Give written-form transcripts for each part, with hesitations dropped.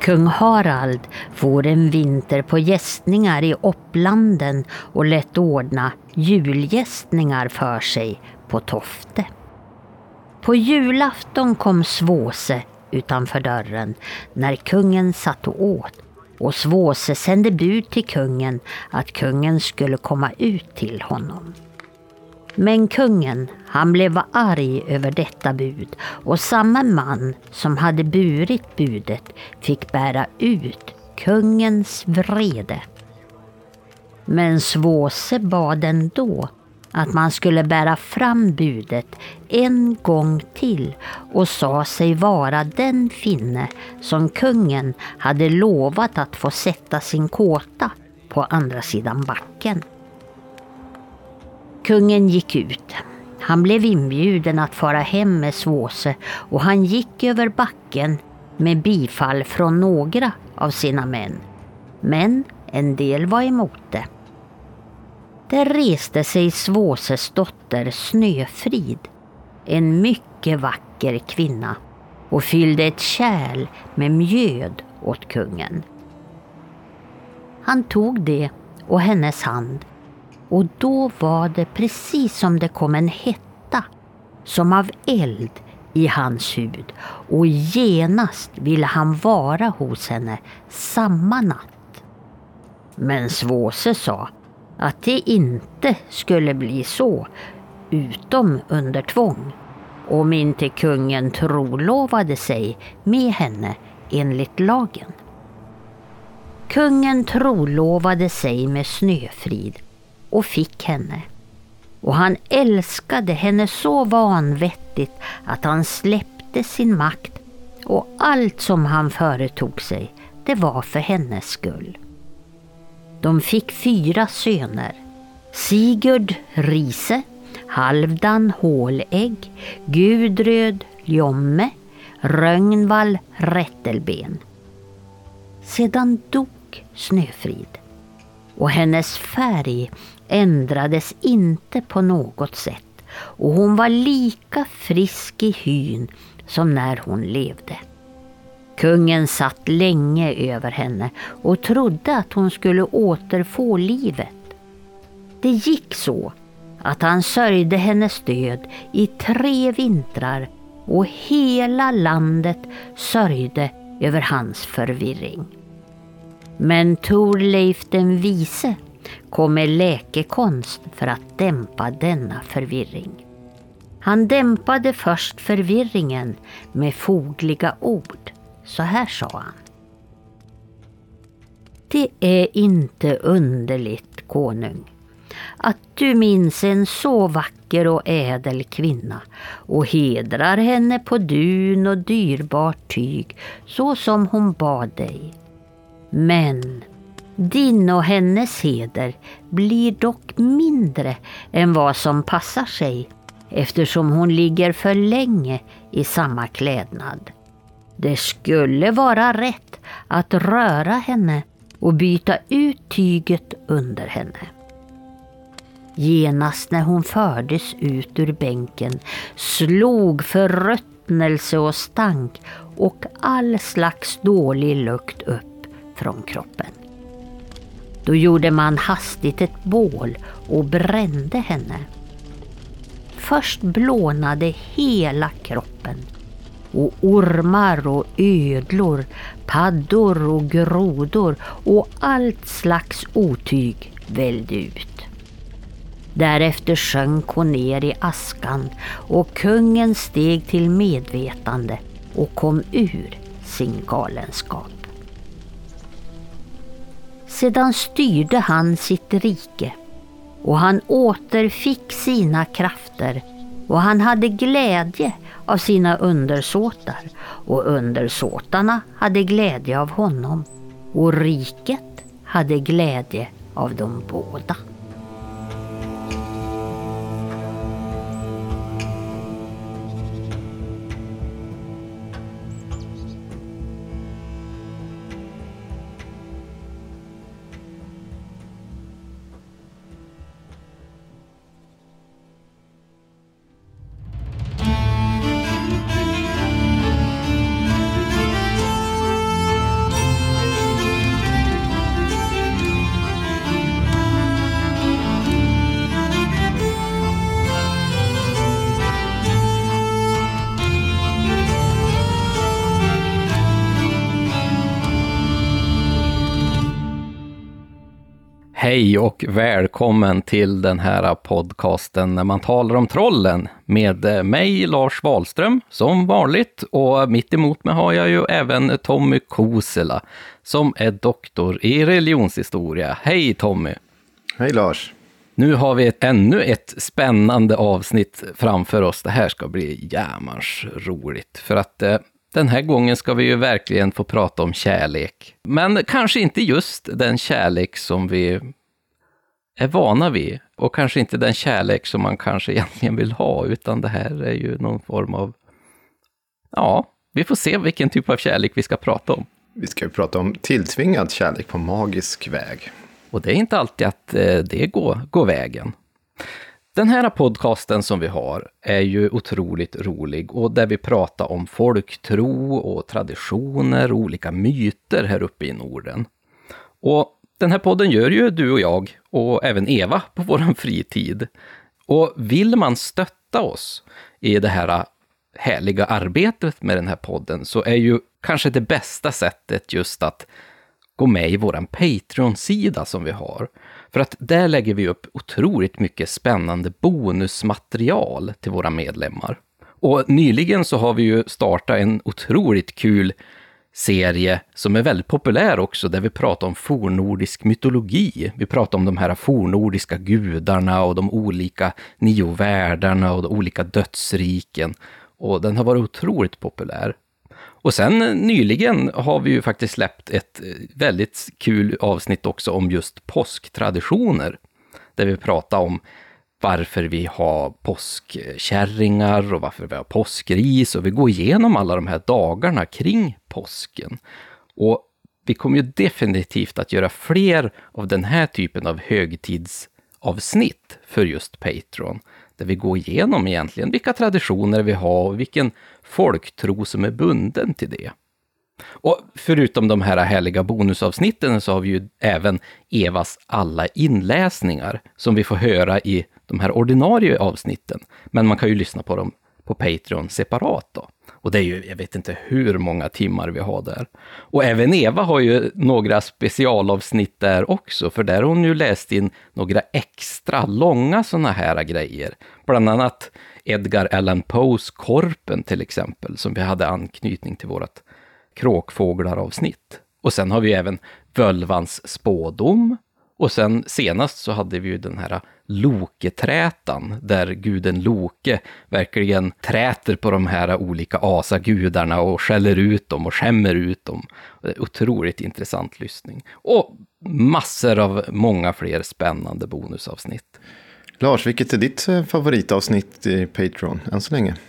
Kung Harald for en vinter på gästningar i Opplanden och lät ordna julgästningar för sig på Tofte. På julafton kom Svåse utanför dörren när kungen satt och åt, och Svåse sände bud till kungen att kungen skulle komma ut till honom. Men kungen, han blev arg över detta bud, och samma man som hade burit budet fick bära ut kungens vrede. Men Svåse bad ändå att man skulle bära fram budet en gång till och sa sig vara den finne som kungen hade lovat att få sätta sin kåta på andra sidan backen. Kungen gick ut. Han blev inbjuden att fara hem med Svåse, och han gick över backen med bifall från några av sina män. Men en del var emot det. Där reste sig Svåses dotter Snöfrid, en mycket vacker kvinna, och fyllde ett kärl med mjöd åt kungen. Han tog det och hennes hand, och då var det precis som det kom en hetta som av eld i hans hud, och genast ville han vara hos henne samma natt. Men Svåse sa att det inte skulle bli så, utom under tvång, om inte kungen trolovade sig med henne enligt lagen. Kungen trolovade sig med Snöfrid och fick henne, och han älskade henne så vanvettigt att han släppte sin makt, och allt som han företog sig, det var för hennes skull. De fick 4 söner: Sigurd Rise, Halvdan Hålägg, Gudröd Ljomme, Rögnvall Rättelben. Sedan dog Snöfrid, och hennes färg ändrades inte på något sätt, och hon var lika frisk i hyn som när hon levde. Kungen satt länge över henne och trodde att hon skulle återfå livet. Det gick så att han sörjde hennes död i 3 vintrar, och hela landet sörjde över hans förvirring. Men Torleif den vise kom med läkekonst för att dämpa denna förvirring. Han dämpade först förvirringen med fogliga ord. Så här sa han: Det är inte underligt, konung, att du minns en så vacker och ädel kvinna och hedrar henne på dun och dyrbart tyg så som hon bad dig. Men din och hennes heder blir dock mindre än vad som passar sig, eftersom hon ligger för länge i samma klädnad. Det skulle vara rätt att röra henne och byta ut tyget under henne. Genast när hon fördes ut ur bänken slog förruttnelse och stank och all slags dålig lukt upp från kroppen. Då gjorde man hastigt ett bål och brände henne. Först blånade hela kroppen, och ormar och ödlor, paddor och grodor och allt slags otyg vällde ut. Därefter sjönk hon ner i askan, och kungen steg till medvetande och kom ur sin galenskap. Sedan styrde han sitt rike, och han återfick sina krafter, och han hade glädje av sina undersåtar, och undersåtarna hade glädje av honom, och riket hade glädje av dem båda. Hej och välkommen till den här podcasten när man talar om trollen med mig Lars Wahlström som vanligt, och mitt emot mig har jag ju även Tommy Kosela som är doktor i religionshistoria. Hej Tommy! Hej Lars! Nu har vi ännu ett spännande avsnitt framför oss. Det här ska bli jämans roligt för att den här gången ska vi ju verkligen få prata om kärlek. Men kanske inte just den kärlek som vi är vana vid. Och kanske inte den kärlek som man kanske egentligen vill ha. Utan det här är ju någon form av... Ja, vi får se vilken typ av kärlek vi ska prata om. Vi ska ju prata om tilltvingad kärlek på magisk väg. Och det är inte alltid att det går vägen. Den här podcasten som vi har är ju otroligt rolig, och där vi pratar om folktro och traditioner och olika myter här uppe i Norden. Och den här podden gör ju du och jag och även Eva på våran fritid. Och vill man stötta oss i det här härliga arbetet med den här podden så är ju kanske det bästa sättet just att gå med i våran Patreon-sida som vi har. För att där lägger vi upp otroligt mycket spännande bonusmaterial till våra medlemmar. Och nyligen så har vi ju startat en otroligt kul serie som är väldigt populär också, där vi pratar om fornnordisk mytologi. Vi pratar om de här fornnordiska gudarna och de olika 9 världarna och de olika dödsriken. Och den har varit otroligt populär. Och sen nyligen har vi ju faktiskt släppt ett väldigt kul avsnitt också om just påsktraditioner. Där vi pratar om varför vi har påskkärringar och varför vi har påskris. Och vi går igenom alla de här dagarna kring påsken. Och vi kommer ju definitivt att göra fler av den här typen av högtidsavsnitt för just Patreon. Där vi går igenom egentligen vilka traditioner vi har och vilken folktro som är bunden till det. Och förutom de här härliga bonusavsnitten så har vi ju även Evas alla inläsningar som vi får höra i de här ordinarie avsnitten. Men man kan ju lyssna på dem på Patreon separat då. Och det är ju, jag vet inte hur många timmar vi har där. Och även Eva har ju några specialavsnitt där också. För där har hon ju läst in några extra långa såna här grejer. Bland annat Edgar Allan Poes Korpen till exempel. Som vi hade anknytning till vårt kråkfåglar-avsnitt. Och sen har vi även Völvans spådom. Och sen senast så hade vi ju den här Loketrätan, där guden Loke verkligen träter på de här olika asagudarna och skäller ut dem och skämmer ut dem. Det är otroligt intressant lyssning. Och massor av många fler spännande bonusavsnitt. Lars, vilket är ditt favoritavsnitt i Patreon än så länge?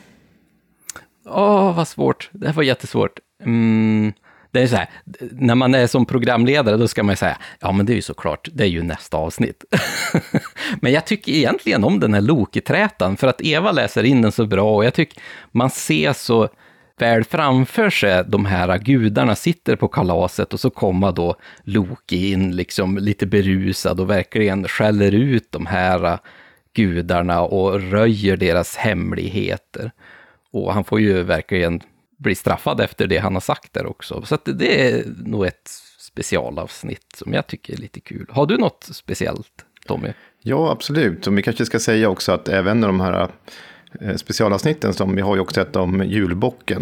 Vad svårt. Det här var jättesvårt. Det är så här, när man är som programledare då ska man säga, ja men det är ju såklart, det är ju nästa avsnitt. Men jag tycker egentligen om den här Loketrätan för att Eva läser in den så bra, och jag tycker man ser så väl framför sig de här gudarna sitter på kalaset och så kommer då Loke in liksom lite berusad och verkligen skäller ut de här gudarna och röjer deras hemligheter. Och han får ju verkligen bli straffad efter det han har sagt där också. Så att det är nog ett specialavsnitt som jag tycker är lite kul. Har du något speciellt, Tommy? Ja, absolut. Och vi kanske ska säga också att även de här specialavsnitten som vi har ju också sett om julbocken.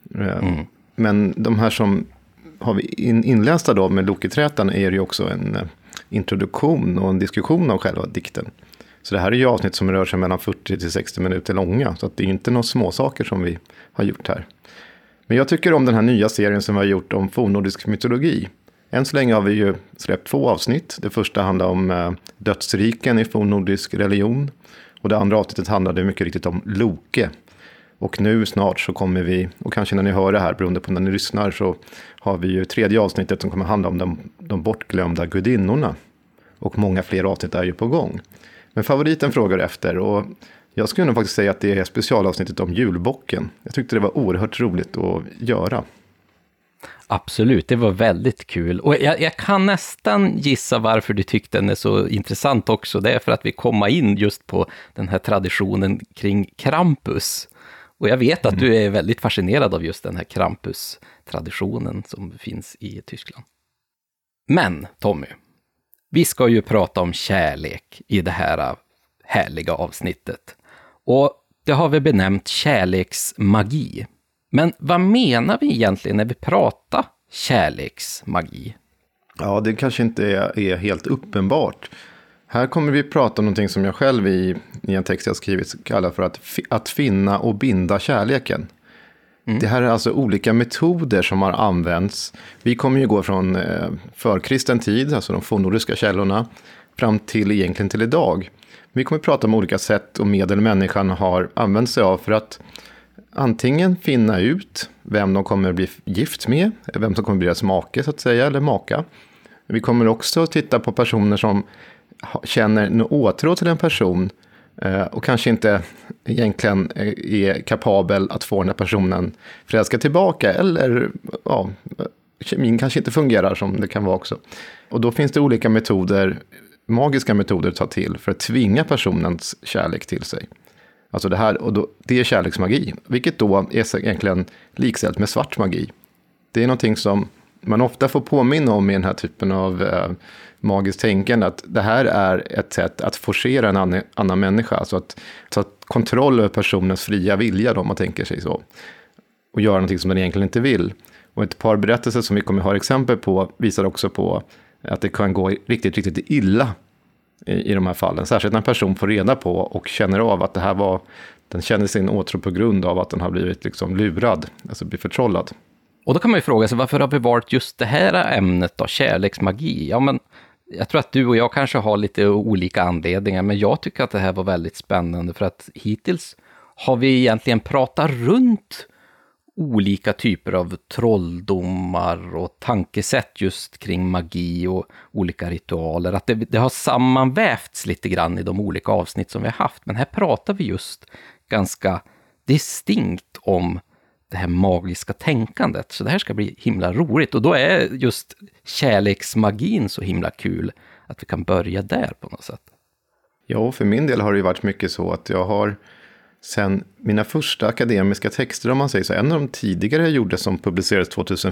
Men de här som har vi inlästa då med Loketrätan är ju också en introduktion och en diskussion av själva dikten. Så det här är ju avsnitt som rör sig mellan 40 till 60 minuter långa. Så att det är inte några små saker som vi har gjort här. Men jag tycker om den här nya serien som vi har gjort om fornnordisk mytologi. Än så länge har vi ju släppt 2 avsnitt. Det första handlar om dödsriken i fornnordisk religion. Och det andra avsnittet handlade mycket riktigt om Loke. Och nu snart så kommer vi, och kanske när ni hör det här, beroende på när ni lyssnar, så har vi ju 3:e avsnittet som kommer handla om de bortglömda gudinnorna. Och många fler avsnitt är ju på gång. Men favoriten frågar efter, och jag skulle nog faktiskt säga att det är specialavsnittet om julbocken. Jag tyckte det var oerhört roligt att göra. Absolut, det var väldigt kul. Och jag kan nästan gissa varför du tyckte den är så intressant också. Det är för att vi kommer in just på den här traditionen kring Krampus. Och jag vet att du är väldigt fascinerad av just den här Krampus-traditionen som finns i Tyskland. Men, Tommy, Vi ska ju prata om kärlek i det här härliga avsnittet. Och det har vi benämnt kärleksmagi. Men vad menar vi egentligen när vi pratar kärleksmagi? Ja, det kanske inte är helt uppenbart. Här kommer vi prata om någonting som jag själv i en text jag skrivit kallar för att finna och binda kärleken. Det här är alltså olika metoder som har använts. Vi kommer ju gå från förkristen tid, alltså de fornnordiska källorna, fram till egentligen till idag. Vi kommer prata om olika sätt och medel människan har använt sig av för att antingen finna ut vem de kommer bli gift med, vem som kommer bli deras make så att säga, eller maka. Vi kommer också titta på personer som känner något åtrå till en person och kanske inte egentligen är kapabel att få den här personen förälskad tillbaka, eller ja, kemin kanske inte fungerar som det kan vara också. Och då finns det olika metoder, magiska metoder att ta till för att tvinga personens kärlek till sig. Alltså det här, och då, det är kärleksmagi, vilket då är egentligen likställt med svart magi. Det är någonting som man ofta får påminna om i den här typen av magiskt tänkande, att det här är ett sätt att forcera en annan människa, alltså att ta kontroll över personens fria vilja då, om man tänker sig så, och göra någonting som den egentligen inte vill. Och ett par berättelser som vi kommer ha exempel på visar också på att det kan gå riktigt, riktigt illa i de här fallen. Särskilt när en person får reda på och känner av att det här var, den känner sin åtrå på grund av att den har blivit liksom lurad, alltså blir förtrollad. Och då kan man ju fråga sig, varför har vi valt just det här ämnet då, kärleksmagi? Ja, men jag tror att du och jag kanske har lite olika anledningar, men jag tycker att det här var väldigt spännande för att hittills har vi egentligen pratat runt olika typer av trolldomar och tankesätt just kring magi och olika ritualer. Att det har sammanvävts lite grann i de olika avsnitt som vi har haft. Men här pratar vi just ganska distinkt om det här magiska tänkandet. Så det här ska bli himla roligt. Och då är just kärleksmagin så himla kul att vi kan börja där på något sätt. Ja, för min del har det ju varit mycket så att jag har sen mina första akademiska texter, om man säger så, en av de tidigare jag gjorde som publicerades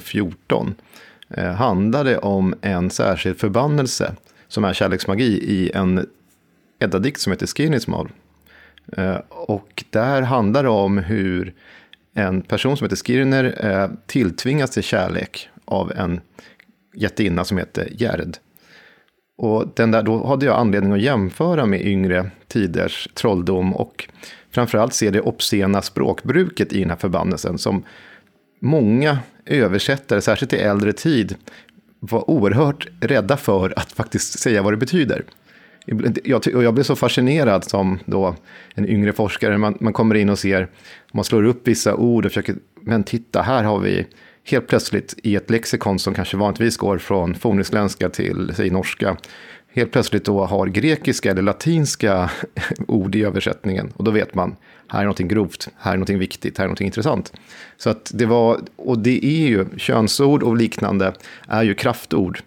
2014 handlade om en särskild förbannelse som är kärleksmagi i en eddadikt som heter Skirnismal. Och där handlar det om hur en person som heter Skirner tilltvingas till kärlek av en jättinna som heter Gerd. Och då hade jag anledning att jämföra med yngre tiders trolldom och framförallt se det obscena språkbruket i den här förbannelsen som många översättare, särskilt i äldre tid, var oerhört rädda för att faktiskt säga vad det betyder. Jag blev så fascinerad som då en yngre forskare. Man kommer in och ser, man slår upp vissa ord och försöker, men titta, här har vi helt plötsligt i ett lexikon som kanske vanligtvis går från fornisländska till, säg, norska, helt plötsligt då har grekiska eller latinska ord i översättningen. Och då vet man, här är någonting grovt, här är någonting viktigt, här är någonting intressant. Så att det var, och det är ju, könsord och liknande är ju kraftord.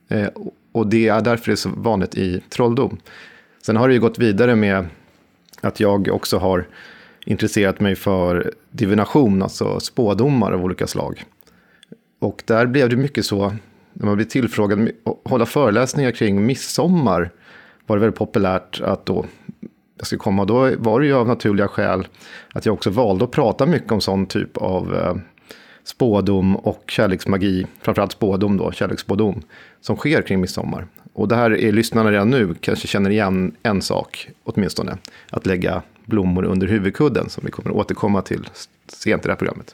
Och det är därför det är så vanligt i trolldom. Sen har det ju gått vidare med att jag också har intresserat mig för divination, alltså spådomar av olika slag. Och där blev det mycket så, när man blev tillfrågad att hålla föreläsningar kring midsommar, var det väldigt populärt att då jag skulle komma. Då var det ju av naturliga skäl att jag också valde att prata mycket om sån typ av spådom och kärleksmagi, framförallt spådom då, kärleksspådom, som sker kring midsommar. Och det här är lyssnarna redan nu kanske känner igen en sak, åtminstone, att lägga blommor under huvudkudden, som vi kommer att återkomma till sent i det här programmet.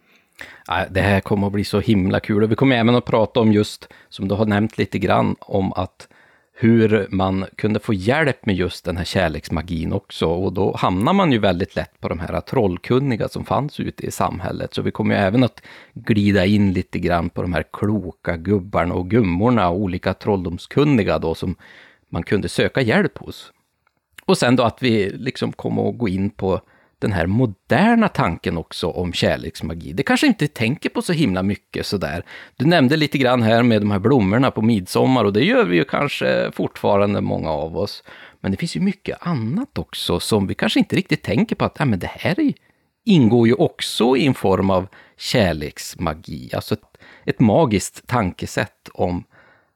Det här kommer att bli så himla kul, och vi kommer även att prata om just, som du har nämnt lite grann, om att hur man kunde få hjälp med just den här kärleksmagin också, och då hamnar man ju väldigt lätt på de här trollkunniga som fanns ute i samhället. Så vi kommer ju även att glida in lite grann på de här kloka gubbarna och gummorna och olika trolldomskunniga då som man kunde söka hjälp hos. Och sen då att vi liksom kommer att gå in på den här moderna tanken också om kärleksmagi. Det kanske inte tänker på så himla mycket sådär. Du nämnde lite grann här med de här blommorna på midsommar, och det gör vi ju kanske fortfarande många av oss. Men det finns ju mycket annat också som vi kanske inte riktigt tänker på att men det här ingår ju också i en form av kärleksmagi. Alltså ett magiskt tankesätt om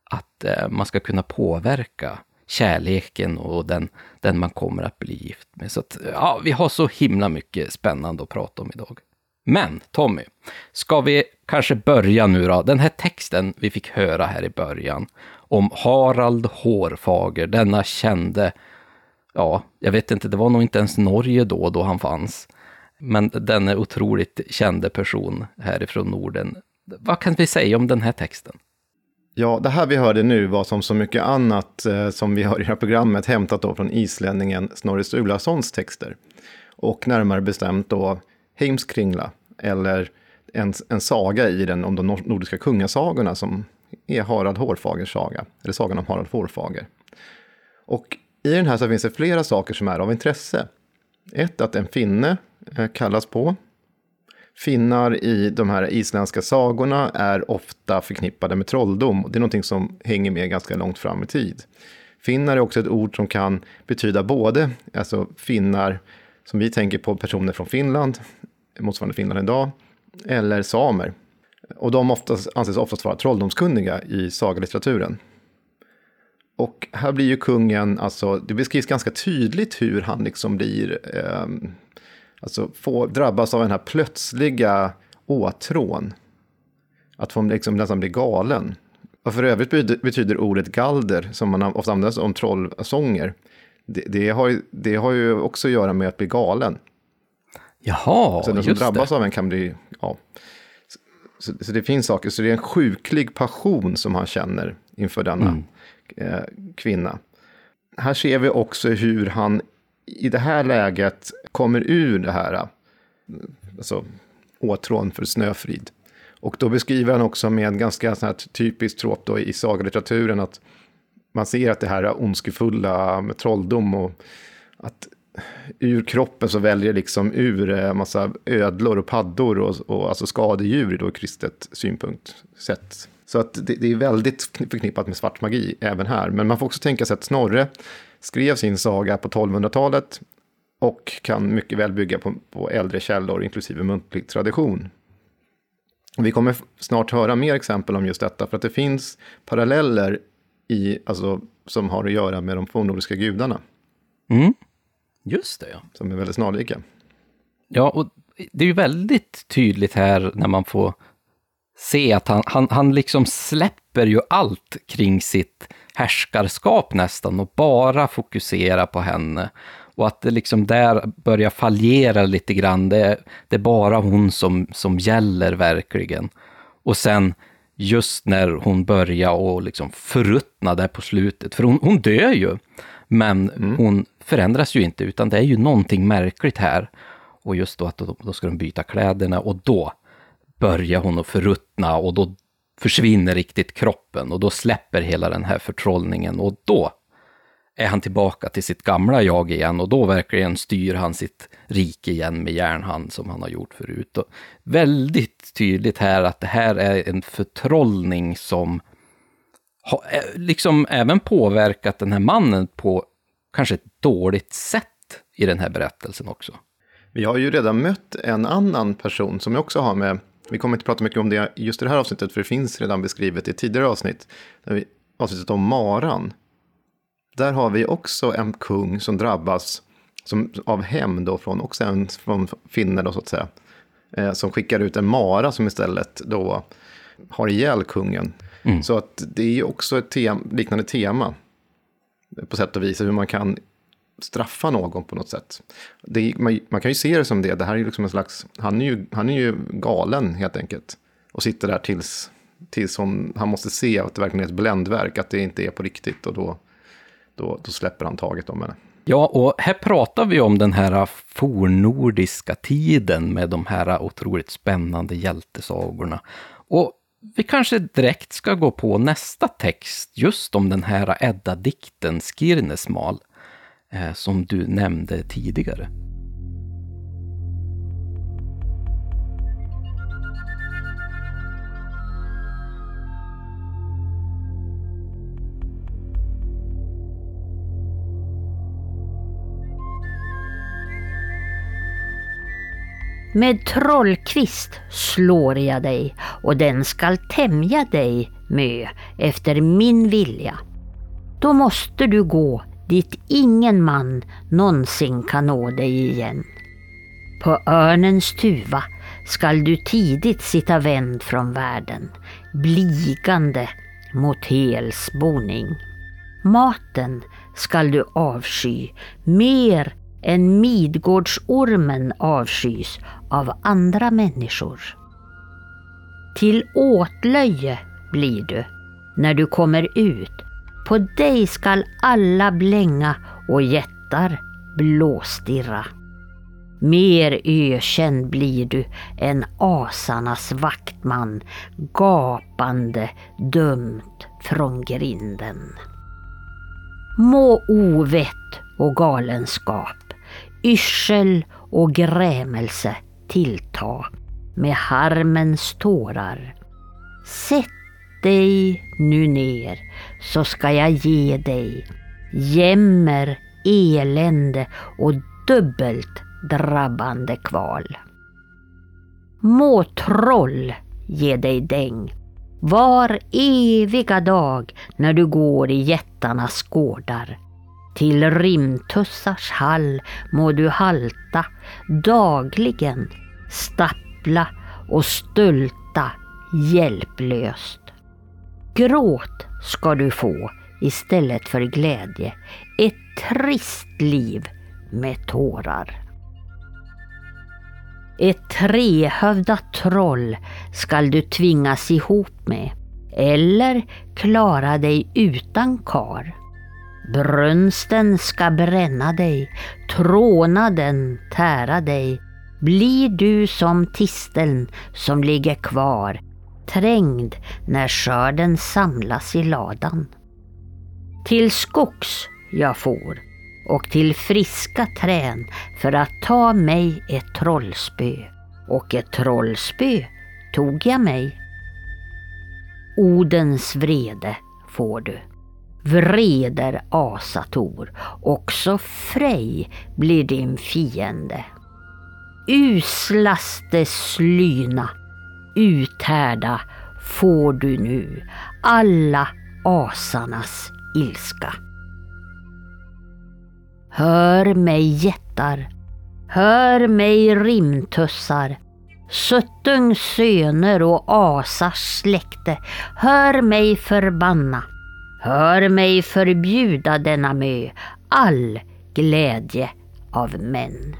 att man ska kunna påverka kärleken och den man kommer att bli gift med. Så att, ja, vi har så himla mycket spännande att prata om idag. Men Tommy, ska vi kanske börja nu då? Den här texten vi fick höra här i början om Harald Hårfager, denna kände, ja, jag vet inte, det var nog inte ens Norge då han fanns. Men den är otroligt kände person härifrån Norden. Vad kan vi säga om den här texten? Ja, det här vi hörde nu var som så mycket annat som vi har i det här programmet hämtat då från islänningen Snorri Sturlasons texter. Och närmare bestämt då Heimskringla, eller en saga i den om de nordiska kungasagorna som är Harald Hårfagers saga, eller sagan om Harald Hårfager. Och i den här så finns det flera saker som är av intresse. Ett, att en finne kallas på. Finnar i de här isländska sagorna är ofta förknippade med trolldom. Det är någonting som hänger med ganska långt fram i tid. Finnar är också ett ord som kan betyda både, alltså finnar som vi tänker på, personer från Finland, motsvarande Finland idag, eller samer. Och de anses oftast vara trolldomskunniga i sagalitteraturen. Och här blir ju kungen, alltså det beskrivs ganska tydligt hur han liksom blir, alltså drabbas av den här plötsliga åtrån. Att få liksom nästan bli galen. Och för övrigt betyder ordet galder, som man ofta använder om trollsånger, det har ju också att göra med att bli galen. Jaha, så den som drabbas av en kan bli, ja. Så det finns saker, så det är en sjuklig passion som han känner inför denna kvinna. Här ser vi också hur han i det här läget kommer ur det här, alltså åtrån för Snöfrid. Och då beskriver han också med en ganska sån här typisk trop då i sagalitteraturen att man ser att det här är ondskefulla med trolldom och att ur kroppen så väljer liksom ur massa ödlor och paddor och alltså skadedjur i då kristet synpunkt sett. Så att det är väldigt förknippat med svart magi även här. Men man får också tänka sig att Snorre skrev sin saga på 1200-talet och kan mycket väl bygga på äldre källor, inklusive muntlig tradition. Vi kommer snart höra mer exempel om just detta, för att det finns paralleller alltså, som har att göra med de fornnordiska gudarna. Mm. Just det, ja. Som är väldigt snarlika. Ja, och det är ju väldigt tydligt här när man får se att han liksom släpper ju allt kring sitt härskarskap nästan och bara fokuserar på henne. Och att det liksom där börjar fallera lite grann. Det är bara hon som gäller verkligen. Och sen just när hon börjar och liksom förruttna där på slutet. För hon dör ju. Men hon förändras ju inte, utan det är ju någonting märkligt här. Och just då att då ska de byta kläderna och då börjar hon att förruttna och då försvinner riktigt kroppen och då släpper hela den här förtrollningen och då är han tillbaka till sitt gamla jag igen och då verkligen styr han sitt rike igen med järnhand som han har gjort förut. Och väldigt tydligt här att det här är en förtrollning som har liksom även påverkat den här mannen på kanske ett dåligt sätt i den här berättelsen också. Vi har ju redan mött en annan person som jag också har med. Vi kommer inte prata mycket om det just i det här avsnittet, för det finns redan beskrivet i tidigare avsnitt. Avsnittet om Maran. Där har vi också en kung som drabbas av hämnd då från finner då så att säga. Som skickar ut en mara som istället då har ihjäl kungen. Så att det är ju också ett liknande tema på sätt och vis hur man kan straffa någon på något sätt. Man kan ju se det som det. Det här är ju liksom en slags, han är ju galen helt enkelt. Och sitter där tills han måste se att det verkligen är ett bländverk, att det inte är på riktigt, och då släpper han taget om henne. Ja, och här pratar vi om den här fornnordiska tiden med de här otroligt spännande hjältesagorna. Och vi kanske direkt ska gå på nästa text just om den här Edda-dikten Skirnesmal som du nämnde tidigare. Med trollkvist slår jag dig, och den skall tämja dig Mö efter min vilja, då måste du gå dit ingen man någonsin kan nå dig igen. På örnens tuva skall du tidigt sitta vänd från världen, bligande mot hels boning. Maten skall du avsky mer än Midgårdsormen avskys av andra människor. Till åtlöje blir du när du kommer ut. På dig skall alla blänga och jättar blåstirra. Mer ökänd blir du än asarnas vaktman, gapande dömt från grinden. Må ovett och galenskap, yrsel och grämelse tillta med harmens tårar. Sätt dig nu ner, så ska jag ge dig jämmer, elände och dubbelt drabbande kval. Må troll ge dig däng var eviga dag när du går i jättarnas gårdar. Till rimtussars hall må du halta dagligen, stappla och stulta hjälplöst. Gråt ska du få istället för glädje, ett trist liv med tårar. Ett trehövdat troll skall du tvingas ihop med, eller klara dig utan kar. Brunsten ska bränna dig, trånaden tära dig. Blir du som tisteln som ligger kvar, trängd när skörden samlas i ladan. Till skogs jag får och till friska trän för att ta mig ett trollspö, och ett trollspö tog jag mig. Odens vrede får du, vreder Asator, också Frej blir din fiende. Uslaste slyna, uthärda får du nu alla asarnas ilska. Hör mig jättar, hör mig rimtussar, Suttungs söner och Asars släkte, hör mig förbanna, hör mig förbjuda denna mö, all glädje av män.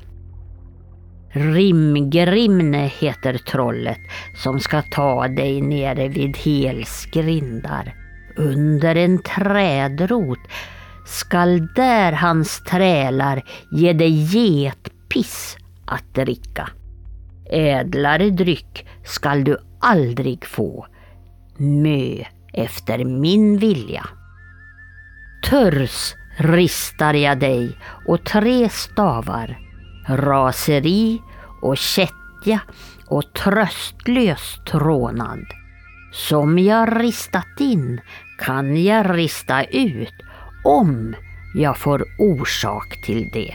Rimgrimne heter trollet som ska ta dig nere vid Hels grindar. Under en trädrot skall där hans trälar ge dig getpiss att dricka. Ädlare dryck skall du aldrig få, mö efter min vilja. Törs ristar jag dig och 3 stavar, raseri och kättja och tröstlös trånad. Som jag ristat in kan jag rista ut om jag får orsak till det.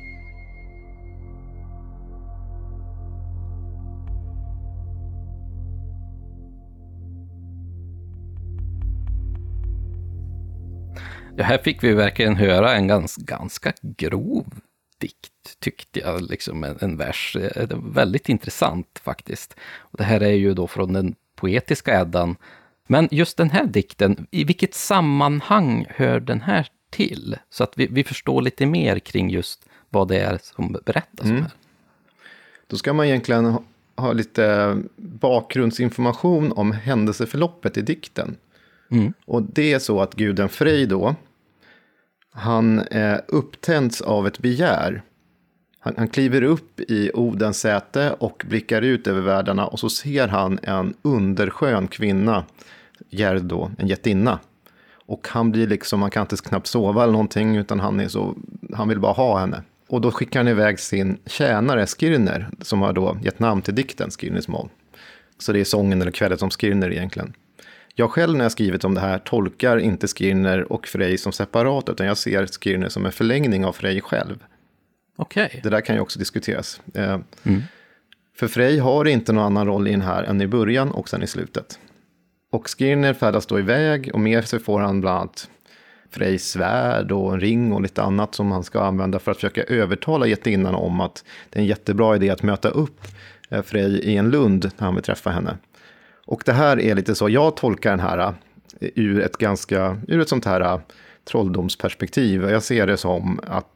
Ja, här fick vi verkligen höra en ganska grov dikt, tyckte jag, liksom en vers. Det var väldigt intressant faktiskt. Och det här är ju då från den poetiska Eddan. Men just den här dikten, i vilket sammanhang hör den här till? Så att vi förstår lite mer kring just vad det är som berättas om här. Då ska man egentligen ha lite bakgrundsinformation om händelseförloppet i dikten. Och det är så att guden Frej då, han upptänds av ett begär. Han kliver upp i Odens säte och blickar ut över världarna, och så ser han en underskön kvinna, Gerd då, en jättinna. Och han blir liksom, han kan inte knappt sova eller någonting, utan han vill bara ha henne. Och då skickar han iväg sin tjänare Skirner, som har då gett namn till dikten Skirners mål. Så det är sången eller kvället om Skirner egentligen. Jag själv när jag skrivit om det här tolkar inte Skirner och Frej som separat, utan jag ser Skirner som en förlängning av Frej själv. Okej. Det där kan ju också diskuteras. För Frej har inte någon annan roll i den här än i början och sen i slutet. Och Skirner färdas då iväg och med sig får han bland annat Frejs svärd och en ring och lite annat som han ska använda för att försöka övertala jättinnan om att det är en jättebra idé att möta upp Frej i en lund när han vill träffa henne. Och det här är lite så, jag tolkar den här ur ett sånt här trolldomsperspektiv. Jag ser det som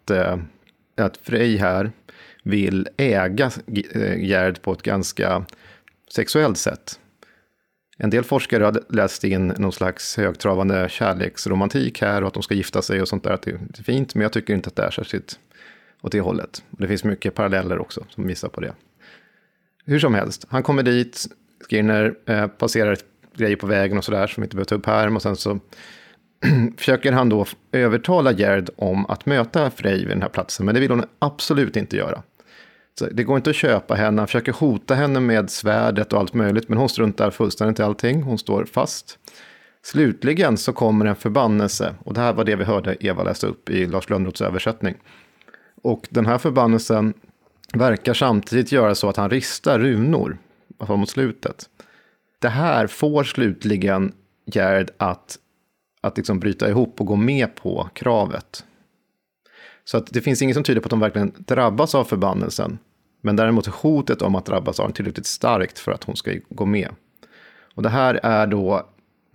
att Frej här vill äga Gerd på ett ganska sexuellt sätt. En del forskare har läst in någon slags högtravande kärleksromantik här och att de ska gifta sig och sånt där. Det är fint, men jag tycker inte att det är särskilt åt det hållet. Det finns mycket paralleller också som visar på det. Hur som helst, han kommer dit, Skirner passerar ett grej på vägen och sådär som vi inte behöver ta upp här. Och sen så försöker han då övertala Gerd om att möta Frej vid den här platsen. Men det vill hon absolut inte göra. Så det går inte att köpa henne. Han försöker hota henne med svärdet och allt möjligt. Men hon struntar fullständigt i allting. Hon står fast. Slutligen så kommer en förbannelse. Och det här var det vi hörde Eva läsa upp i Lars Lönnroths översättning. Och den här förbannelsen verkar samtidigt göra så att han ristar runor. Alltså mot slutet. Det här får slutligen Gerd att liksom bryta ihop och gå med på kravet. Så att det finns inget som tyder på att de verkligen drabbas av förbannelsen. Men däremot hotet om att drabbas av den tillräckligt starkt för att hon ska gå med. Och det här är då...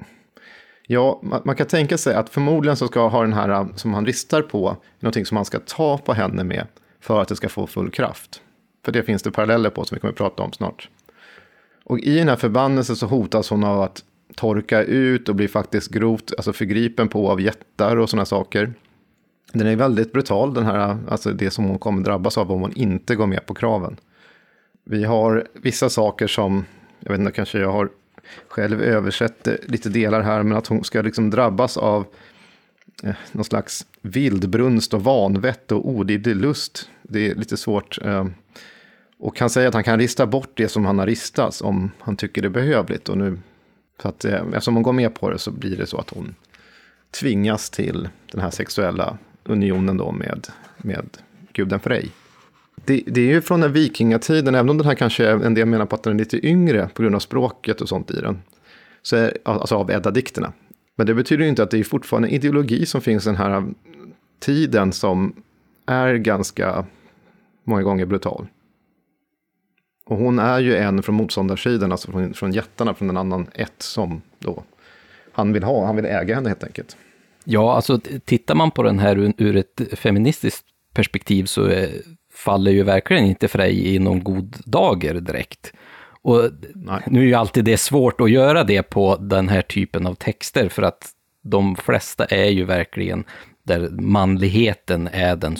Ja, man kan tänka sig att förmodligen så ska ha den här som han ristar på någonting som han ska ta på henne med för att det ska få full kraft. För det finns det paralleller på som vi kommer att prata om snart. Och i den här förbannelsen så hotas hon av att torka ut och bli faktiskt grovt förgripen på av jättar och sådana saker. Den är väldigt brutal, den här, alltså det som hon kommer drabbas av om hon inte går med på kraven. Vi har vissa saker som, jag vet inte, kanske jag har själv översatt lite delar här, men att hon ska liksom drabbas av någon slags vildbrunst och vanvett och olidlig lust. Det är lite svårt. Och han säger att han kan rista bort det som han har ristats om han tycker det är behövligt. Och nu, så att, eftersom hon går med på det så blir det så att hon tvingas till den här sexuella unionen då med guden Frej. Det är ju från den vikingatiden, även om den här kanske en del menar på att den är lite yngre på grund av språket och sånt i den. Så är, alltså av Edda-dikterna. Men det betyder ju inte att det är fortfarande en ideologi som finns den här tiden som är ganska många gånger brutal. Och hon är ju en från motståndarsidan, alltså från jättarna, från en annan som då han vill äga henne helt enkelt. Ja, alltså tittar man på den här ur ett feministiskt perspektiv så faller ju verkligen inte Frej i någon god dager direkt. Och nu är ju alltid det svårt att göra det på den här typen av texter, för att de flesta är ju verkligen där manligheten är den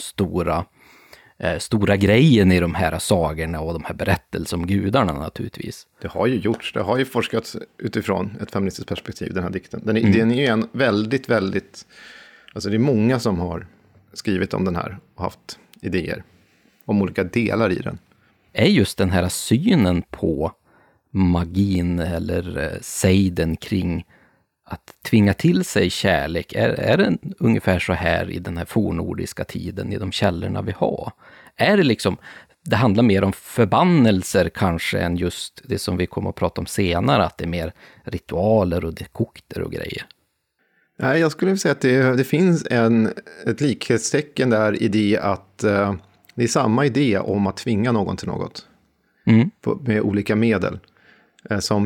stora grejen i de här sagorna och de här berättelserna om gudarna naturligtvis. Det har ju gjorts, det har ju forskats utifrån ett feministiskt perspektiv, den här dikten. Den är ju en väldigt, väldigt, alltså det är många som har skrivit om den här och haft idéer om olika delar i den. Är just den här synen på magin eller sejden kring att tvinga till sig kärlek, är den ungefär så här i den här fornordiska tiden, i de källorna vi har? Är det liksom, det handlar mer om förbannelser kanske än just det som vi kommer att prata om senare, att det är mer ritualer och dekokter och grejer? Nej, jag skulle säga att det finns ett likhetstecken där i det att det är samma idé om att tvinga någon till något. Med olika medel som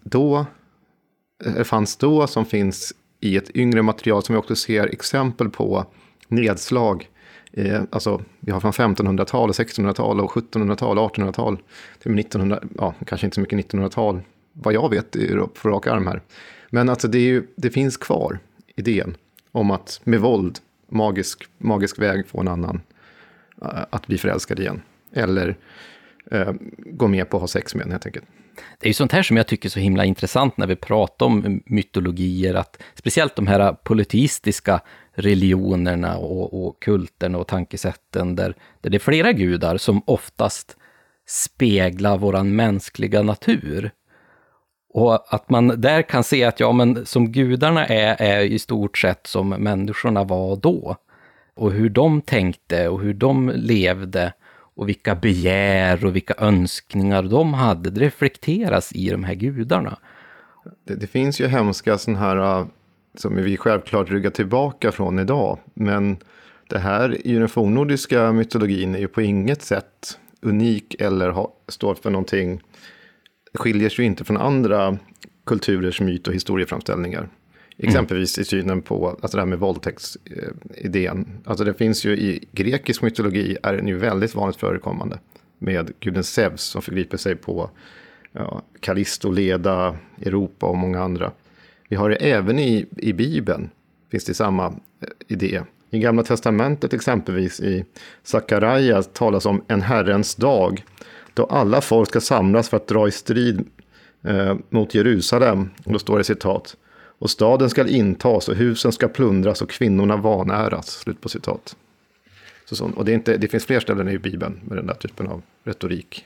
fanns då, som finns i ett yngre material som vi också ser exempel på nedslag. Alltså vi har från 1500-tal, 1600-tal och 1700-tal, 1800-tal till 1900, ja kanske inte så mycket 1900-tal, vad jag vet för rak arm här. Men alltså det finns kvar idén om att med våld, magisk väg få en annan att bli förälskad igen. Eller gå med på att ha sex med den helt enkelt. Det är ju sånt här som jag tycker är så himla intressant när vi pratar om mytologier, att speciellt de här politistiska religionerna och kulterna och tankesätten där det är flera gudar som oftast speglar våran mänskliga natur. Och att man där kan se att ja, men som gudarna är i stort sett som människorna var då. Och hur de tänkte och hur de levde och vilka begär och vilka önskningar de hade, det reflekteras i de här gudarna. Det finns ju hemska sådana här som vi självklart ryggar tillbaka från idag. Men det här i den fornnordiska mytologin är ju på inget sätt unik eller står för någonting. Det skiljer sig ju inte från andra kulturers myt- och historieframställningar. Exempelvis i synen på alltså det här med våldtäktsidén. Alltså det finns ju i grekisk mytologi är den ju väldigt vanligt förekommande. Med guden Zeus som förgriper sig på Callisto, Leda, Europa och många andra. Vi har det även i Bibeln. Finns det samma idé. I Gamla testamentet exempelvis i Sakarja talas om en Herrens dag. Då alla folk ska samlas för att dra i strid mot Jerusalem. Och då står det citat. Och staden ska intas och husen ska plundras och kvinnorna vanäras. Slut på citat. Och det finns fler ställen i Bibeln med den där typen av retorik.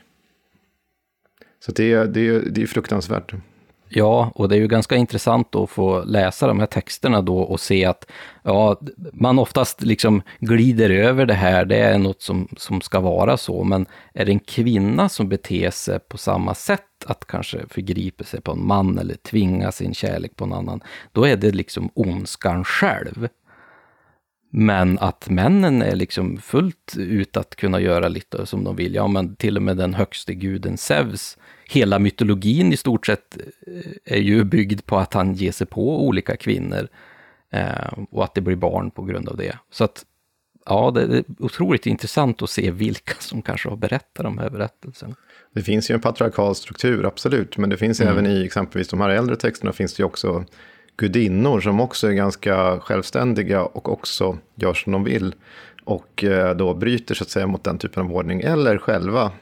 Så det är fruktansvärt. Ja, och det är ju ganska intressant att få läsa de här texterna då och se att man oftast liksom glider över det här, det är något som ska vara så, men är det en kvinna som beter sig på samma sätt, att kanske förgriper sig på en man eller tvinga sin kärlek på en annan, då är det liksom ondskan själv. Men att männen är liksom fullt ut att kunna göra lite som de vill. Ja, men till och med den högste guden Zeus. Hela mytologin i stort sett är ju byggd på att han ger sig på olika kvinnor. Och att det blir barn på grund av det. Så att ja, det är otroligt intressant att se vilka som kanske har berättat de här berättelserna. Det finns ju en patriarkal struktur, absolut. Men det finns även i exempelvis de här äldre texterna finns det ju också gudinnor som också är ganska självständiga och också gör som de vill. Och då bryter så att säga mot den typen av ordning. Eller själva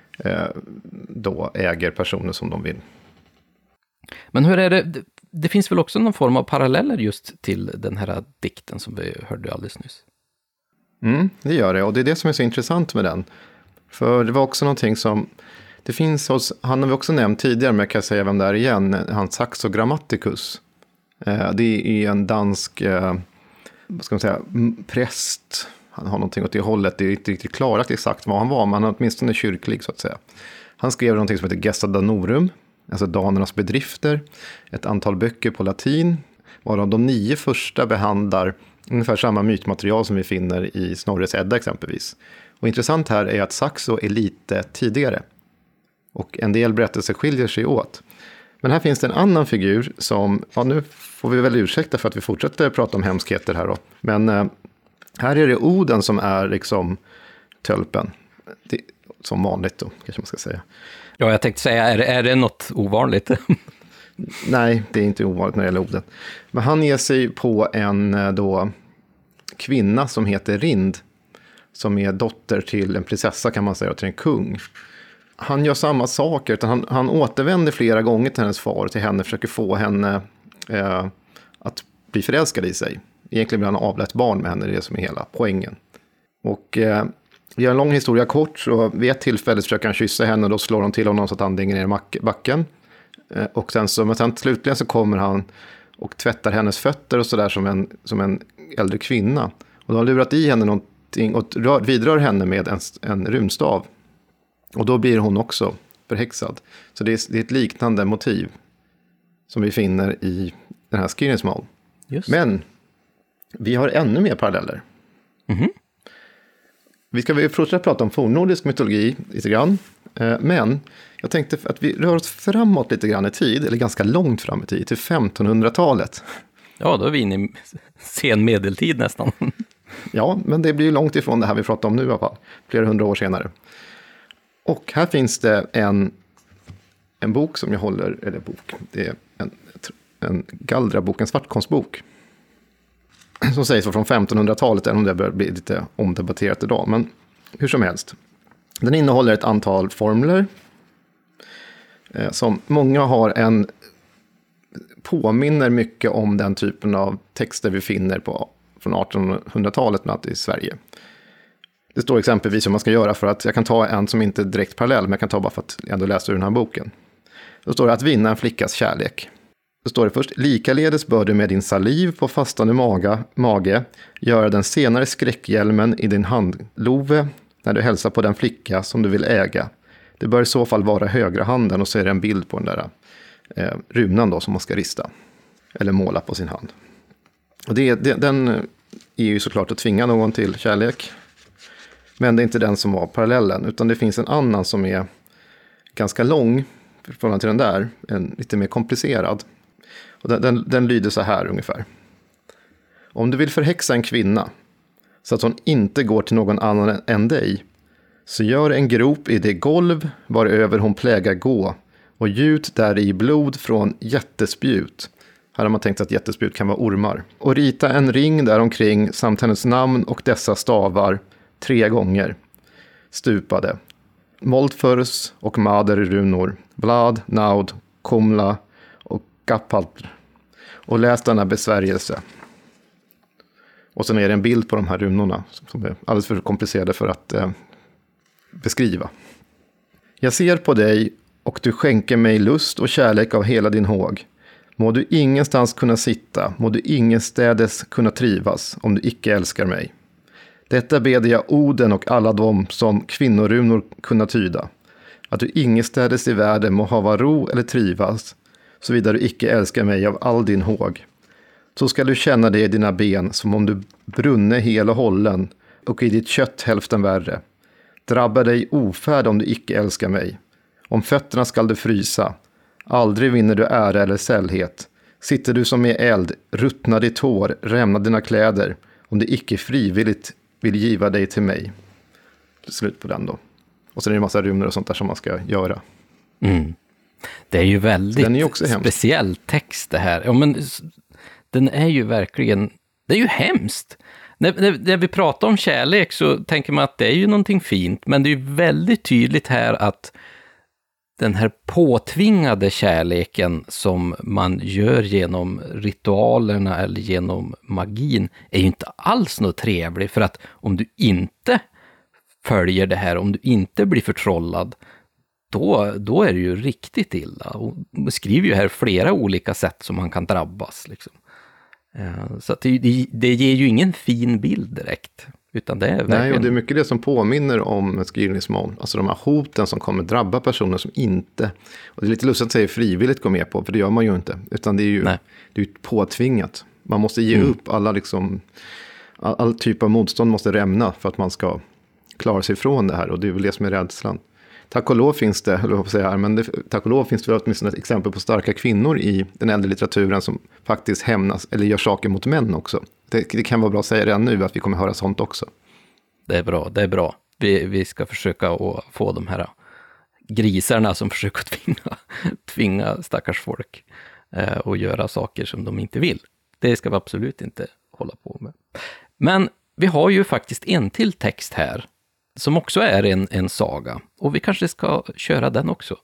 då äger personer som de vill. Men hur är det? Det finns väl också någon form av paralleller just till den här dikten som vi hörde alldeles nyss? Det gör det. Och det är det som är så intressant med den. För det var också någonting som det finns hos, han har vi också nämnt tidigare, men jag kan säga vem det är igen, han Saxo Grammaticus. Det är en dansk vad ska man säga, präst. Han har någonting åt det hållet. Det är inte riktigt klarlagt exakt vad han var, men han är åtminstone kyrklig så att säga. Han skrev någonting som heter Gesta Danorum, alltså danernas bedrifter. Ett antal böcker på latin, varav de 9 första behandlar ungefär samma mytmaterial som vi finner i Snorres Edda exempelvis. Och intressant här är att Saxo är lite tidigare. Och en del berättelser skiljer sig åt. Men här finns det en annan figur som, nu får vi väl ursäkta för att vi fortsätter prata om hemskheter här då. Men här är det Oden som är liksom tölpen. Det, som vanligt då, kanske man ska säga. Ja, jag tänkte säga, är det något ovanligt? Nej, det är inte ovanligt när det gäller Oden. Men han ger sig på en då kvinna som heter Rind. Som är dotter till en prinsessa kan man säga, och till en kung. Han gör samma saker, utan han återvänder flera gånger till hennes far och till henne, försöker få henne att bli förälskad i sig. Egentligen blir han avlat barn med henne, det är det som är hela poängen. Och vi har en lång historia kort, så vid ett tillfälle försöker han kyssa henne och då slår de till honom så att han dimper ner i backen. Och sen slutligen så kommer han och tvättar hennes fötter och sådär som en äldre kvinna. Och då har han lurat i henne någonting och vidrör henne med en runstav. Och då blir hon också förhäxad. Så det är ett liknande motiv som vi finner i den här Skirrins Maul. Men vi har ännu mer paralleller. Mm-hmm. Vi ska fortsätta prata om fornnordisk mytologi lite grann. Men jag tänkte att vi rör oss framåt lite grann i tid, eller ganska långt fram i tid, till 1500-talet. Ja, då är vi inne i sen medeltid nästan. Ja, men det blir ju långt ifrån det här vi pratar om nu i alla fall. Flera hundra år senare. Och här finns det en bok som jag håller, eller bok, det är en Galdra-bok, en svartkonstbok. Som sägs vara från 1500-talet, även om det börjar bli lite omdebatterat idag. Men hur som helst. Den innehåller ett antal formler. Som många har påminner mycket om den typen av texter vi finner från 1800-talet bland annat i Sverige. Det står exempelvis hur man ska göra för att, jag kan ta en som inte är direkt parallell, men jag kan ta bara för att jag ändå läser ur den här boken. Då står det att vinna en flickas kärlek. Då står det först, likaledes bör du med din saliv på fastande mage göra den senare skräckhjälmen i din handlove när du hälsar på den flicka som du vill äga. Det bör i så fall vara högra handen, och så är det en bild på den där runan då som man ska rista. Eller måla på sin hand. Och den är ju såklart att tvinga någon till kärlek. Men det är inte den som var parallellen. Utan det finns en annan som är ganska lång. I förhållande till den där. Lite mer komplicerad. Och den lyder så här ungefär. Om du vill förhäxa en kvinna. Så att hon inte går till någon annan än dig. Så gör en grop i det golv varöver hon plägar gå. Och gjut där i blod från jättespjut. Här har man tänkt att jättespjut kan vara ormar. Och rita en ring där omkring samt hennes namn och dessa stavar 3 gånger. Stupade. Moldförs och mader-runor. Blad, naud, kumla och gappalt. Och läs denna besvärjelse. Och sen är det en bild på de här runorna som är alldeles för komplicerade för att beskriva. Jag ser på dig och du skänker mig lust och kärlek av hela din håg. Må du ingenstans kunna sitta, må du ingenstädes kunna trivas om du icke älskar mig. Detta beder jag Oden och alla dem som kvinnorunor kunna tyda. Att du ingenstädes i världen må hava ro eller trivas, såvida du icke älskar mig av all din håg. Så ska du känna det i dina ben som om du brunne hel och hållen och i ditt kött hälften värre. Drabba dig ofärd om du icke älskar mig. Om fötterna skall du frysa. Aldrig vinner du ära eller sällhet. Sitter du som i eld, ruttnar ditt hår, rämnar dina kläder. Om du icke frivilligt vill giva dig till mig. Slut på den då. Och sen är det en massa runor och sånt där som man ska göra. Mm. Det är ju väldigt speciell text det här. Ja, men den är ju verkligen, det är ju hemskt. När vi pratar om kärlek så tänker man att det är ju någonting fint. Men det är ju väldigt tydligt här att den här påtvingade kärleken som man gör genom ritualerna eller genom magin är ju inte alls något trevligt. För att om du inte följer det här, om du inte blir förtrollad, då är det ju riktigt illa. Och man skriver ju här flera olika sätt som man kan drabbas. Liksom. Så att det ger ju ingen fin bild direkt. Utan det är verkligen... Nej, och det är mycket det som påminner om ett skrivningsmål. Alltså de här hoten som kommer drabba personer som inte... Och det är lite lustigt att säga frivilligt gå med på, för det gör man ju inte. Utan det är ju påtvingat. Man måste ge upp alla liksom... All typ av motstånd måste rämna för att man ska klara sig ifrån det här. Och det är väl det som är rädslan. Tack och lov finns det, eller vad jag säga här, men tack och lov finns det åtminstone ett exempel på starka kvinnor i den äldre litteraturen som faktiskt hämnas eller gör saker mot män också. Det kan vara bra att säga redan nu att vi kommer höra sånt också. Det är bra. Vi ska försöka att få de här grisarna som försöker tvinga stackars folk och göra saker som de inte vill. Det ska vi absolut inte hålla på med. Men vi har ju faktiskt en till text här som också är en saga. Och vi kanske ska köra den också.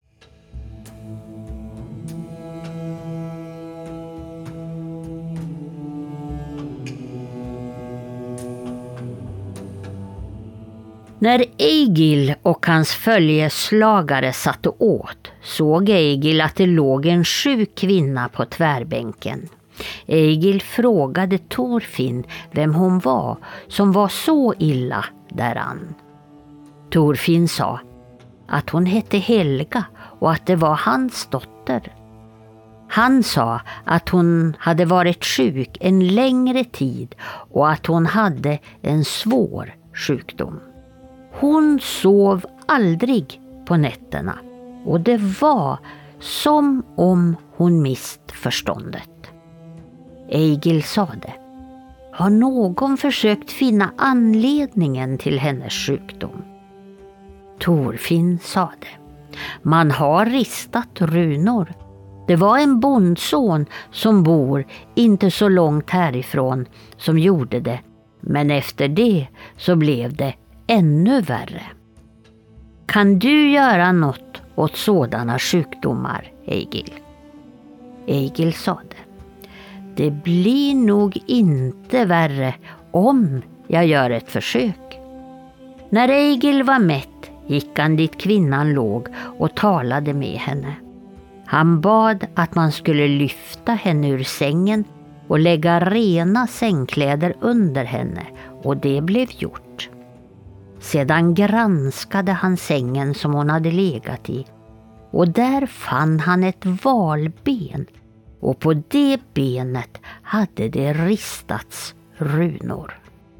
När Egil och hans följeslagare satt och åt såg Egil att det låg en sjuk kvinna på tvärbänken. Egil frågade Thorfinn vem hon var som var så illa däran. Thorfinn sa att hon hette Helga och att det var hans dotter. Han sa att hon hade varit sjuk en längre tid och att hon hade en svår sjukdom. Hon sov aldrig på nätterna och det var som om hon mist förståndet. Egil sade: har någon försökt finna anledningen till hennes sjukdom? Thorfinn sade: man har ristat runor. Det var en bondson som bor inte så långt härifrån som gjorde det, men efter det så blev det ännu värre. Kan du göra något åt sådana sjukdomar, Egil? Egil sade: det blir nog inte värre om jag gör ett försök. När Egil var mätt gick han dit kvinnan låg och talade med henne. Han bad att man skulle lyfta henne ur sängen och lägga rena sängkläder under henne, och det blev gjort. Sedan granskade han sängen som hon hade legat i. och där fann han ett valben, och på det benet hade det ristats runor.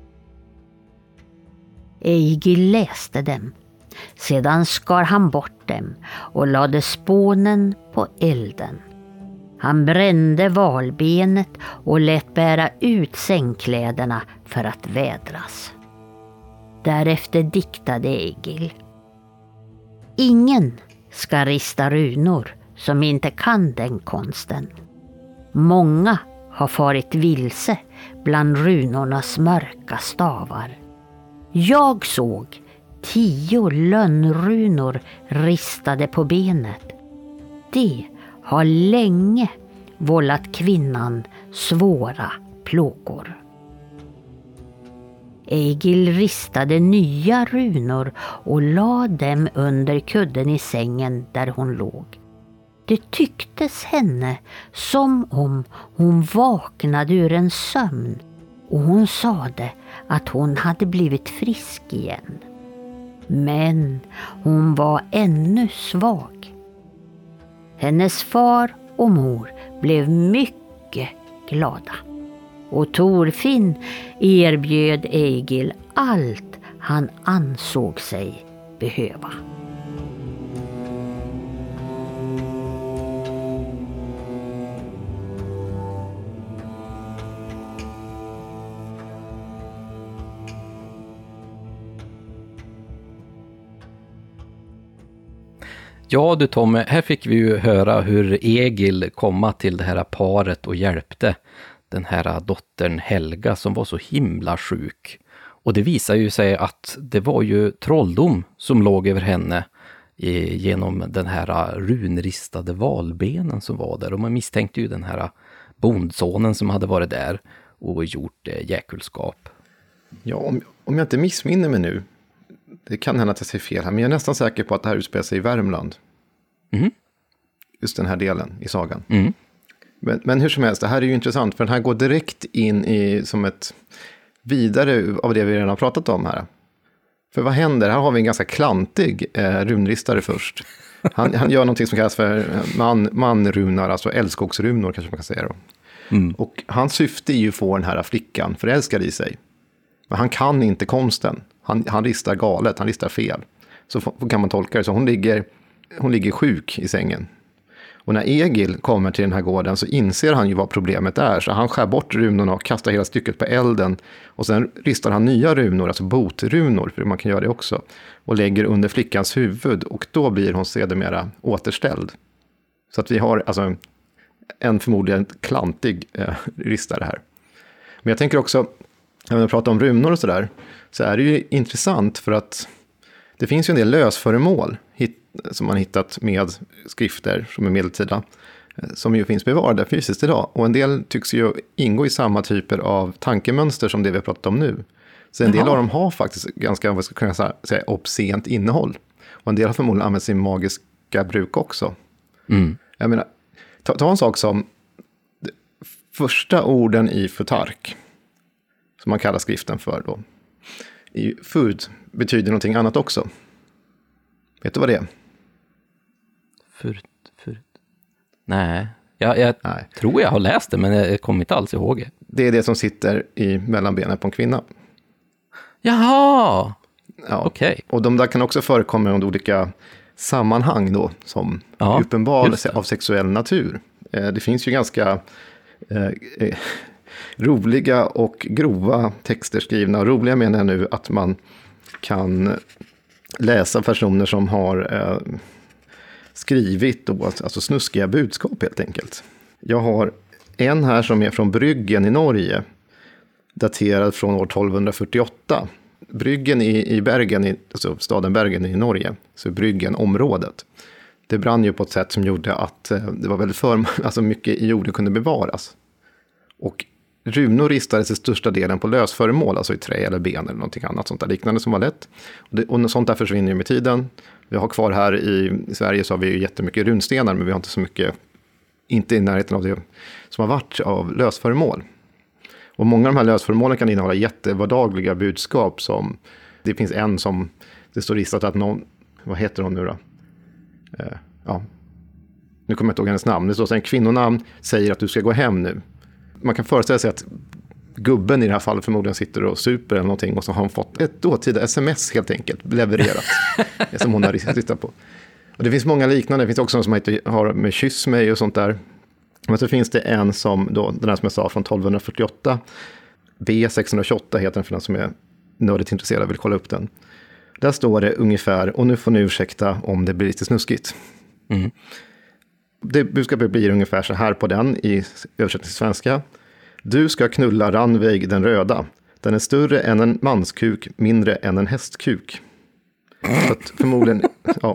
Egil läste dem. Sedan skar han bort dem och lade spånen på elden. Han brände valbenet och lät bära ut sängkläderna för att vädras. Därefter diktade Egil: ingen ska rista runor som inte kan den konsten. Många har farit vilse bland runornas mörka stavar. Jag såg 10 lönnrunor ristade på benet. Det har länge vållat kvinnan svåra plågor. Egil ristade nya runor och la dem under kudden i sängen där hon låg. Det tycktes henne som om hon vaknade ur en sömn, och hon sade att hon hade blivit frisk igen. Men hon var ännu svag. Hennes far och mor blev mycket glada, och Thorfinn erbjöd Egil allt han ansåg sig behöva. Ja du Tommy, här fick vi ju höra hur Egil komma till det här paret och hjälpte den här dottern Helga som var så himla sjuk. Och det visar ju sig att det var ju trolldom som låg över henne genom den här runristade valbenen som var där. Och man misstänkte ju den här bondsonen som hade varit där och gjort djäkulskap. Ja, om jag inte missminner mig nu, det kan hända att jag säger fel här, men jag är nästan säker på att det här utspelar sig i Värmland. Mm. Just den här delen i sagan. Mm. Men hur som helst, det här är ju intressant, för den här går direkt in i som ett vidare av det vi redan har pratat om här. För vad händer? Här har vi en ganska klantig runristare först. Han gör någonting som kallas för manrunar, alltså älskogsrunor kanske man kan säga då. Mm. Och hans syfte är ju att få den här flickan förälskad i sig. Men han kan inte konsten. Han ristar galet, han ristar fel. Så kan man tolka det. Så hon ligger sjuk i sängen. Och när Egil kommer till den här gården så inser han ju vad problemet är. Så han skär bort runorna och kastar hela stycket på elden. Och sen ristar han nya runor, alltså botrunor, för man kan göra det också. Och lägger under flickans huvud, och då blir hon sedermera återställd. Så att vi har alltså en förmodligen klantig ristare här. Men jag tänker också, när vi pratar om runor och sådär, så är det ju intressant för att det finns ju en del lösföremål som man hittat med skrifter som är medeltida, som ju finns bevarade fysiskt idag. Och en del tycks ju ingå i samma typer av tankemönster som det vi har pratat om nu. Så en del av dem har faktiskt ganska, vad ska jag kunna säga, obscent innehåll. Och en del har förmodligen använt sin magiska bruk också. Mm. Jag menar, ta en sak som första orden i Futark, som man kallar skriften för då. Furt betyder någonting annat också. Vet du vad det är? Furt. Nej, jag tror jag har läst det, men jag kommer inte alls ihåg det. Det är det som sitter i mellanbenen på en kvinna. Jaha! Ja, okej. Och de där kan också förekomma under olika sammanhang då, som uppenbarelse av sexuell natur. Det finns ju ganska roliga och grova texter skrivna. Och roliga menar jag nu att man kan läsa personer som har skrivit då, alltså snuskiga budskap helt enkelt. Jag har en här som är från Bryggen i Norge, daterad från år 1248. Bryggen i Bergen, alltså staden Bergen i Norge, så Bryggen området. Det brann ju på ett sätt som gjorde att det var väldigt alltså mycket i jorden kunde bevaras. Och runor ristades i största delen på lösföremål, alltså i trä eller ben eller någonting annat sånt där liknande som var lätt. Och sånt där försvinner ju med tiden. Vi har kvar här i Sverige så har vi ju jättemycket runstenar, men vi har inte så mycket, inte i närheten av det som har varit av lösföremål. Och många av de här lösföremålen kan innehålla jättevardagliga budskap som, det finns en som, det står ristat att någon, vad heter hon nu då? nu kommer jag inte ihåg hennes namn, det står så en kvinnonamn säger att du ska gå hem nu. Man kan föreställa sig att gubben i det här fallet förmodligen sitter och super eller någonting och så har han fått ett dåtida sms helt enkelt levererat som hon har tittat på. Och det finns många liknande, det finns också någon som har med kyss mig och sånt där. Men så finns det en som då, den här som jag sa från 1248, B628 heter den för den som är nördigt intresserad och vill kolla upp den. Där står det ungefär, och nu får ni ursäkta om det blir lite snuskigt. Mm. Det budskapet blir ungefär så här på den i översättning till svenska. Du ska knulla Ranveig den röda. Den är större än en manskuk, mindre än en hästkuk. Så att förmodligen, ja.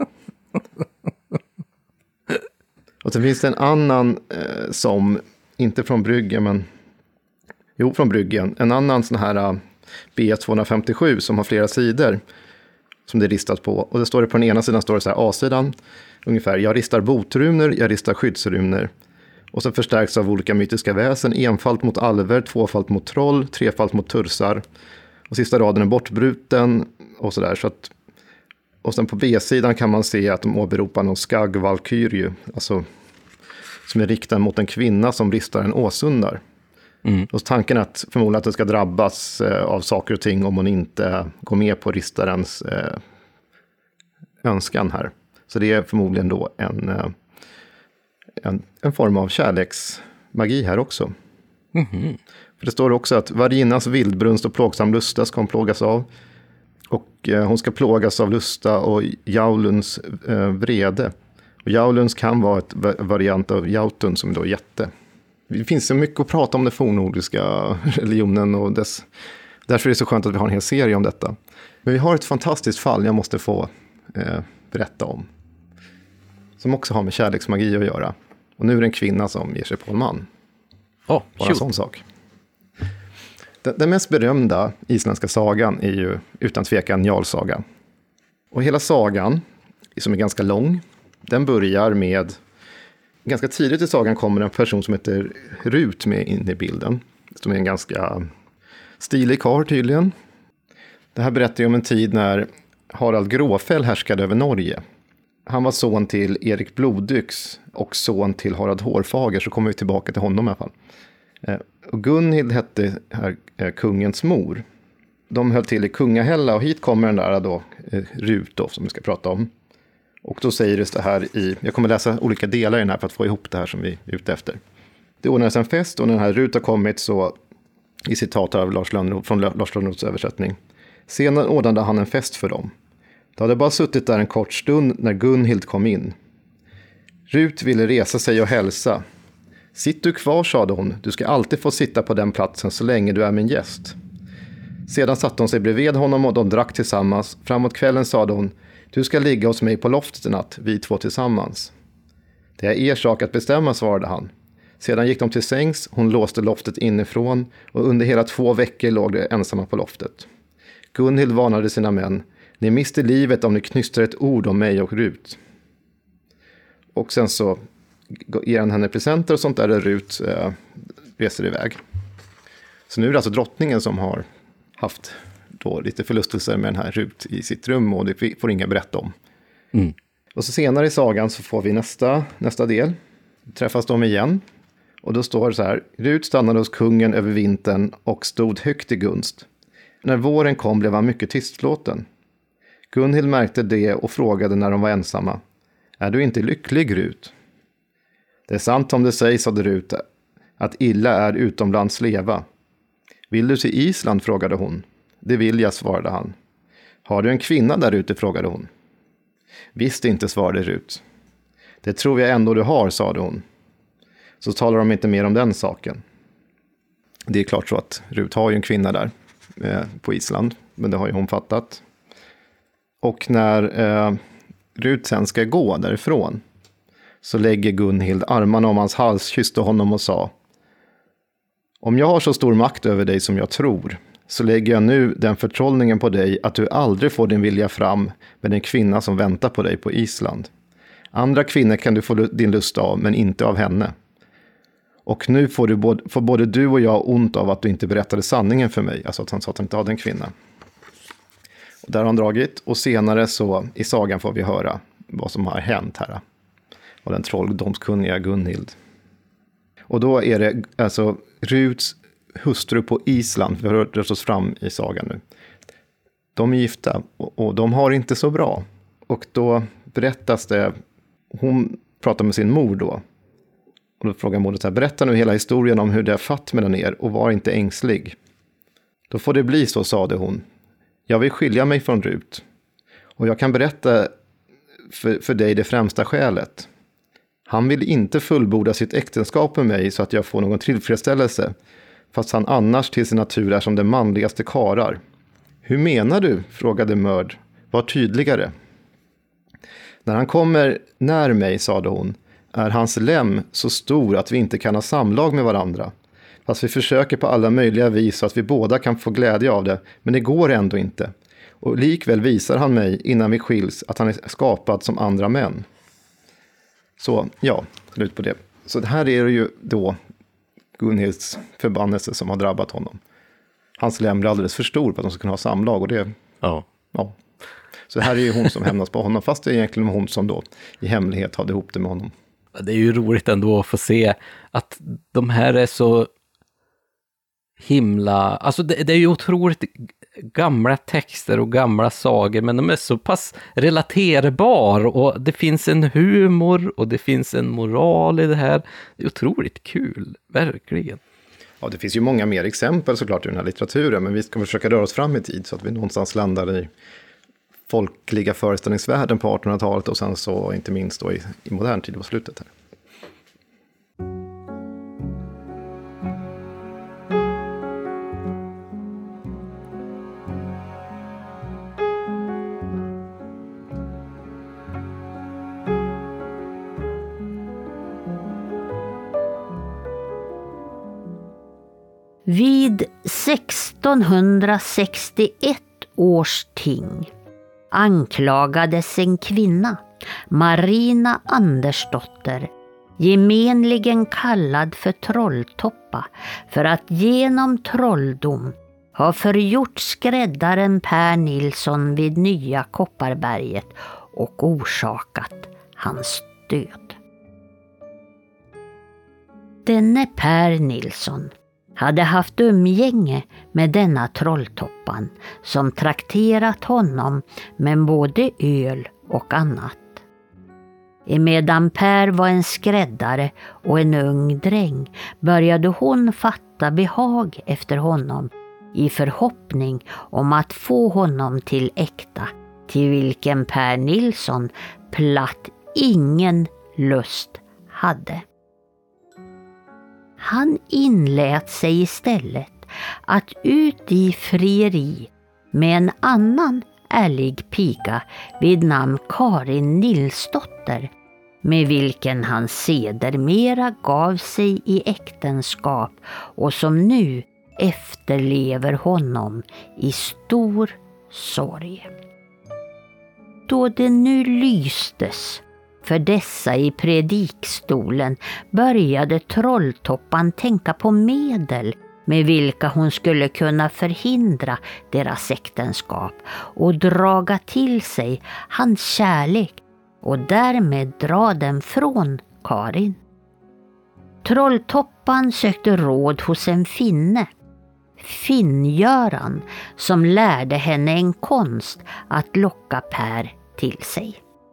Och så finns det en annan som, inte från Bryggen, men jo, från Bryggen. En annan sån här B257 som har flera sidor som det är ristat på. Och det står det på den ena sidan, står det så här, A-sidan ungefär. Jag ristar botrunor, jag ristar skyddsrunor. Och så förstärks av olika mytiska väsen. Enfalt mot alver, tvåfalt mot troll, trefalt mot tursar. Och sista raden är bortbruten och sådär. Så att, och sen på B-sidan kan man se att de åberopar någon skagvalkyrie. Alltså som är riktad mot en kvinna som ristar en åsundar. Mm. Och tanken är att förmodligen att det ska drabbas av saker och ting om hon inte går med på ristarens önskan här. Så det är förmodligen då en form av kärleksmagi här också. Mm-hmm. För det står också att varinnas vildbrunst och plågsam lusta ska hon plågas av. Och hon ska plågas av lusta och Jauluns vrede. Och Jauluns kan vara ett variant av Jautun som då är jätte. Det finns så mycket att prata om den fornnordiska religionen och därför är det så skönt att vi har en hel serie om detta. Men vi har ett fantastiskt fall jag måste få berätta om. Som också har med kärleksmagi att göra. Och nu är det en kvinna som ger sig på en man. Bara en sån sak. Den mest berömda isländska sagan är ju utan tvekan Jarlsagan. Och hela sagan, som är ganska lång, den börjar med... Ganska tidigt i sagan kommer en person som heter Rut med in i bilden. Som är en ganska stilig karl tydligen. Det här berättar ju om en tid när Harald Gråfäll härskade över Norge. Han var son till Erik Blodyx och son till Harald Hårfager, så kommer vi tillbaka till honom i alla fall. Och Gunhild hette här, kungens mor. De höll till i Kungahälla och hit kommer den där då, Rut då, som vi ska prata om. Och då säger det så här jag kommer läsa olika delar i den här för att få ihop det här som vi är ute efter. Det ordnades en fest och när den här Rut har kommit så, i citat av från Lars Lönnroths översättning. Sedan ordnade han en fest för dem. De hade bara suttit där en kort stund när Gunhild kom in. Rut ville resa sig och hälsa. Sitt du kvar, sade hon. Du ska alltid få sitta på den platsen så länge du är min gäst. Sedan satte hon sig bredvid honom och de drack tillsammans. Framåt kvällen sade hon. Du ska ligga hos mig på loftet i natt, vi två tillsammans. Det är er sak att bestämma, svarade han. Sedan gick de till sängs, hon låste loftet inifrån och under hela 2 veckor låg de ensamma på loftet. Gunhild varnade sina män. Ni mister livet om ni knystrar ett ord om mig och Rut. Och sen så ger han henne presenter och sånt där Rut reser iväg. Så nu är det alltså drottningen som har haft då lite förlustelser med den här Rut i sitt rum och det får ingen berätta om. Mm. Och så senare i sagan så får vi nästa del. Träffas de igen. Och då står det så här. Rut stannade hos kungen över vintern och stod högt i gunst. När våren kom blev han mycket tystlåten. Gunhild märkte det och frågade när de var ensamma. Är du inte lycklig, Rut? Det är sant om det sägs, sade Rut, att illa är utomlands leva. Vill du till Island, frågade hon. Det vill jag, svarade han. Har du en kvinna där ute, frågade hon. Visst inte, svarade Rut. Det tror jag ändå du har, sade hon. Så talar de inte mer om den saken. Det är klart så att Rut har ju en kvinna där på Island, men det har ju hon fattat. Och när Rut sen ska gå därifrån så lägger Gunhild armarna om hans hals, kysste honom och sa: om jag har så stor makt över dig som jag tror, så lägger jag nu den förtrollningen på dig att du aldrig får din vilja fram med en kvinna som väntar på dig på Island. Andra kvinnor kan du få din lust av, men inte av henne. Och nu får både du och jag ont av att du inte berättade sanningen för mig. Alltså att han sa att han inte hade en kvinna. Och där har han dragit. Och senare så i sagan får vi höra vad som har hänt här. och den trolldomskunniga Gunhild. Och då är det alltså Ruts hustru på Island, vi har rört oss fram i sagan nu. De är gifta och de har inte så bra. Och då berättas det, hon pratar med sin mor då. Och då frågar modern så här, berätta nu hela historien om hur det är fatt mellan er och var inte ängslig. Då får det bli så, sade hon. Jag vill skilja mig från Rut. Och jag kan berätta för dig det främsta skälet. Han vill inte fullborda sitt äktenskap med mig så att jag får någon tillfredsställelse. Fast han annars till sin natur är som den manligaste karar. Hur menar du? Frågade Mörd. Var tydligare. När han kommer när mig, sade hon, är hans lem så stor att vi inte kan ha samlag med varandra. Fast vi försöker på alla möjliga vis så att vi båda kan få glädje av det, men det går ändå inte. Och likväl visar han mig innan vi skiljs att han är skapad som andra män. Så, ja, slut på det. Så det här är ju då Gunhilds förbannelse som har drabbat honom. Hans lem blir alldeles för stor för att de ska kunna ha samlag och det... Ja. Så det här är ju hon som hämnas på honom, fast det är egentligen hon som då i hemlighet hade ihop det med honom. Det är ju roligt ändå att få se att de här är så himla... Alltså det är ju otroligt gamla texter och gamla sagor, men de är så pass relaterbar och det finns en humor och det finns en moral i det här. Det är otroligt kul, verkligen. Ja, det finns ju många mer exempel såklart i den här litteraturen, men vi ska försöka röra oss fram i tid så att vi någonstans landar i folkliga föreställningsvärlden på 1800-talet och sen så inte minst då i modern tid på slutet här. Vid 1661 års ting anklagades en kvinna, Marina Andersdotter, gemenligen kallad för Trolltoppa, för att genom trolldom ha förgjort skräddaren Per Nilsson vid Nya Kopparberget och orsakat hans död. Denne Per Nilsson hade haft umgänge med denna Trolltoppan som trakterat honom med både öl och annat. Emedan Per var en skräddare och en ung dräng började hon fatta behag efter honom i förhoppning om att få honom till äkta, till vilken Per Nilsson platt ingen lust hade. Han inlät sig istället att ut i frieri med en annan ärlig piga vid namn Karin Nilsdotter, med vilken han sedermera gav sig i äktenskap och som nu efterlever honom i stor sorg. Då det nu lystes för dessa i predikstolen började Trolltoppan tänka på medel med vilka hon skulle kunna förhindra deras äktenskap och draga till sig hans kärlek och därmed dra den från Karin. Trolltoppan sökte råd hos en finne, Finngöran, som lärde henne en konst att locka Per till sig.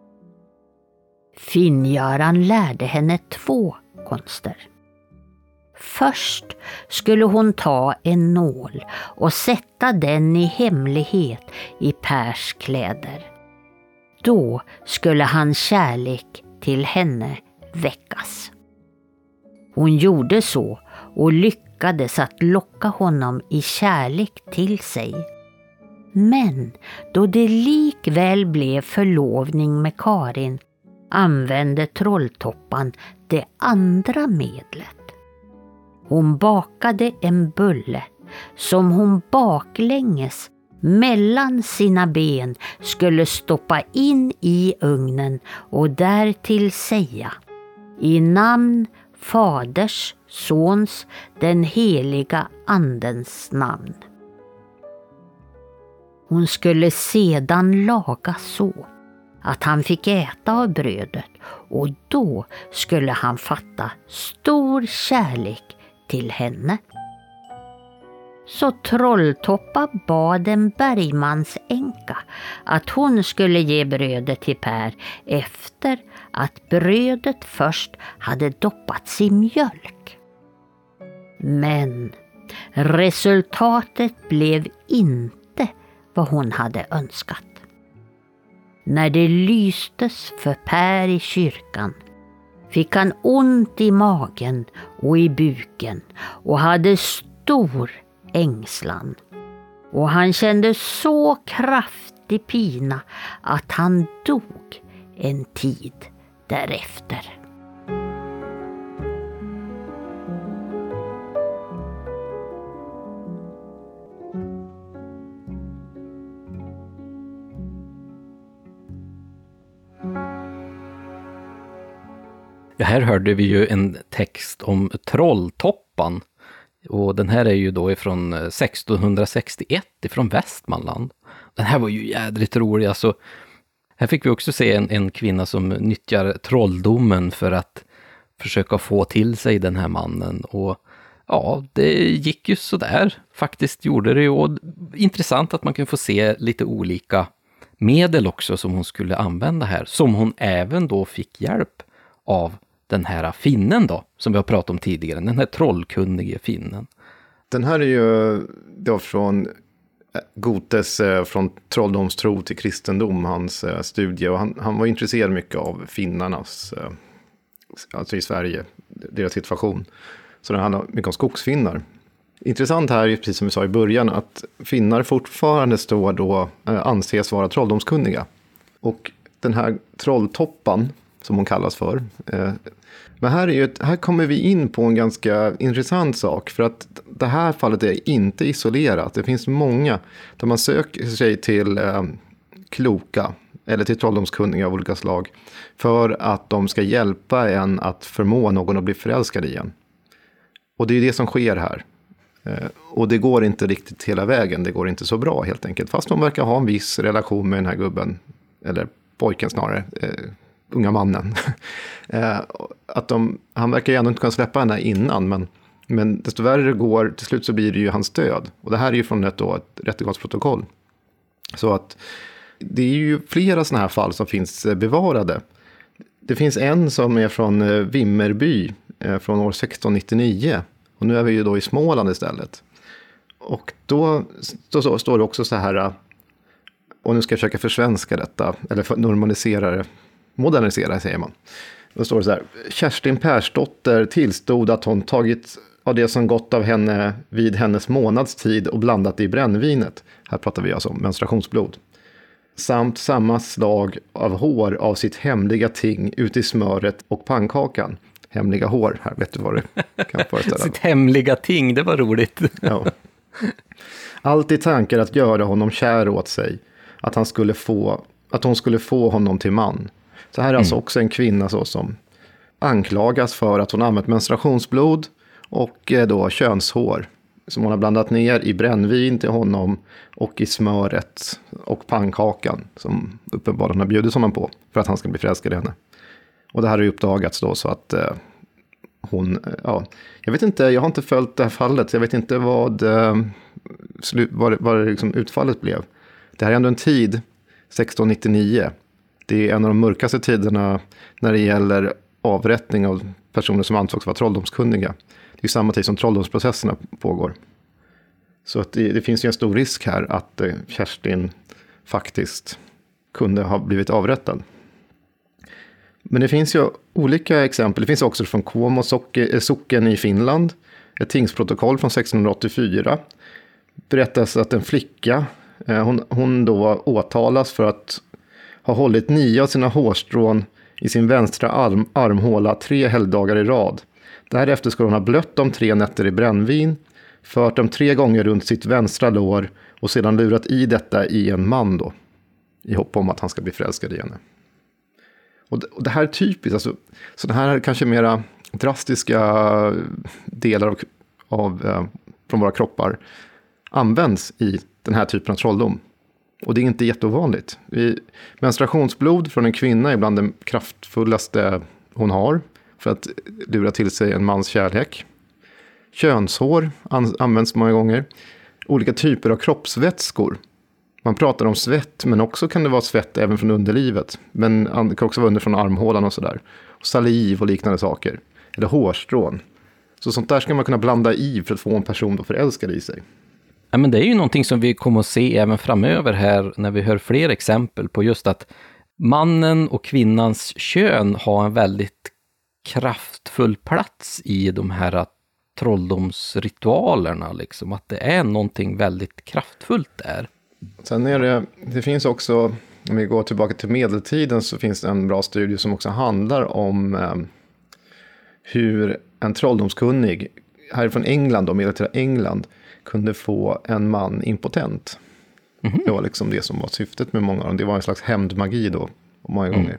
Finngöran lärde henne 2 konster. Först skulle hon ta en nål och sätta den i hemlighet i Pers kläder. Då skulle hans kärlek till henne väckas. Hon gjorde så och lyckades att locka honom i kärlek till sig. Men då det likväl blev förlovning med Karin använde Trolltoppan det andra medlet. Hon bakade en bulle som hon baklänges mellan sina ben skulle stoppa in i ugnen och därtill säga: i namn Faders, Sons, den heliga Andens namn. Hon skulle sedan laga så att han fick äta av brödet, och då skulle han fatta stor kärlek till henne. Så Trolltoppa bad en bergmansänka att hon skulle ge brödet till Per efter att brödet först hade doppats i mjölk. Men resultatet blev inte vad hon hade önskat. När det lystes för Per i kyrkan fick han ont i magen och i buken och hade stor ängslan. Och han kände så kraftig pina att han dog en tid därefter. Ja, här hörde vi ju en text om Trolltoppan. Och den här är ju då ifrån 1661 ifrån Västmanland. Den här var ju jädrigt rolig. Alltså, här fick vi också se en kvinna som nyttjar trolldomen för att försöka få till sig den här mannen. Och ja, det gick ju så där. Faktiskt gjorde det ju. Och intressant att man kan få se lite olika medel också som hon skulle använda här. Som hon även då fick hjälp av den här finnen då, som vi har pratat om tidigare, den här trollkunnige finnen. Den här är ju då från Gotes från trolldomstro till kristendom, hans studie. Och han var intresserad mycket av finnarnas, alltså i Sverige, deras situation. Så det handlar mycket om skogsfinnar. Intressant här är, precis som vi sa i början, att finnar fortfarande står då, anses vara trolldomskunniga. Och den här Trolltoppan, som hon kallas för. Men här kommer vi in på en ganska intressant sak. För att det här fallet är inte isolerat. Det finns många där man söker sig till kloka eller till trolldomskunniga av olika slag. För att de ska hjälpa en att förmå någon att bli förälskad igen. Och det är det som sker här. Och det går inte riktigt hela vägen. Det går inte så bra helt enkelt. Fast de verkar ha en viss relation med den här gubben. Eller pojken snarare. Unga mannen. Han verkar ju ändå inte kunna släppa henne innan, men desto värre det går, till slut så blir det ju hans död. Och det här är ju från ett rättegångsprotokoll. Så att det är ju flera sådana här fall som finns bevarade. Det finns en som är från Vimmerby från år 1699. Och nu är vi ju då i Småland istället. Och då står det också så här, och nu ska jag försöka försvenska detta, eller modernisera säger man. Då står det så här: Kerstin Persdotter tillstod att hon tagit av det som gått av henne vid hennes månadstid och blandat i brännvinet. Här pratar vi alltså om menstruationsblod. Samt samma slag av hår av sitt hemliga ting ut i smöret och pannkakan. Hemliga hår, här vet du vad det kan föreställa. Sitt hemliga ting, det var roligt. Ja. Allt i tankar att göra honom kär åt sig. Att hon skulle få honom till man. Så här är alltså också en kvinna så som anklagas för att hon använt menstruationsblod och då könshår som hon har blandat ner i brännvin till honom och i smöret och pannkakan som uppenbarligen har bjudit honom på för att han ska bli förälskad i henne. Och det här har ju uppdagats då så att jag vet inte, jag har inte följt det här fallet, jag vet inte vad liksom utfallet blev. Det här är ändå en tid, 1699. Det är en av de mörkaste tiderna när det gäller avrättning av personer som ansågs vara trolldomskunniga. Det är ju samma tid som trolldomsprocesserna pågår. Så att det finns ju en stor risk här att Kerstin faktiskt kunde ha blivit avrättad. Men det finns ju olika exempel. Det finns också från Kuomo socken i Finland. Ett tingsprotokoll från 1684. Berättas att en flicka, hon då åtalas för att ha hållit 9 av sina hårstrån i sin vänstra armhåla 3 helgdagar i rad. Därefter ska hon ha blött dem 3 nätter i brännvin, fört dem 3 gånger runt sitt vänstra lår och sedan lurat i detta i en man då, i hopp om att han ska bli förälskad i henne. Och det här är typiskt, alltså, så det här är kanske mera drastiska delar från våra kroppar används i den här typen av trolldom. Och det är inte jätteovanligt. Menstruationsblod från en kvinna är bland det kraftfullaste hon har för att lura till sig en mans kärlek. Könshår används många gånger. Olika typer av kroppsvätskor. Man pratar om svett, men också kan det vara svett även från underlivet. Men det kan också vara från armhålan och sådär. Och saliv och liknande saker. Eller hårstrån. Så sånt där ska man kunna blanda i för att få en person att förälska i sig. Ja, men det är ju någonting som vi kommer att se även framöver här när vi hör fler exempel på just att mannen och kvinnans kön har en väldigt kraftfull plats i de här trolldomsritualerna. Liksom. Att det är någonting väldigt kraftfullt där. Sen är det finns också, om vi går tillbaka till medeltiden så finns det en bra studie som också handlar om hur en trolldomskunnig härifrån England, då, medeltida England, kunde få en man impotent. Mm-hmm. Det var liksom det som var syftet med många av dem. Det var en slags hämndmagi då, många gånger.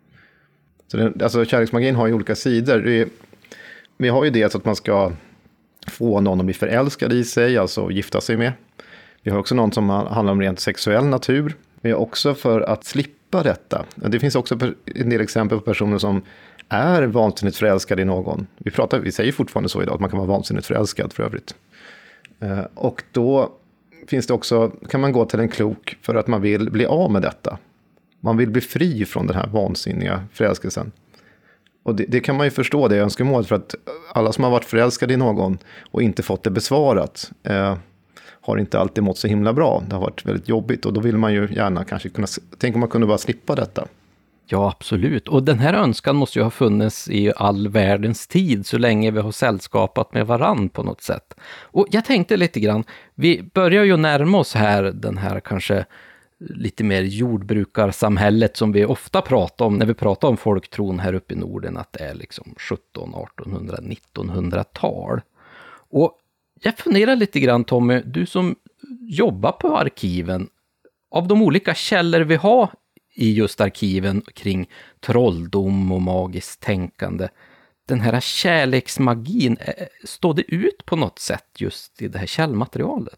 Så alltså kärleksmagin har ju olika sidor. Vi har ju det så att man ska få någon att bli förälskad i sig, alltså gifta sig med. Vi har också någon som handlar om rent sexuell natur. Vi har också för att slippa detta. Det finns också en del exempel på personer som är vansinnigt förälskade i någon. Vi säger fortfarande så idag att man kan vara vansinnigt förälskad för övrigt. Och då finns det också, kan man gå till en klok för att man vill bli av med detta. Man vill bli fri från den här vansinniga förälskelsen. Och det kan man ju förstå, det önskemålet, för att alla som har varit förälskade i någon och inte fått det besvarat har inte alltid mått så himla bra. Det har varit väldigt jobbigt och då vill man ju gärna kanske kunna, tänk om man kunde bara slippa detta. Ja, absolut. Och den här önskan måste ju ha funnits i all världens tid så länge vi har sällskapat med varann på något sätt. Och jag tänkte lite grann, vi börjar ju närma oss här den här kanske lite mer jordbrukarsamhället som vi ofta pratar om när vi pratar om folktron här uppe i Norden, att det är liksom 17, 1800, 1900-tal. Och jag funderar lite grann, Tommy, du som jobbar på arkiven, av de olika källor vi har i just arkiven kring trolldom och magiskt tänkande, den här kärleksmagin, står det ut på något sätt just i det här källmaterialet?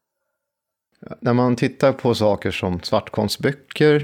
När man tittar på saker som svartkonstböcker,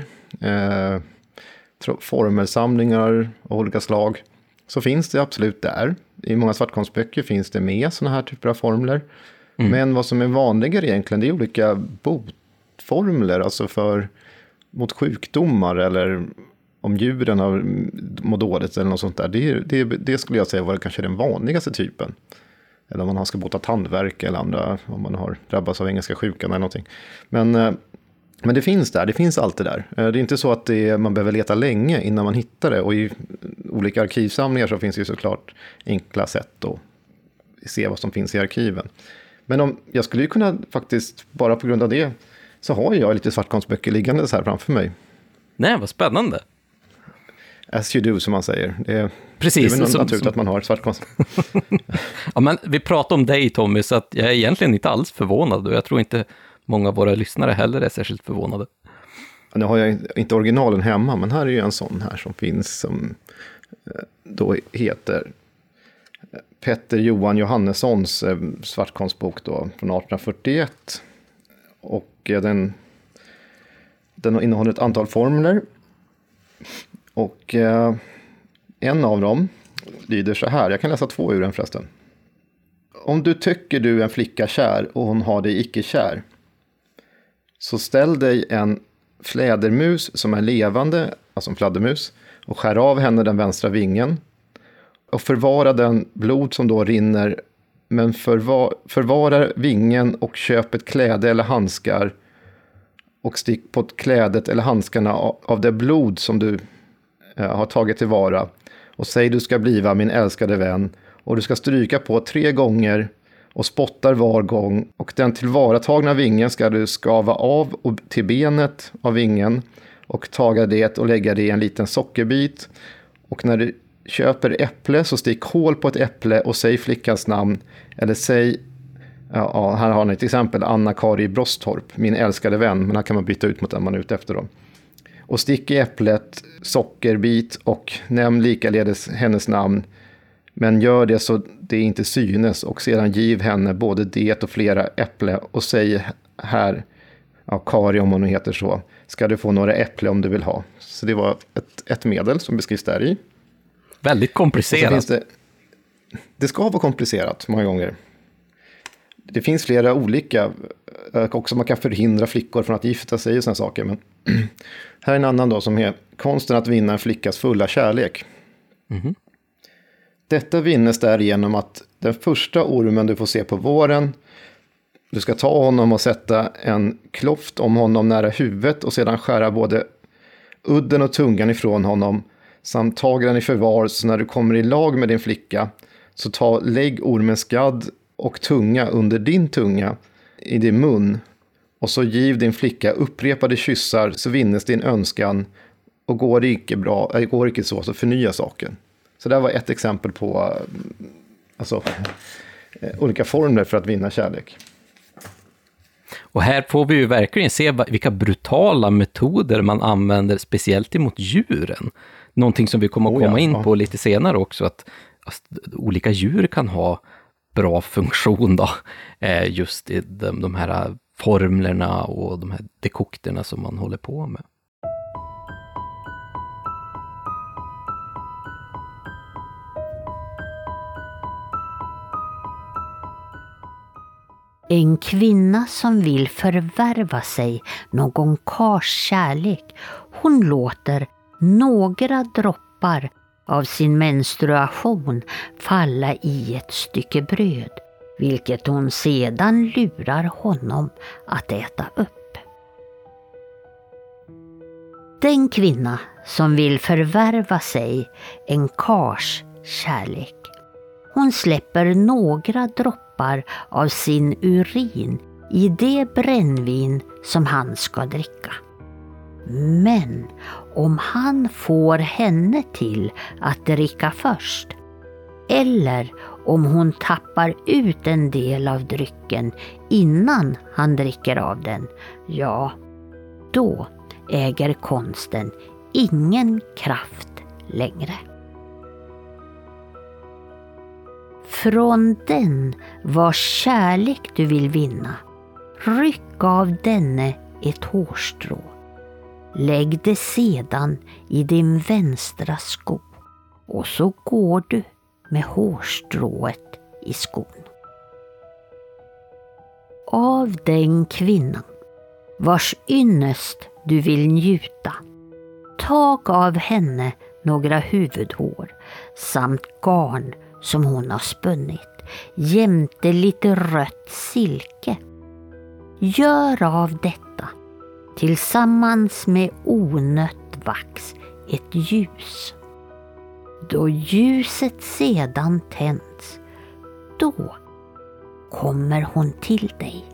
formelsamlingar av olika slag, så finns det absolut där. I många svartkonstböcker finns det med sådana här typer av formler. Mm. Men vad som är vanligare egentligen, det är olika botformler, alltså mot sjukdomar eller om djuren har mått dåligt eller något sånt där. Det skulle jag säga var kanske den vanligaste typen. Eller om man ska bota tandvärk eller andra, om man har drabbats av engelska sjukan eller någonting. Men det finns där, det finns alltid där. Det är inte så att man behöver leta länge innan man hittar det. Och i olika arkivsamlingar så finns det ju såklart enkla sätt att se vad som finns i arkiven. Men jag skulle ju kunna faktiskt, bara på grund av det, så har jag lite svartkonstböcker liggande så här framför mig. Nej, vad spännande. As you do, som man säger. Precis, det är väl naturligt att man har svartkonst. Ja, men vi pratar om dig, Tommy, så att jag är egentligen inte alls förvånad. Och jag tror inte många av våra lyssnare heller är särskilt förvånade. Nu har jag inte originalen hemma, men här är ju en sån här som finns, som då heter Petter Johan Johannessons svartkonstbok då, från 1841. Och den innehåller ett antal formler. Och en av dem lyder så här, jag kan läsa 2 ur den förresten. Om du tycker du en flicka kär och hon har dig icke kär, så ställ dig en flädermus som är levande, alltså en fladdermus, och skär av henne den vänstra vingen och förvara den blod som då rinner, men förvara vingen och köp ett kläde eller handskar och stick på klädet eller handskarna av det blod som du har tagit tillvara, och säg du ska bliva min älskade vän, och du ska stryka på 3 gånger och spottar var gång, och den tillvaratagna vingen ska du skava av och till benet av vingen och taga det och lägga det i en liten sockerbit, och när du köper äpple så stick hål på ett äpple och säg flickans namn, eller säg, här har ni ett exempel, Anna-Kari Brostorp, min älskade vän, men här kan man byta ut mot den man är ute efter då. Och stick i äpplet sockerbit och nämn likaledes hennes namn, men gör det så det inte synes, och sedan giv henne både det och flera äpple och säg här Kari om hon nu heter så, ska du få några äpple om du vill ha. Så det var ett medel som beskrivs där i. Väldigt komplicerat. Det ska vara komplicerat många gånger. Det finns flera olika, också man kan förhindra flickor från att gifta sig och sådana saker. Men här är en annan då som är konsten att vinna en flickas fulla kärlek. Mm-hmm. Detta vinnes därigenom att den första ormen du får se på våren, du ska ta honom och sätta en kloft om honom nära huvudet och sedan skära både udden och tungan ifrån honom samt taga den i förvar, så när du kommer i lag med din flicka så lägg ormens gadd och tunga under din tunga i din mun och så giv din flicka upprepade kyssar så vinnes din önskan och går det icke så förnya saken. Så det var ett exempel på olika former för att vinna kärlek. Och här får vi ju verkligen se vilka brutala metoder man använder speciellt emot djuren. Någonting som vi kommer att komma in på lite senare också, att olika djur kan ha bra funktion då, just i de här formlerna och de här dekokterna som man håller på med. En kvinna som vill förvärva sig någon karls kärlek, hon låter några droppar av sin menstruation falla i ett stycke bröd, vilket hon sedan lurar honom att äta upp. Den kvinna som vill förvärva sig en karls kärlek, hon släpper några droppar av sin urin i det brännvin som han ska dricka. Men om han får henne till att dricka först, eller om hon tappar ut en del av drycken innan han dricker av den, ja, då äger konsten ingen kraft längre. Från den vars kärlek du vill vinna, ryck av denne ett hårstrå. Lägg det sedan i din vänstra sko och så går du med hårstrået i skon. Av den kvinnan vars ynnest du vill njuta, tag av henne några huvudhår samt garn som hon har spunnit, jämte lite rött silke. Gör av detta tillsammans med onött vax ett ljus. Då ljuset sedan tänds, då kommer hon till dig.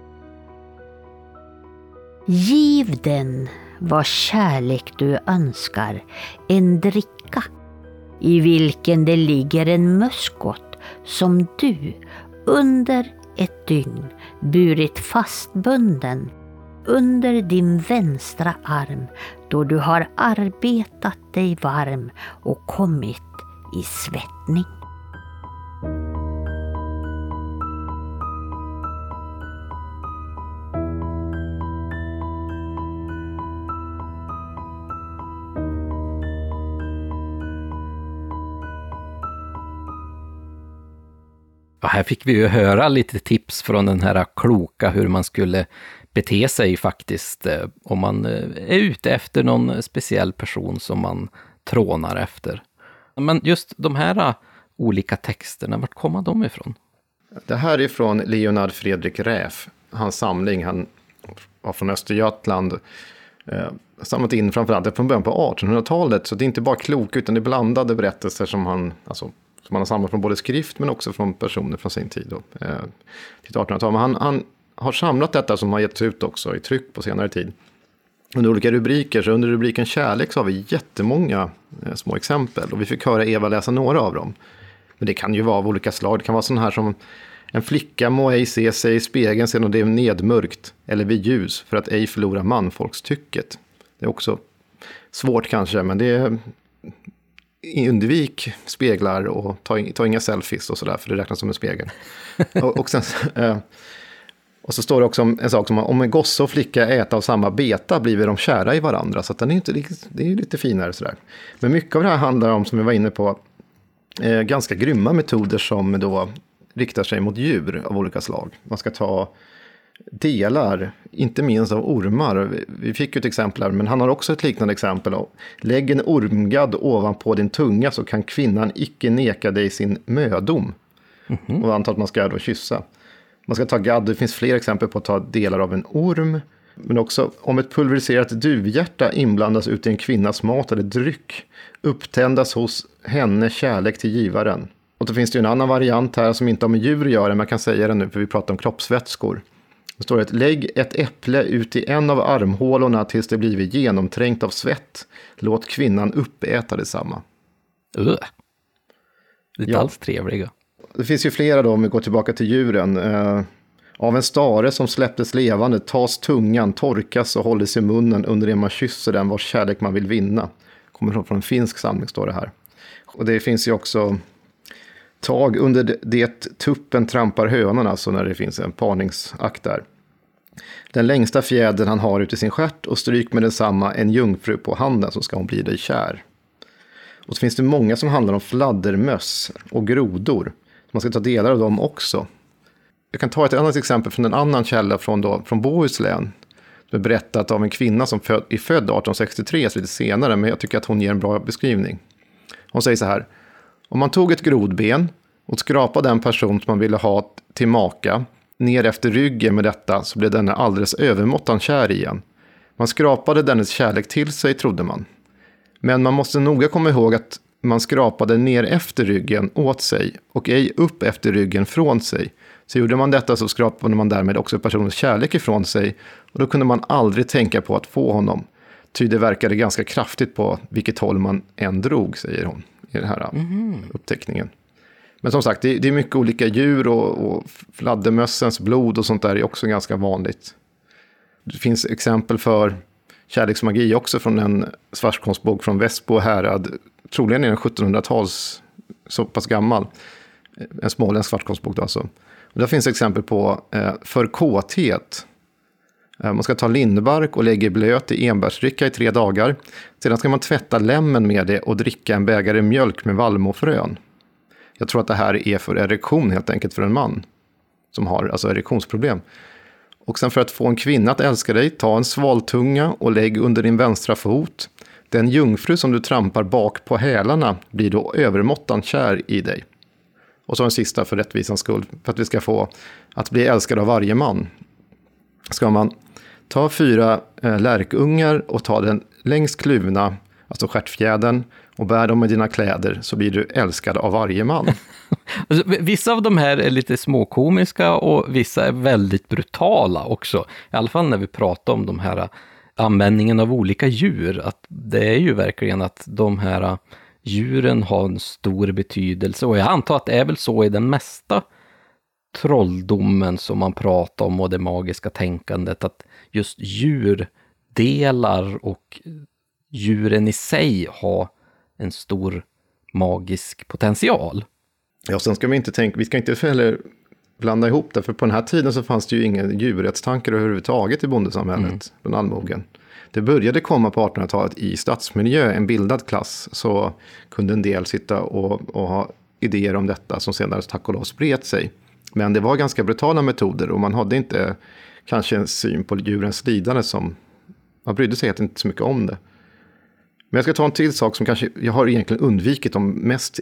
Giv den vars kärlek du önskar en dricka, i vilken det ligger en muskot som du under ett dygn burit fastbunden under din vänstra arm, då du har arbetat dig varm och kommit i svettning. Ja, här fick vi ju höra lite tips från den här kloka hur man skulle bete sig faktiskt om man är ute efter någon speciell person som man trånar efter. Men just de här olika texterna, vart kommer de ifrån? Det här är från Leonard Fredrik Räf. Hans samling, han var från Östergötland. Samlat in framförallt från början på 1800-talet. Så det är inte bara kloka utan det är blandade berättelser som han har samlat från både skrift men också från personer från sin tid. Till 1800-talet. Men han har samlat detta som har getts ut också i tryck på senare tid. Under olika rubriker, så under rubriken kärlek så har vi jättemånga små exempel. Och vi fick höra Eva läsa några av dem. Men det kan ju vara av olika slag. Det kan vara sån här som: en flicka må ej se sig i spegeln sedan det är nedmörkt eller vid ljus för att ej förlora manfolkstycket. Det är också svårt kanske, men det är undvik speglar och ta inga selfies och sådär, för det räknas som en spegel. och sen Och så står det också om en sak som om en gosse och flicka äter av samma beta blir de kära i varandra. Så att den är inte, det är lite finare sådär. Men mycket av det här handlar om, som vi var inne på, ganska grymma metoder som då riktar sig mot djur av olika slag. Man ska ta delar, inte minst av ormar. Vi fick ju ett exempel här, men han har också ett liknande exempel. Lägg en ormgadd ovanpå din tunga så kan kvinnan icke neka dig sin mödom. Mm-hmm. Och antar att man ska då kyssa. Man ska ta gadd, det finns fler exempel på att ta delar av en orm. Men också om ett pulveriserat duvhjärta inblandas ut i en kvinnas mat eller dryck, upptändas hos henne kärlek till givaren. Och då finns det ju en annan variant här som inte har med djur att göra, men man kan säga det nu för vi pratar om kroppsvätskor. Det står att lägg ett äpple ut i en av armhålorna tills det blivit genomträngt av svett. Låt kvinnan uppäta detsamma. Det är inte alls trevliga. Det finns ju flera då, om vi går tillbaka till djuren. Av en stare som släpptes levande tas tungan, torkas och hålls i munnen under det man kysser den vars kärlek man vill vinna. Kommer från en finsk samling står det här. Och det finns ju också tag under det tuppen trampar hönan, alltså när det finns en parningsakt där. Den längsta fjädern han har ute i sin stjärt och stryk med densamma en jungfru på handen så ska hon bli dig kär. Och så finns det många som handlar om fladdermöss och grodor. Man ska ta delar av dem också. Jag kan ta ett annat exempel från en annan källa från Bohuslän. Det är berättat av en kvinna som är född 1863, så lite senare, men jag tycker att hon ger en bra beskrivning. Hon säger så här: om man tog ett grodben och skrapade den person som man ville ha till maka ner efter ryggen med detta, så blev denna alldeles övermåttan kär igen. Man skrapade dennes kärlek till sig, trodde man. Men man måste noga komma ihåg att man skrapade ner efter ryggen åt sig och ej upp efter ryggen från sig. Så gjorde man detta så skrapade man därmed också personens kärlek ifrån sig, och då kunde man aldrig tänka på att få honom. Ty det verkade ganska kraftigt på vilket håll man än drog, säger hon i den här uppteckningen. Men som sagt, det är mycket olika djur och fladdermössens blod och sånt där är också ganska vanligt. Det finns exempel för kärleksmagi också från en svartkonstbok från Västbo härad. Troligen är den 1700-tals, så pass gammal. En småländsk svartkonstbok då alltså. Och där finns exempel på för kåthet. Man ska ta lindbark och lägga blöt i enbärsdricka i 3 dagar. Sedan ska man tvätta lämmen med det och dricka en bägare mjölk med vallmofrön. Jag tror att det här är för erektion helt enkelt för en man som har alltså erektionsproblem. Och sen för att få en kvinna att älska dig, ta en svaltunga och lägg under din vänstra fot. Den jungfru som du trampar bak på hälarna blir då övermåttan kär i dig. Och så en sista för rättvisans skull, för att vi ska få att bli älskad av varje man. Ska man ta 4 lärkungar och ta den längst kluvna, alltså stjärtfjädern, och bär dem med dina kläder, så blir du älskad av varje man. Vissa av de här är lite småkomiska och vissa är väldigt brutala också. I alla fall när vi pratar om de här användningen av olika djur. Att det är ju verkligen att de här djuren har en stor betydelse. Och jag antar att det är väl så i den mesta trolldomen som man pratar om och det magiska tänkandet. Att just djurdelar och djuren i sig har en stor magisk potential. Ja, sen ska vi ska inte heller blanda ihop det, för på den här tiden så fanns det ju ingen djurrättstankar överhuvudtaget i bondesamhället från allmogen. Det började komma på 1800-talet i stadsmiljö, en bildad klass, så kunde en del sitta och ha idéer om detta som senare tack och lov spred sig. Men det var ganska brutala metoder och man hade inte kanske en syn på djurens lidande som, man brydde sig inte så mycket om det. Men jag ska ta en till sak som kanske jag har egentligen undvikit de mest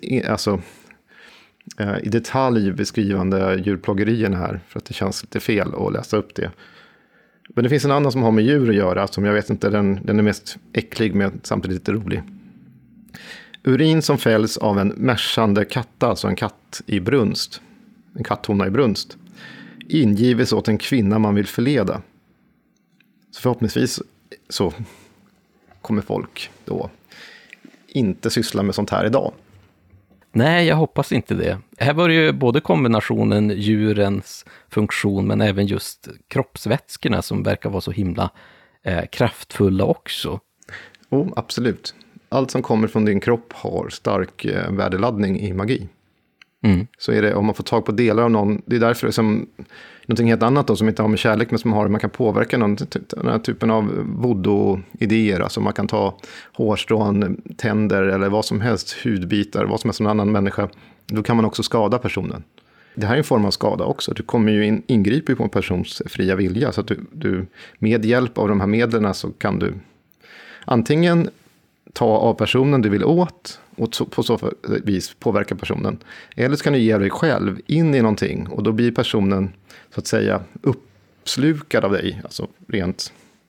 i detalj beskrivande djurplågerierna här, för att det känns lite fel att läsa upp det. Men det finns en annan som har med djur att göra, som jag vet inte, den är mest äcklig men samtidigt lite rolig. Urin som fälls av en märsande katta, alltså en katt i brunst, en katthona i brunst, ingives åt en kvinna man vill förleda. Så förhoppningsvis så kommer folk då inte syssla med sånt här idag. Nej, jag hoppas inte det. Här var det ju både kombinationen djurens funktion men även just kroppsvätskorna som verkar vara så himla kraftfulla också. Oh, absolut. Allt som kommer från din kropp har stark värdeladdning i magi. Så är det, om man får tag på delar av någon, det är därför som någonting helt annat då, som inte har med kärlek men som har, man kan påverka den här typen av voodoo-idéer. Alltså man kan ta hårstrån, tänder eller vad som helst, hudbitar, vad som helst som en annan människa. Då kan man också skada personen. Det här är en form av skada också. Du kommer ju ingripa på en persons fria vilja. Så att du med hjälp av de här medlen så kan du antingen ta av personen du vill åt och på så vis påverka personen. Eller så kan du ge dig själv in i någonting och då blir personen så att säga uppslukad av dig. Alltså rent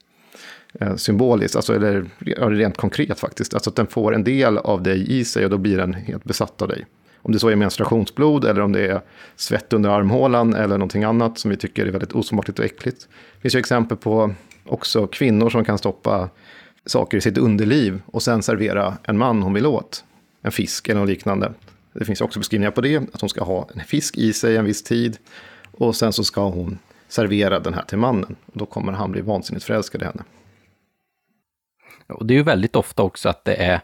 symboliskt, alltså, eller rent konkret faktiskt. Alltså att den får en del av dig i sig och då blir den helt besatt av dig. Om det så är menstruationsblod eller om det är svett under armhålan eller någonting annat som vi tycker är väldigt osmakligt och äckligt. Det finns ju exempel på också kvinnor som kan stoppa saker i sitt underliv och sen servera en man hon vill åt. En fisk eller något liknande. Det finns också beskrivningar på det, att hon ska ha en fisk i sig en viss tid och sen så ska hon servera den här till mannen. Och då kommer han bli vansinnigt förälskad i henne. Och det är ju väldigt ofta också att det är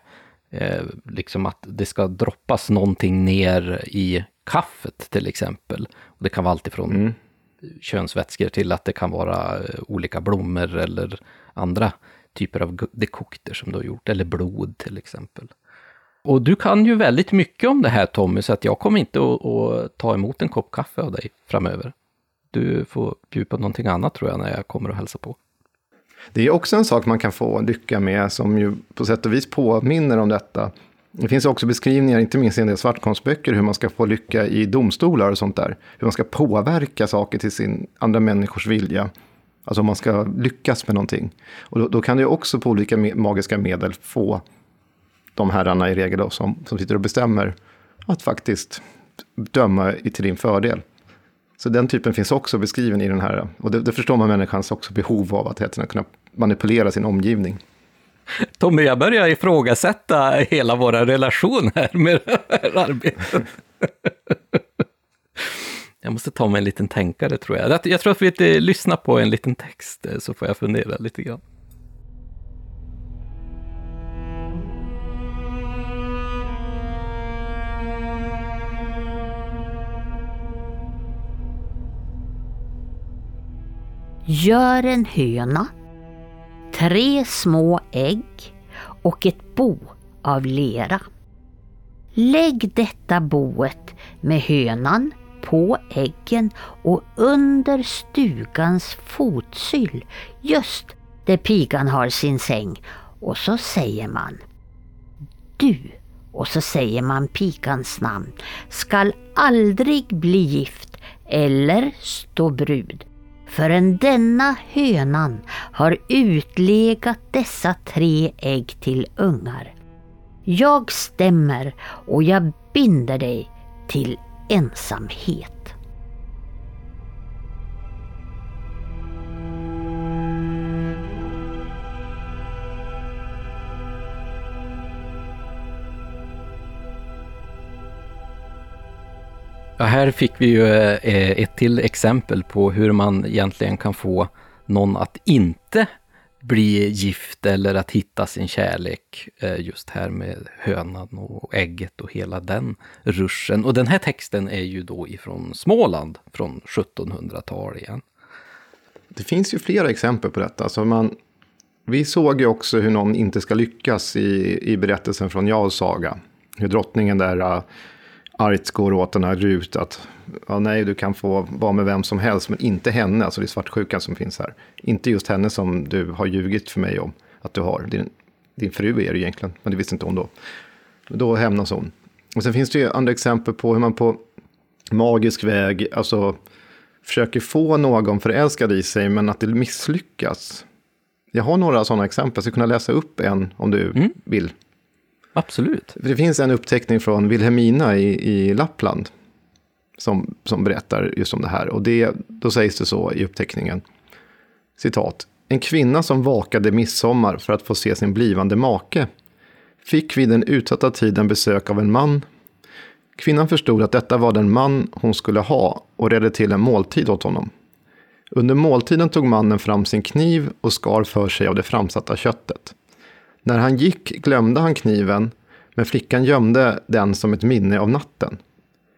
liksom att det ska droppas någonting ner i kaffet till exempel. Och det kan vara allt ifrån könsvätskor till att det kan vara olika blommor eller andra typer av dekokter som du har gjort, eller blod till exempel. Och du kan ju väldigt mycket om det här, Tommy, så att jag kommer inte att ta emot en kopp kaffe av dig framöver. Du får bjuda på någonting annat tror jag när jag kommer att hälsa på. Det är också en sak man kan få lycka med som ju på sätt och vis påminner om detta. Det finns också beskrivningar, inte minst i en del svartkonstböcker, hur man ska få lycka i domstolar och sånt där. Hur man ska påverka saker till sin andra människors vilja. Alltså om man ska lyckas med någonting. Och då kan det ju också på olika magiska medel få de herrarna i regel då, som sitter och bestämmer att faktiskt döma till din fördel. Så den typen finns också beskriven i den här. Och det förstår man människans också behov av att kunna manipulera sin omgivning. Tommy, jag börjar ifrågasätta hela våra relation här med det här arbetet. Jag måste ta mig en liten tänkare tror jag. Jag tror att vi lyssnar på en liten text så får jag fundera lite grann. Gör en höna, 3 små ägg och ett bo av lera. Lägg detta boet med hönan på äggen och under stugans fotsyll, just där pigan har sin säng. Och så säger man: du, och så säger man pigans namn, skall aldrig bli gift eller stå brud, förrän denna hönan har utlegat dessa 3 ägg till ungar. Jag stämmer och jag binder dig till ensamhet. Ja, här fick vi ju ett till exempel på hur man egentligen kan få någon att inte bli gift eller att hitta sin kärlek, just här med hönan och ägget och hela den ruschen. Och den här texten är ju då ifrån Småland från 1700-tal igen. Det finns ju flera exempel på detta. Så vi såg ju också hur någon inte ska lyckas i berättelsen från Jarls saga. Hur drottningen där argt går åt den här Rut att nej, du kan få vara med vem som helst men inte henne, alltså det är svartsjukan som finns här. Inte just henne som du har ljugit för mig om att du har. Din fru är det egentligen, men det visste inte hon då. Då hämnas hon. Och sen finns det ju andra exempel på hur man på magisk väg alltså försöker få någon förälskad i sig men att det misslyckas. Jag har några sådana exempel, så jag kunna läsa upp en om du vill. Absolut. Det finns en uppteckning från Vilhelmina i Lappland som berättar just om det här. Och då sägs det så i uppteckningen. Citat. En kvinna som vakade midsommar för att få se sin blivande make fick vid den utsatta tiden besök av en man. Kvinnan förstod att detta var den man hon skulle ha och redde till en måltid åt honom. Under måltiden tog mannen fram sin kniv och skar för sig av det framsatta köttet. När han gick glömde han kniven, men flickan gömde den som ett minne av natten.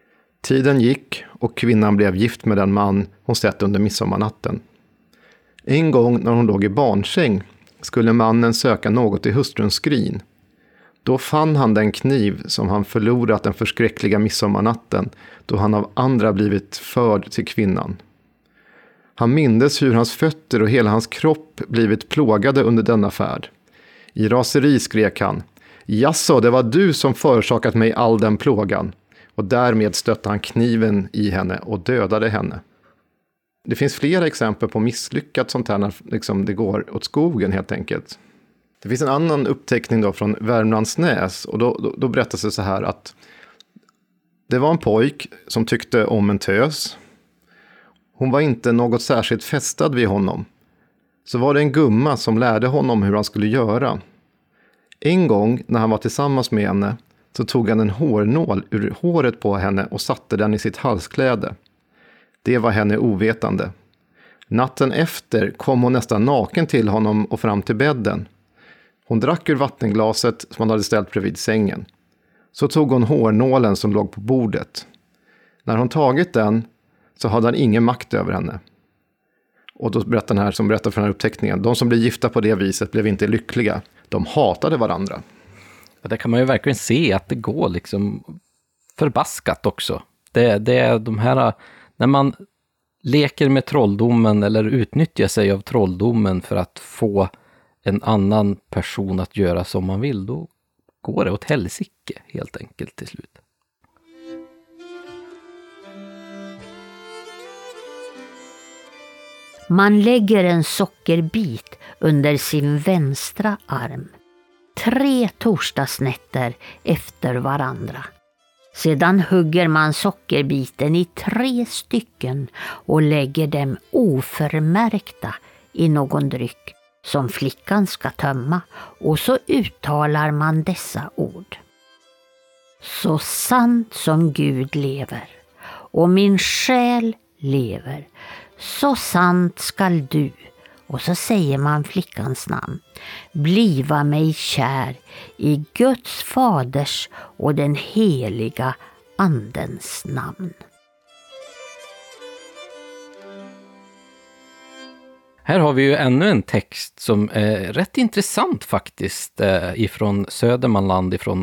Tiden gick och kvinnan blev gift med den man hon sett under midsommarnatten. En gång när hon låg i barnsäng skulle mannen söka något i hustruns skrin. Då fann han den kniv som han förlorat den förskräckliga midsommarnatten då han av andra blivit förd till kvinnan. Han mindes hur hans fötter och hela hans kropp blivit plågade under denna färd. I raseri skrek han: "Jaså, det var du som förorsakat mig all den plågan." Och därmed stötte han kniven i henne och dödade henne. Det finns flera exempel på misslyckat sånt här när liksom det går åt skogen helt enkelt. Det finns en annan uppteckning då från Värmlandsnäs och då berättas det så här att det var en pojk som tyckte om en tös. Hon var inte något särskilt fästad vid honom. Så var det en gumma som lärde honom hur han skulle göra. En gång när han var tillsammans med henne så tog han en hårnål ur håret på henne och satte den i sitt halskläde. Det var henne ovetande. Natten efter kom hon nästan naken till honom och fram till bädden. Hon drack ur vattenglaset som han hade ställt bredvid sängen. Så tog hon hårnålen som låg på bordet. När hon tagit den så hade han ingen makt över henne. Och då berättar den här som berättar för den här uppteckningen: de som blev gifta på det viset blev inte lyckliga. De hatade varandra. Ja, där kan man ju verkligen se att det går liksom förbaskat också. Det är de här, när man leker med trolldomen eller utnyttjar sig av trolldomen för att få en annan person att göra som man vill, då går det åt helsike helt enkelt till slut. Man lägger en sockerbit under sin vänstra arm. 3 torsdagsnätter efter varandra. Sedan hugger man sockerbiten i 3 stycken och lägger dem oförmärkta i någon dryck som flickan ska tömma, och så uttalar man dessa ord: så sant som Gud lever och min själ lever, så sant skall du, och så säger man flickans namn, bliva mig kär i Guds faders och den heliga andens namn. Här har vi ju ännu en text som är rätt intressant faktiskt, ifrån Södermanland ifrån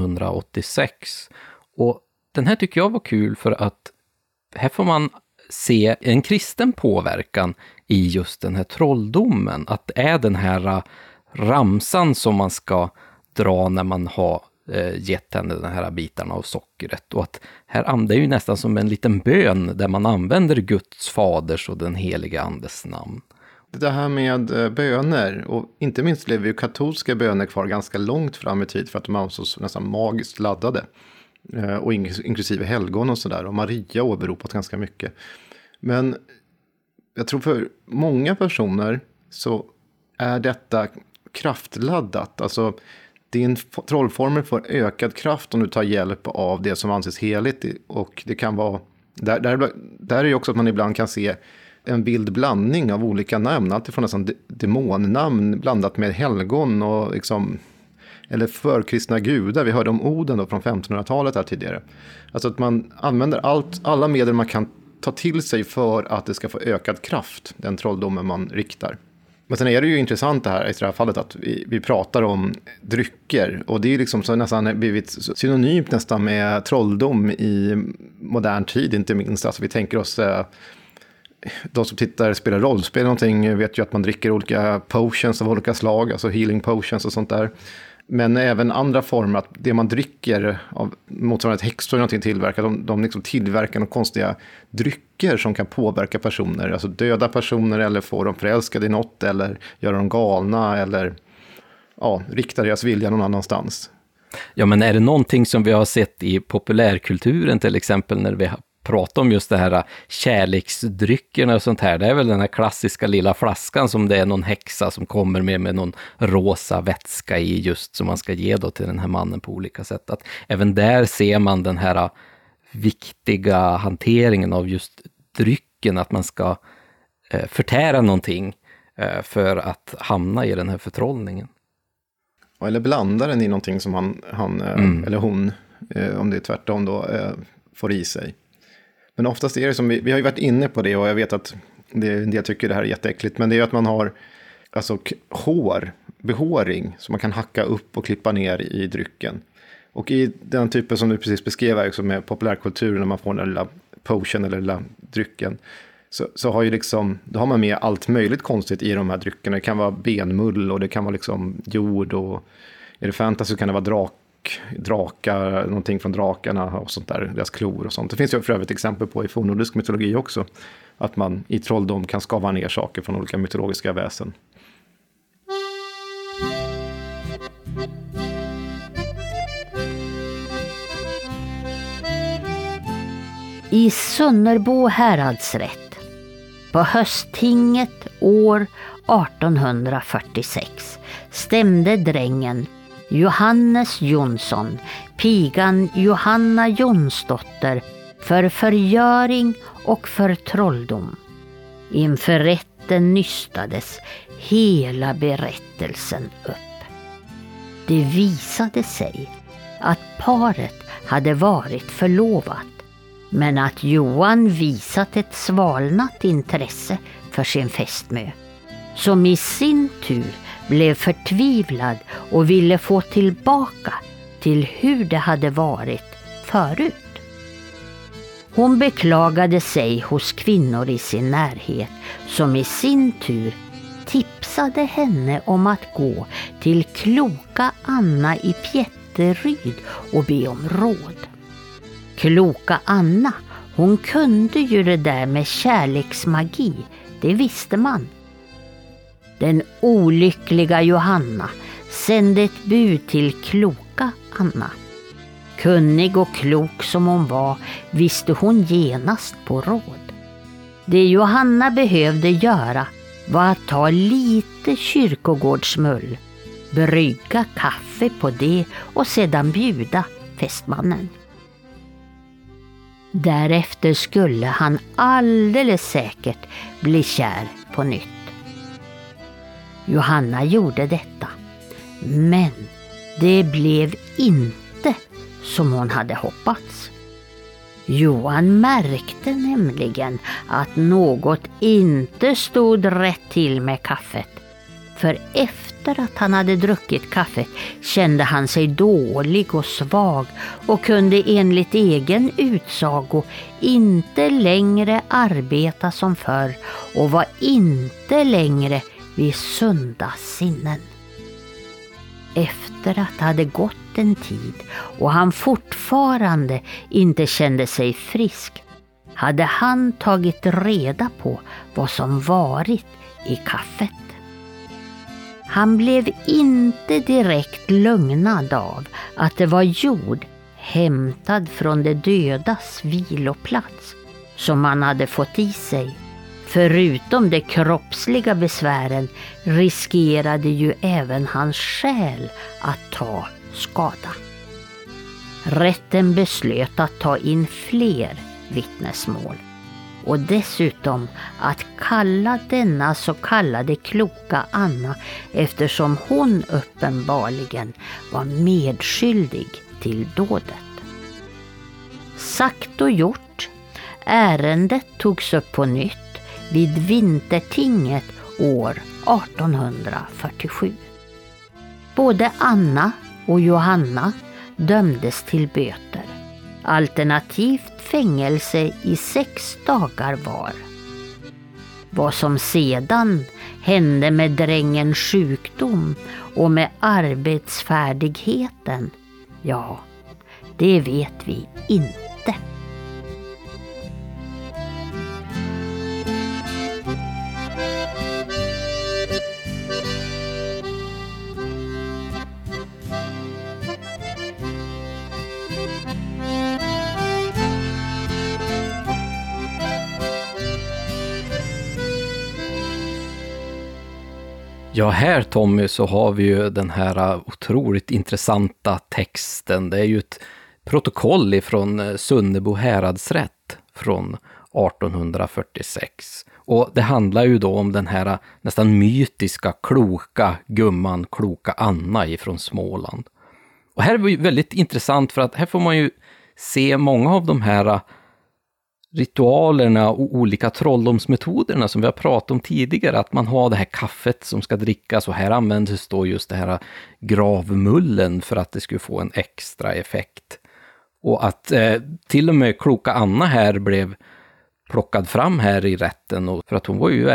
1886. Och den här tycker jag var kul för att här får man se en kristen påverkan i just den här trolldomen. Att det är den här ramsan som man ska dra när man har gett henne den här bitarna av sockret. Och att här det är ju nästan som en liten bön där man använder Guds faders och den heliga andes namn. Det här med böner, och inte minst blev ju katolska böner kvar ganska långt fram i tid för att de ansågs nästan magiskt laddade. Och inklusive helgon och sådär. Och Maria åberopat ganska mycket. Men jag tror för många personer så är detta kraftladdat. Alltså din trollformel får ökad kraft om du tar hjälp av det som anses heligt. Och det kan vara, där är ju också att man ibland kan se en vild blandning av olika namn. Alltifrån nästan demonnamn blandat med helgon och liksom, eller förkristna gudar. Vi hörde om Oden då från 1500-talet här tidigare. Alltså att man använder alla medel man kan ta till sig för att det ska få ökad kraft, den trolldomen man riktar. Men sen är det ju intressant det här i det här fallet att vi pratar om drycker. Och det är liksom så nästan blivit synonymt nästan med trolldom i modern tid, inte minst. Alltså vi tänker oss, de som spelar rollspel någonting vet ju att man dricker olika potions av olika slag, alltså healing potions och sånt där. Men även andra former, att det man dricker av motsvarande häxor eller någonting tillverkar, de liksom tillverkar några konstiga drycker som kan påverka personer, alltså döda personer eller få dem förälskade i något eller göra dem galna eller rikta deras vilja någon annanstans. Ja, men är det någonting som vi har sett i populärkulturen till exempel när vi har pratat om just det här kärleksdryckerna och sånt här, det är väl den här klassiska lilla flaskan som det är någon häxa som kommer med någon rosa vätska i just som man ska ge då till den här mannen på olika sätt. Att även där ser man den här viktiga hanteringen av just drycken, att man ska förtära någonting för att hamna i den här förtrollningen. Eller blanda den i någonting som han eller hon, om det är tvärtom då, får i sig. Men oftast är det som, vi har ju varit inne på det och jag vet att en del tycker det här är jätteäckligt, men det är att man har alltså behåring som man kan hacka upp och klippa ner i drycken. Och i den typen som du precis beskrev här, med populärkulturen, när man får den lilla potion eller lilla drycken, så har ju liksom, då har man med allt möjligt konstigt i de här dryckerna. Det kan vara benmull och det kan vara liksom jord, och är det fantasy kan det vara drakar, någonting från drakarna och sånt där, deras klor och sånt. Det finns ju för övrigt exempel på i fornnordisk mytologi också, att man i trolldom kan skava ner saker från olika mytologiska väsen. I Sunnerbo häradsrätt på hösttinget år 1846 stämde drängen Johannes Jonsson, pigan Johanna Jonsdotter, för förgöring och för trolldom. Inför rätten nystades hela berättelsen upp. Det visade sig att paret hade varit förlovat, men att Johan visat ett svalnat intresse för sin fästmö, som i sin tur blev förtvivlad och ville få tillbaka till hur det hade varit förut. Hon beklagade sig hos kvinnor i sin närhet, som i sin tur tipsade henne om att gå till kloka Anna i Pjätteryd och be om råd. Kloka Anna, hon kunde ju det där med kärleksmagi, det visste man. Den olyckliga Johanna sände ett bud till kloka Anna. Kunnig och klok som hon var visste hon genast på råd. Det Johanna behövde göra var att ta lite kyrkogårdsmull, brygga kaffe på det och sedan bjuda fästmannen. Därefter skulle han alldeles säkert bli kär på nytt. Johanna gjorde detta, men det blev inte som hon hade hoppats. Johan märkte nämligen att något inte stod rätt till med kaffet. För efter att han hade druckit kaffet kände han sig dålig och svag och kunde enligt egen utsago inte längre arbeta som förr och var inte längre vid sunda sinnen. Efter att det hade gått en tid och han fortfarande inte kände sig frisk, hade han tagit reda på vad som varit i kaffet. Han blev inte direkt lugnad av att det var jord hämtad från de dödas viloplats som han hade fått i sig. Förutom de kroppsliga besvären riskerade ju även hans själ att ta skada. Rätten beslöt att ta in fler vittnesmål och dessutom att kalla denna så kallade kloka Anna, eftersom hon uppenbarligen var medskyldig till dådet. Sagt och gjort, ärendet togs upp på nytt vid vintertinget år 1847. Både Anna och Johanna dömdes till böter, alternativt fängelse i 6 dagar var. Vad som sedan hände med drängens sjukdom och med arbetsfärdigheten, ja, det vet vi inte. Ja, här Tommy så har vi ju den här otroligt intressanta texten. Det är ju ett protokoll ifrån Sunnerbo häradsrätt från 1846. Och det handlar ju då om den här nästan mytiska kloka gumman, kloka Anna ifrån Småland. Och här är det väldigt intressant för att här får man ju se många av de här ritualerna och olika trolldomsmetoderna som vi har pratat om tidigare, att man har det här kaffet som ska drickas och här används då just det här gravmullen för att det skulle få en extra effekt. Och att till och med kloka Anna här blev plockad fram här i rätten, och för att hon var ju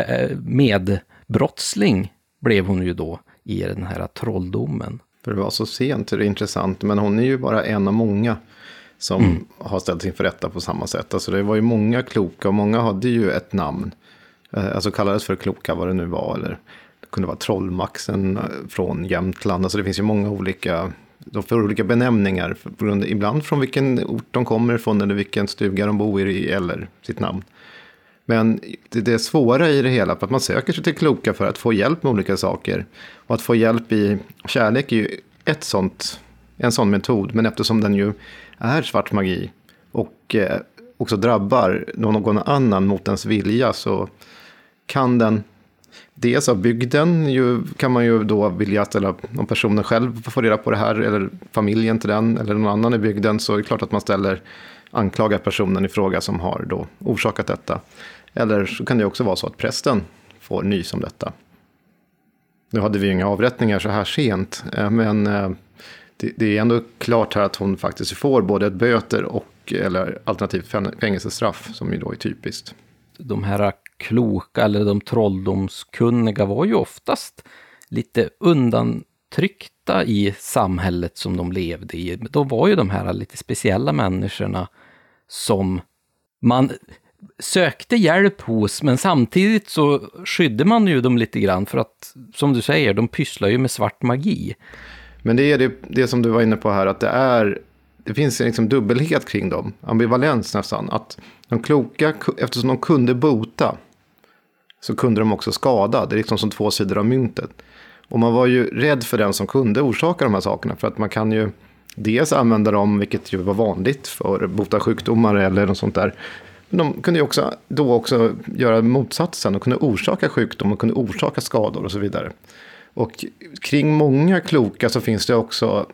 medbrottsling blev hon ju då i den här trolldomen. För det var så sent är det intressant, men hon är ju bara en av många som har ställts inför rätta på samma sätt. Alltså det var ju många kloka och många hade ju ett namn. Alltså kallades för kloka vad det nu var. Eller det kunde vara Trollmaxen från Jämtland. Alltså det finns ju många olika, de får olika benämningar. På grund, ibland från vilken ort de kommer ifrån eller vilken stuga de bor i eller sitt namn. Men det är svåra i det hela för att man söker sig till kloka för att få hjälp med olika saker. Och att få hjälp i kärlek är ju en sån metod. Men eftersom den ju är svart magi och också drabbar någon annan mot ens vilja, så kan den, dels av bygden kan man ju då vilja ställa, om personen själv får reda på det här eller familjen till den eller någon annan i bygden, så är det klart att man anklagar personen i fråga som har då orsakat detta. Eller så kan det också vara så att prästen får nys om detta. Nu hade vi inga avrättningar så här sent, men det är ändå klart här att hon faktiskt får både ett böter eller alternativt fängelsestraff, som ju då är typiskt. De här kloka eller de trolldomskunniga var ju oftast lite undantryckta i samhället som de levde i. De var ju de här lite speciella människorna som man sökte hjälp hos, men samtidigt så skydde man ju dem lite grann för att, som du säger, de pysslar ju med svart magi. Men det är det som du var inne på här, att det finns en liksom dubbelhet kring dem, ambivalens nästan, att de kloka, eftersom de kunde bota, så kunde de också skada. Det är liksom som två sidor av myntet. Och man var ju rädd för den som kunde orsaka de här sakerna, för att man kan ju dels använda dem, vilket ju var vanligt för bota sjukdomar eller något sånt där. Men de kunde ju också göra motsatsen och kunde orsaka sjukdom och kunde orsaka skador och så vidare. Och kring många kloka så finns det också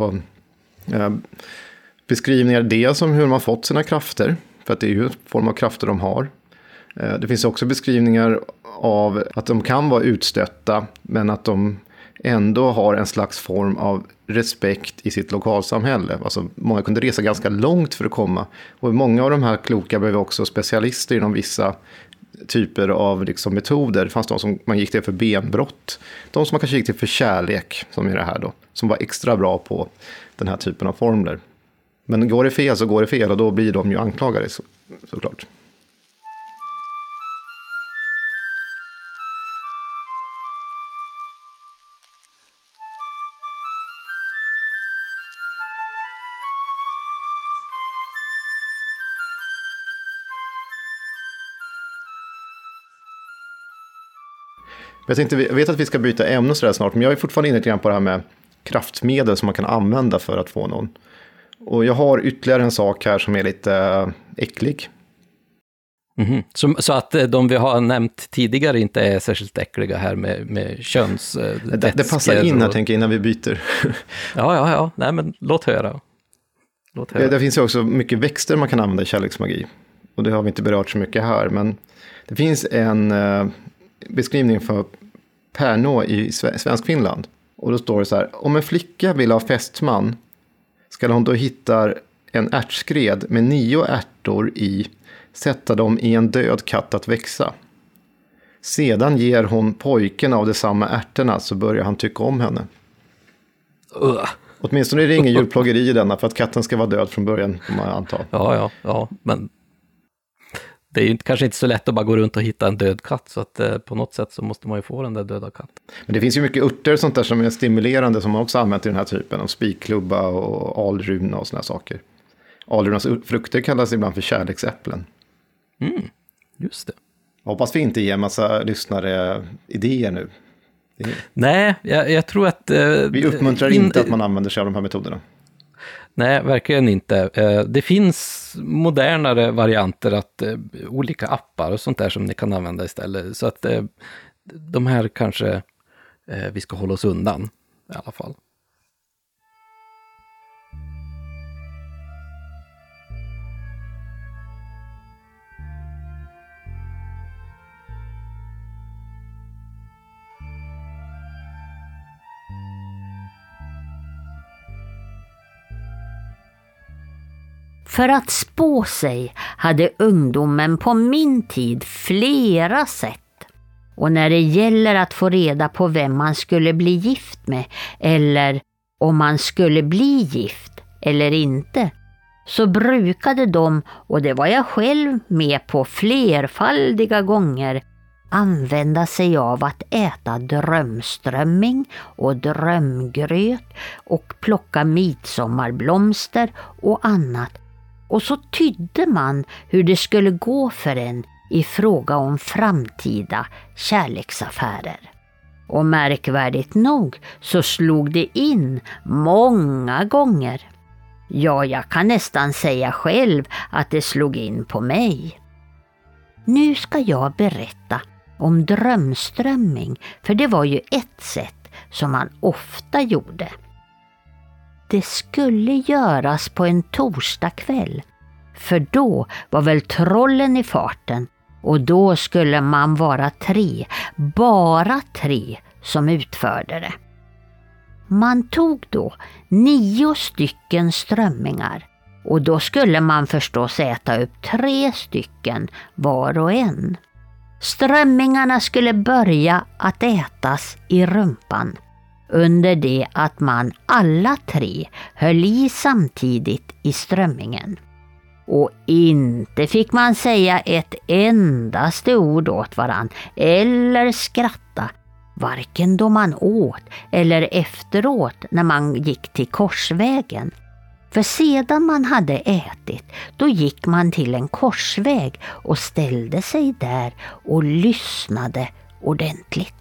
beskrivningar dels om hur man fått sina krafter, för att det är ju en form av krafter de har. Det finns också beskrivningar av att de kan vara utstötta, men att de ändå har en slags form av respekt i sitt lokalsamhälle. Alltså, många kunde resa ganska långt för att komma. Och många av de här kloka blev också specialister inom vissa typer av liksom metoder. Det fanns de som man gick till för benbrott. De som man kanske gick till för kärlek, som är det här då. Som var extra bra på den här typen av formler. Men går det fel så går det fel, och då blir de ju anklagade såklart. Jag vet att vi ska byta ämne så där snart, men jag är fortfarande inne lite grann på det här med kraftmedel som man kan använda för att få någon. Och jag har ytterligare en sak här som är lite äcklig. Mm-hmm. Så att de vi har nämnt tidigare inte är särskilt äckliga här med köns... Det passar in här, tänker jag, innan vi byter. Ja. Nej, men låt höra. Det finns ju också mycket växter man kan använda i kärleksmagi. Och det har vi inte berört så mycket här, men det finns en beskrivning för Pärnå i Svensk Finland. Och då står det så här: om en flicka vill ha fästman ska hon då hitta en ärtskred med 9 ärtor i, sätta dem i en död katt att växa. Sedan ger hon pojken av de samma ärtorna, så börjar han tycka om henne. Åtminstone är det ingen djurplågeri i denna, för att katten ska vara död från början, om man antar. Ja, men det är ju kanske inte så lätt att bara gå runt och hitta en död katt, så att på något sätt så måste man ju få den där döda katten. Men det finns ju mycket örter och sånt där som är stimulerande, som man också använt i den här typen av spikklubba och alruna och såna saker. Alrunas frukter kallas ibland för kärleksäpplen. Just det. Jag hoppas vi inte ger en massa lyssnare idéer nu. Nej, jag tror att... vi uppmuntrar inte att man använder sig av de här metoderna. Nej, verkligen inte. Det finns modernare varianter, olika appar och sånt där som ni kan använda istället. Så att de här kanske vi ska hålla oss undan i alla fall. För att spå sig hade ungdomen på min tid flera sätt. Och när det gäller att få reda på vem man skulle bli gift med eller om man skulle bli gift eller inte, så brukade de, och det var jag själv med på flerfaldiga gånger, använda sig av att äta drömströmming och drömgröt och plocka midsommarblomster och annat. Och så tydde man hur det skulle gå för en i fråga om framtida kärleksaffärer. Och märkvärdigt nog så slog det in många gånger. Ja, jag kan nästan säga själv att det slog in på mig. Nu ska jag berätta om drömströmming, för det var ju ett sätt som man ofta gjorde. Det skulle göras på en torsdagkväll, för då var väl trollen i farten och då skulle man vara bara tre som utförde det. Man tog då 9 stycken strömmingar och då skulle man förstås äta upp 3 stycken var och en. Strömmingarna skulle börja att ätas i rumpan under det att man alla 3 höll i samtidigt i strömmingen. Och inte fick man säga ett endaste ord åt varann eller skratta, varken då man åt eller efteråt när man gick till korsvägen. För sedan man hade ätit, då gick man till en korsväg och ställde sig där och lyssnade ordentligt.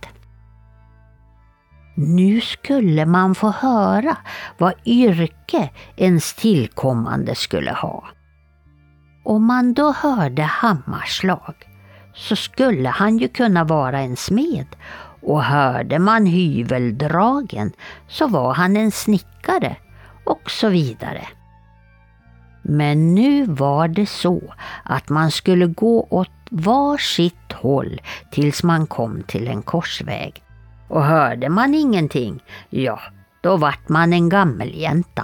Nu skulle man få höra vad yrke ens tillkommande skulle ha. Om man då hörde hammarslag så skulle han ju kunna vara en smed, och hörde man hyveldragen så var han en snickare och så vidare. Men nu var det så att man skulle gå åt var sitt håll tills man kom till en korsväg. Och hörde man ingenting, ja, då vart man en gammeljänta.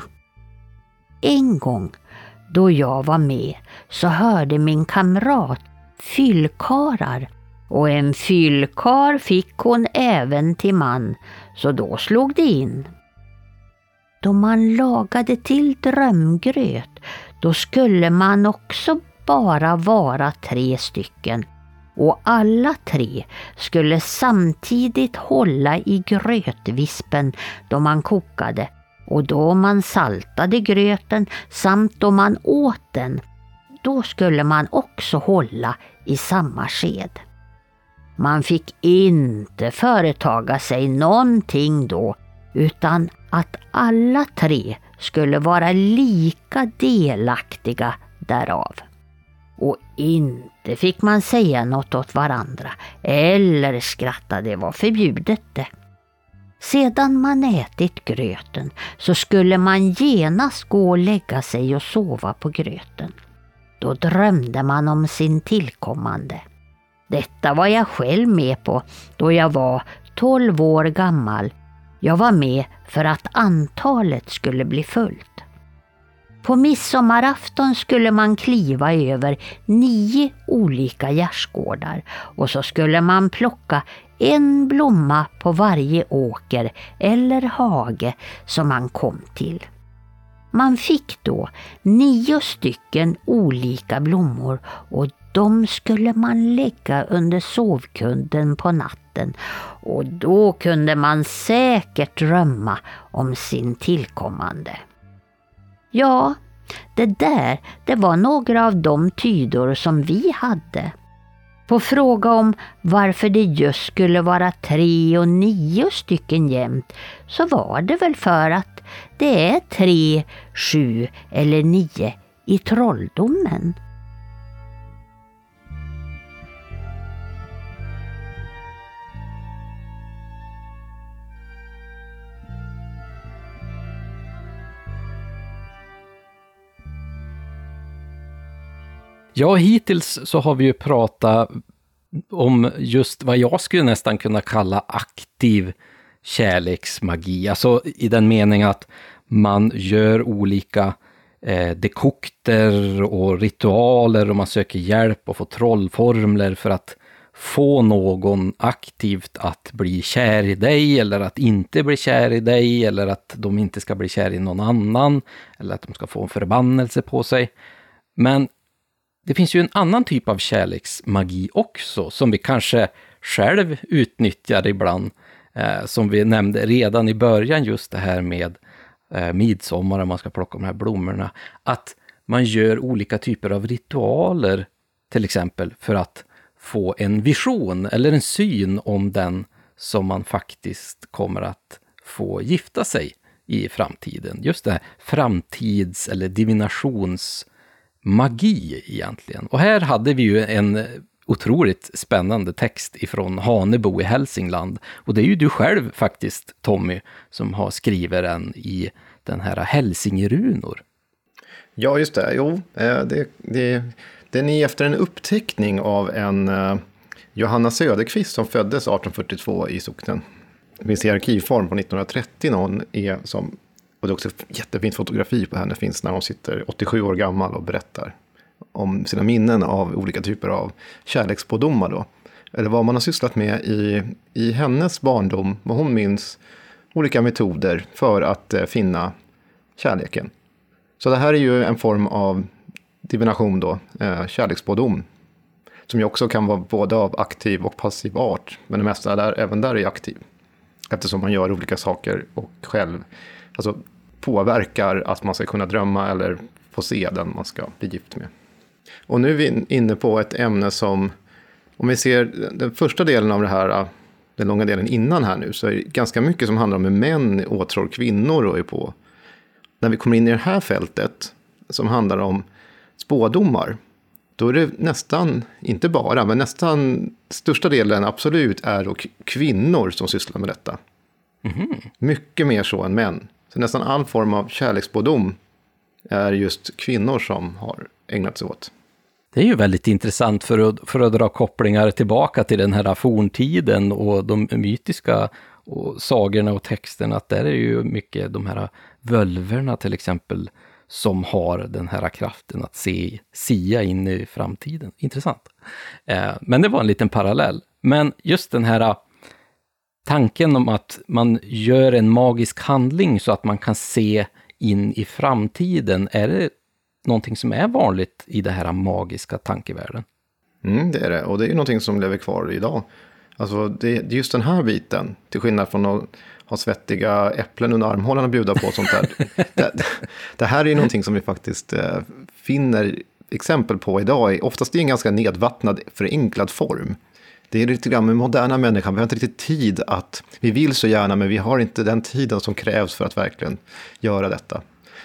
En gång då jag var med så hörde min kamrat fyllkarar, och en fyllkar fick hon även till man, så då slog det in. Då man lagade till drömgröt, då skulle man också bara vara 3 stycken, och alla 3 skulle samtidigt hålla i grötvispen då man kokade, och då man saltade gröten samt då man åt den, då skulle man också hålla i samma sked. Man fick inte företaga sig någonting då, utan att alla 3 skulle vara lika delaktiga därav. Och inte fick man säga något åt varandra eller skratta, det var förbjudet det. Sedan man ätit gröten så skulle man genast gå och lägga sig och sova på gröten. Då drömde man om sin tillkommande. Detta var jag själv med på då jag var 12 år gammal. Jag var med för att antalet skulle bli fullt. På midsommarafton skulle man kliva över 9 olika gärdsgårdar, och så skulle man plocka en blomma på varje åker eller hage som man kom till. Man fick då 9 stycken olika blommor, och de skulle man lägga under sovkudden på natten, och då kunde man säkert drömma om sin tillkommande. Ja, det var några av de tydor som vi hade. På fråga om varför det just skulle vara 3 och 9 stycken jämt, så var det väl för att det är 3, 7 eller 9 i trolldomen. Ja, hittills så har vi ju pratat om just vad jag skulle nästan kunna kalla aktiv kärleksmagi. Alltså i den meningen att man gör olika dekokter och ritualer och man söker hjälp och får trollformler för att få någon aktivt att bli kär i dig eller att inte bli kär i dig eller att de inte ska bli kär i någon annan eller att de ska få en förbannelse på sig. Men det finns ju en annan typ av kärleksmagi också som vi kanske själv utnyttjar ibland. Som vi nämnde redan i början, just det här med midsommar, man ska plocka de här blommorna. Att man gör olika typer av ritualer till exempel för att få en vision eller en syn om den som man faktiskt kommer att få gifta sig i framtiden. Just det här framtids- eller divinationsmagi egentligen. Och här hade vi ju en otroligt spännande text ifrån Hanebo i Hälsingland. Och det är ju du själv faktiskt, Tommy, som har skrivit den i den här Hälsingerunor. Ja, just det. Jo, den är efter en uppteckning av en Johanna Söderqvist som föddes 1842 i socknen. Det finns i arkivform på 1930 när hon är som, och det är också ett jättefint fotografi på henne, finns när hon sitter 87 år gammal och berättar om sina minnen av olika typer av kärleksspådomar då. Eller vad man har sysslat med i hennes barndom, vad hon minns, olika metoder för att finna kärleken. Så det här är ju en form av divination då, kärleksspådom, som ju också kan vara både av aktiv och passiv art, men det mesta där, även där är aktiv. Eftersom man gör olika saker och själv alltså påverkar att man ska kunna drömma eller få se den man ska bli gift med. Och nu är vi inne på ett ämne som, om vi ser den första delen av det här, den långa delen innan här nu, så är det ganska mycket som handlar om hur män åtrår kvinnor och är på. När vi kommer in i det här fältet som handlar om spådomar, då är det nästan, inte bara, men nästan största delen absolut är då kvinnor som sysslar med detta. Mm. Mycket mer så än män. Så nästan all form av kärleksspådom är just kvinnor som har ägnat sig åt. Det är ju väldigt intressant för att dra kopplingar tillbaka till den här forntiden och de mytiska och sagorna och texterna. Att där är ju mycket de här völverna till exempel som har den här kraften att sia in i framtiden. Intressant. Men det var en liten parallell. Men just den här tanken om att man gör en magisk handling så att man kan se in i framtiden, är det någonting som är vanligt i det här magiska tankevärlden? Det är det, och det är ju någonting som lever kvar idag. Alltså det är just den här biten, till skillnad från att ha svettiga äpplen under armhålan och bjuda på sånt där. Det här är ju någonting som vi faktiskt finner exempel på idag. Oftast i en ganska nedvattnad, förenklad form. Det är lite grann med moderna människan, vi har inte riktigt tid att, vi vill så gärna men vi har inte den tiden som krävs för att verkligen göra detta.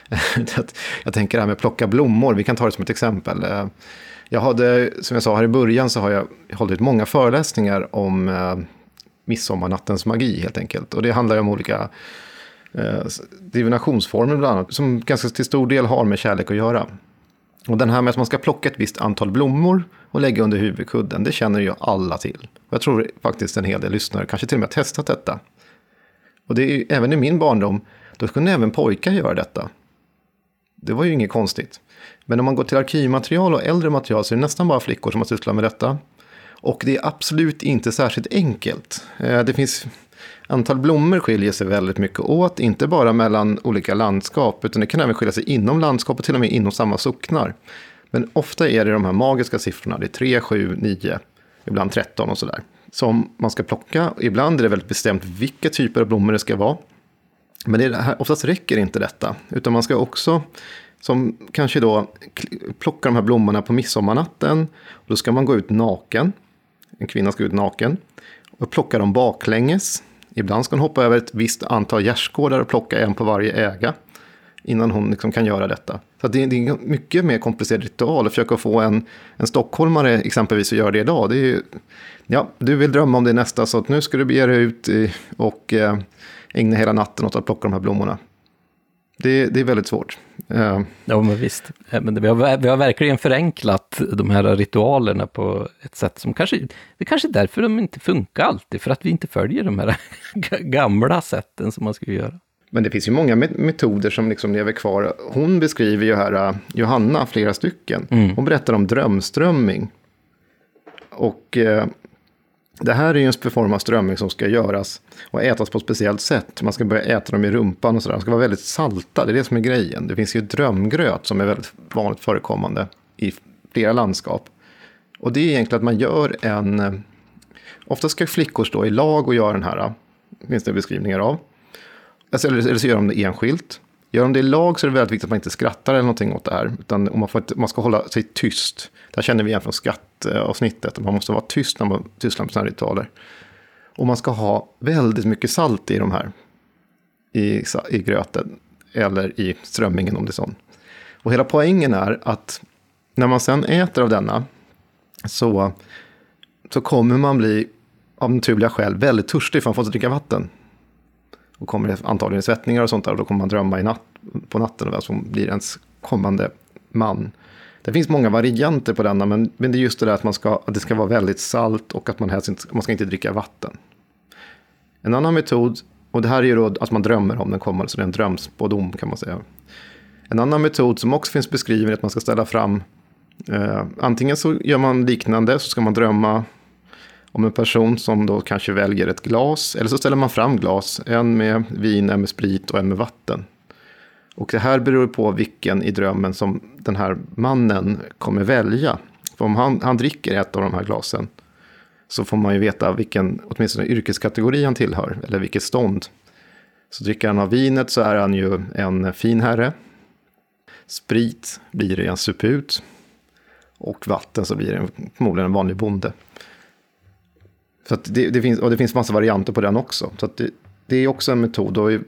Jag tänker det här med att plocka blommor, vi kan ta det som ett exempel. Jag hade, som jag sa här i början, så har jag hållit många föreläsningar om midsommarnattens magi helt enkelt. Och det handlar ju om olika divinationsformer bland annat, som ganska till stor del har med kärlek att göra. Och den här med att man ska plocka ett visst antal blommor och lägga under huvudkudden, det känner ju alla till. Och jag tror faktiskt en hel del lyssnare kanske till och med har testat detta. Och det är ju, även i min barndom, då kunde även pojkar göra detta. Det var ju inget konstigt. Men om man går till arkivmaterial och äldre material så är det nästan bara flickor som har sysslat med detta. Och det är absolut inte särskilt enkelt. Det finns, antal blommor skiljer sig väldigt mycket åt. Inte bara mellan olika landskap, utan det kan även skilja sig inom landskap och till och med inom samma socknar. Men ofta är det de här magiska siffrorna. Det är 3, 7, 9, ibland 13 och sådär. Som man ska plocka. Ibland är det väldigt bestämt vilka typer av blommor det ska vara. Men det här, oftast räcker inte detta. Utan man ska också, som kanske då, plocka de här blommorna på midsommarnatten. Då ska man gå ut naken. En kvinna ska ut naken. Och plocka dem baklänges. Ibland ska hon hoppa över ett visst antal gärdsgårdar och plocka en på varje äga. Innan hon liksom kan göra detta. Så det är en mycket mer komplicerad ritual. Att försöka få en stockholmare exempelvis att göra det idag. Det är ju, ja, du vill drömma om det nästa, så att nu ska du bege dig ut och ägna hela natten åt att plocka de här blommorna. Det är väldigt svårt. Ja, men visst. Men vi har verkligen förenklat de här ritualerna på ett sätt som kanske är därför de inte funkar alltid. För att vi inte följer de här gamla sätten som man skulle göra. Men det finns ju många metoder som liksom lever kvar. Hon beskriver ju här, Johanna, flera stycken. Hon berättar om drömströmming. Och det här är ju en form av strömming som ska göras och ätas på ett speciellt sätt. Man ska börja äta dem i rumpan och sådär. De ska vara väldigt salta, det är det som är grejen. Det finns ju drömgröt som är väldigt vanligt förekommande i flera landskap. Och det är egentligen att man gör ofta ska flickor stå i lag och göra den här, finns det beskrivningar av. Alltså, eller så gör de det enskilt. Gör de det i lag så är det väldigt viktigt att man inte skrattar eller någonting åt det här. Utan man ska hålla sig tyst. Det här känner vi igen från skattavsnittet. Man måste vara tyst när man sysslar med sådana här ritualer. Och man ska ha väldigt mycket salt i de här. I gröten. Eller i strömmingen om det är sån. Och hela poängen är att när man sen äter av denna. Så kommer man bli av naturliga skäl väldigt törstig för man får inte dricka vatten. Och kommer det antagligen svettningar och sånt där. Och då kommer man drömma på natten. Och vem som blir ens kommande man. Det finns många varianter på denna. Men det är just det där att det ska vara väldigt salt. Och att man ska inte dricka vatten. En annan metod. Och det här är ju då att man drömmer om den kommer. Så det är en drömspådom kan man säga. En annan metod som också finns beskriven är att man ska ställa fram. Antingen så gör man liknande. Så ska man drömma om en person som då kanske väljer ett glas. Eller så ställer man fram glas. En med vin, en med sprit och en med vatten. Och det här beror på vilken i drömmen som den här mannen kommer välja. För om han dricker ett av de här glasen. Så får man ju veta vilken, åtminstone yrkeskategori han tillhör. Eller vilket stånd. Så dricker han av vinet så är han ju en fin herre. Sprit blir det en suput. Och vatten så blir det förmodligen en vanlig bonde. Så att det finns massa varianter på den också. Så att det är också en metod. Och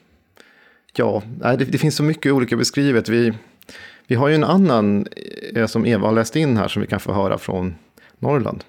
det finns så mycket olika beskrivet. Vi har ju en annan som Eva har läst in här som vi kan få höra från Norrland.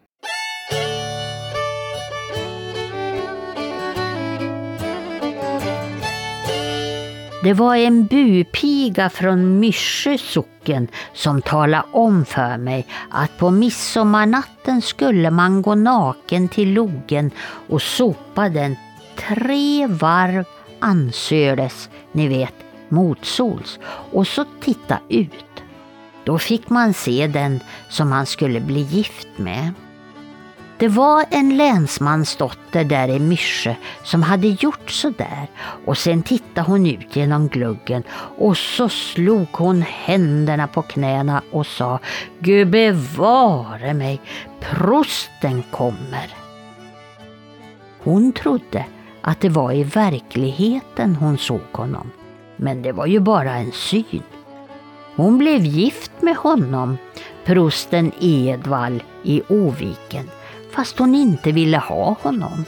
Det var en bupiga från Myrsö socken som talade om för mig att på midsommarnatten skulle man gå naken till logen och sopa den 3 varv ansöles, ni vet, motsols, och så titta ut. Då fick man se den som man skulle bli gift med. Det var en länsmansdotter där i Myrsö som hade gjort så där, och sen tittade hon ut genom gluggen och så slog hon händerna på knäna och sa: Gud bevare mig, prosten kommer. Hon trodde att det var i verkligheten hon såg honom, men det var ju bara en syn. Hon blev gift med honom, prosten Edvall i Oviken, fast hon inte ville ha honom.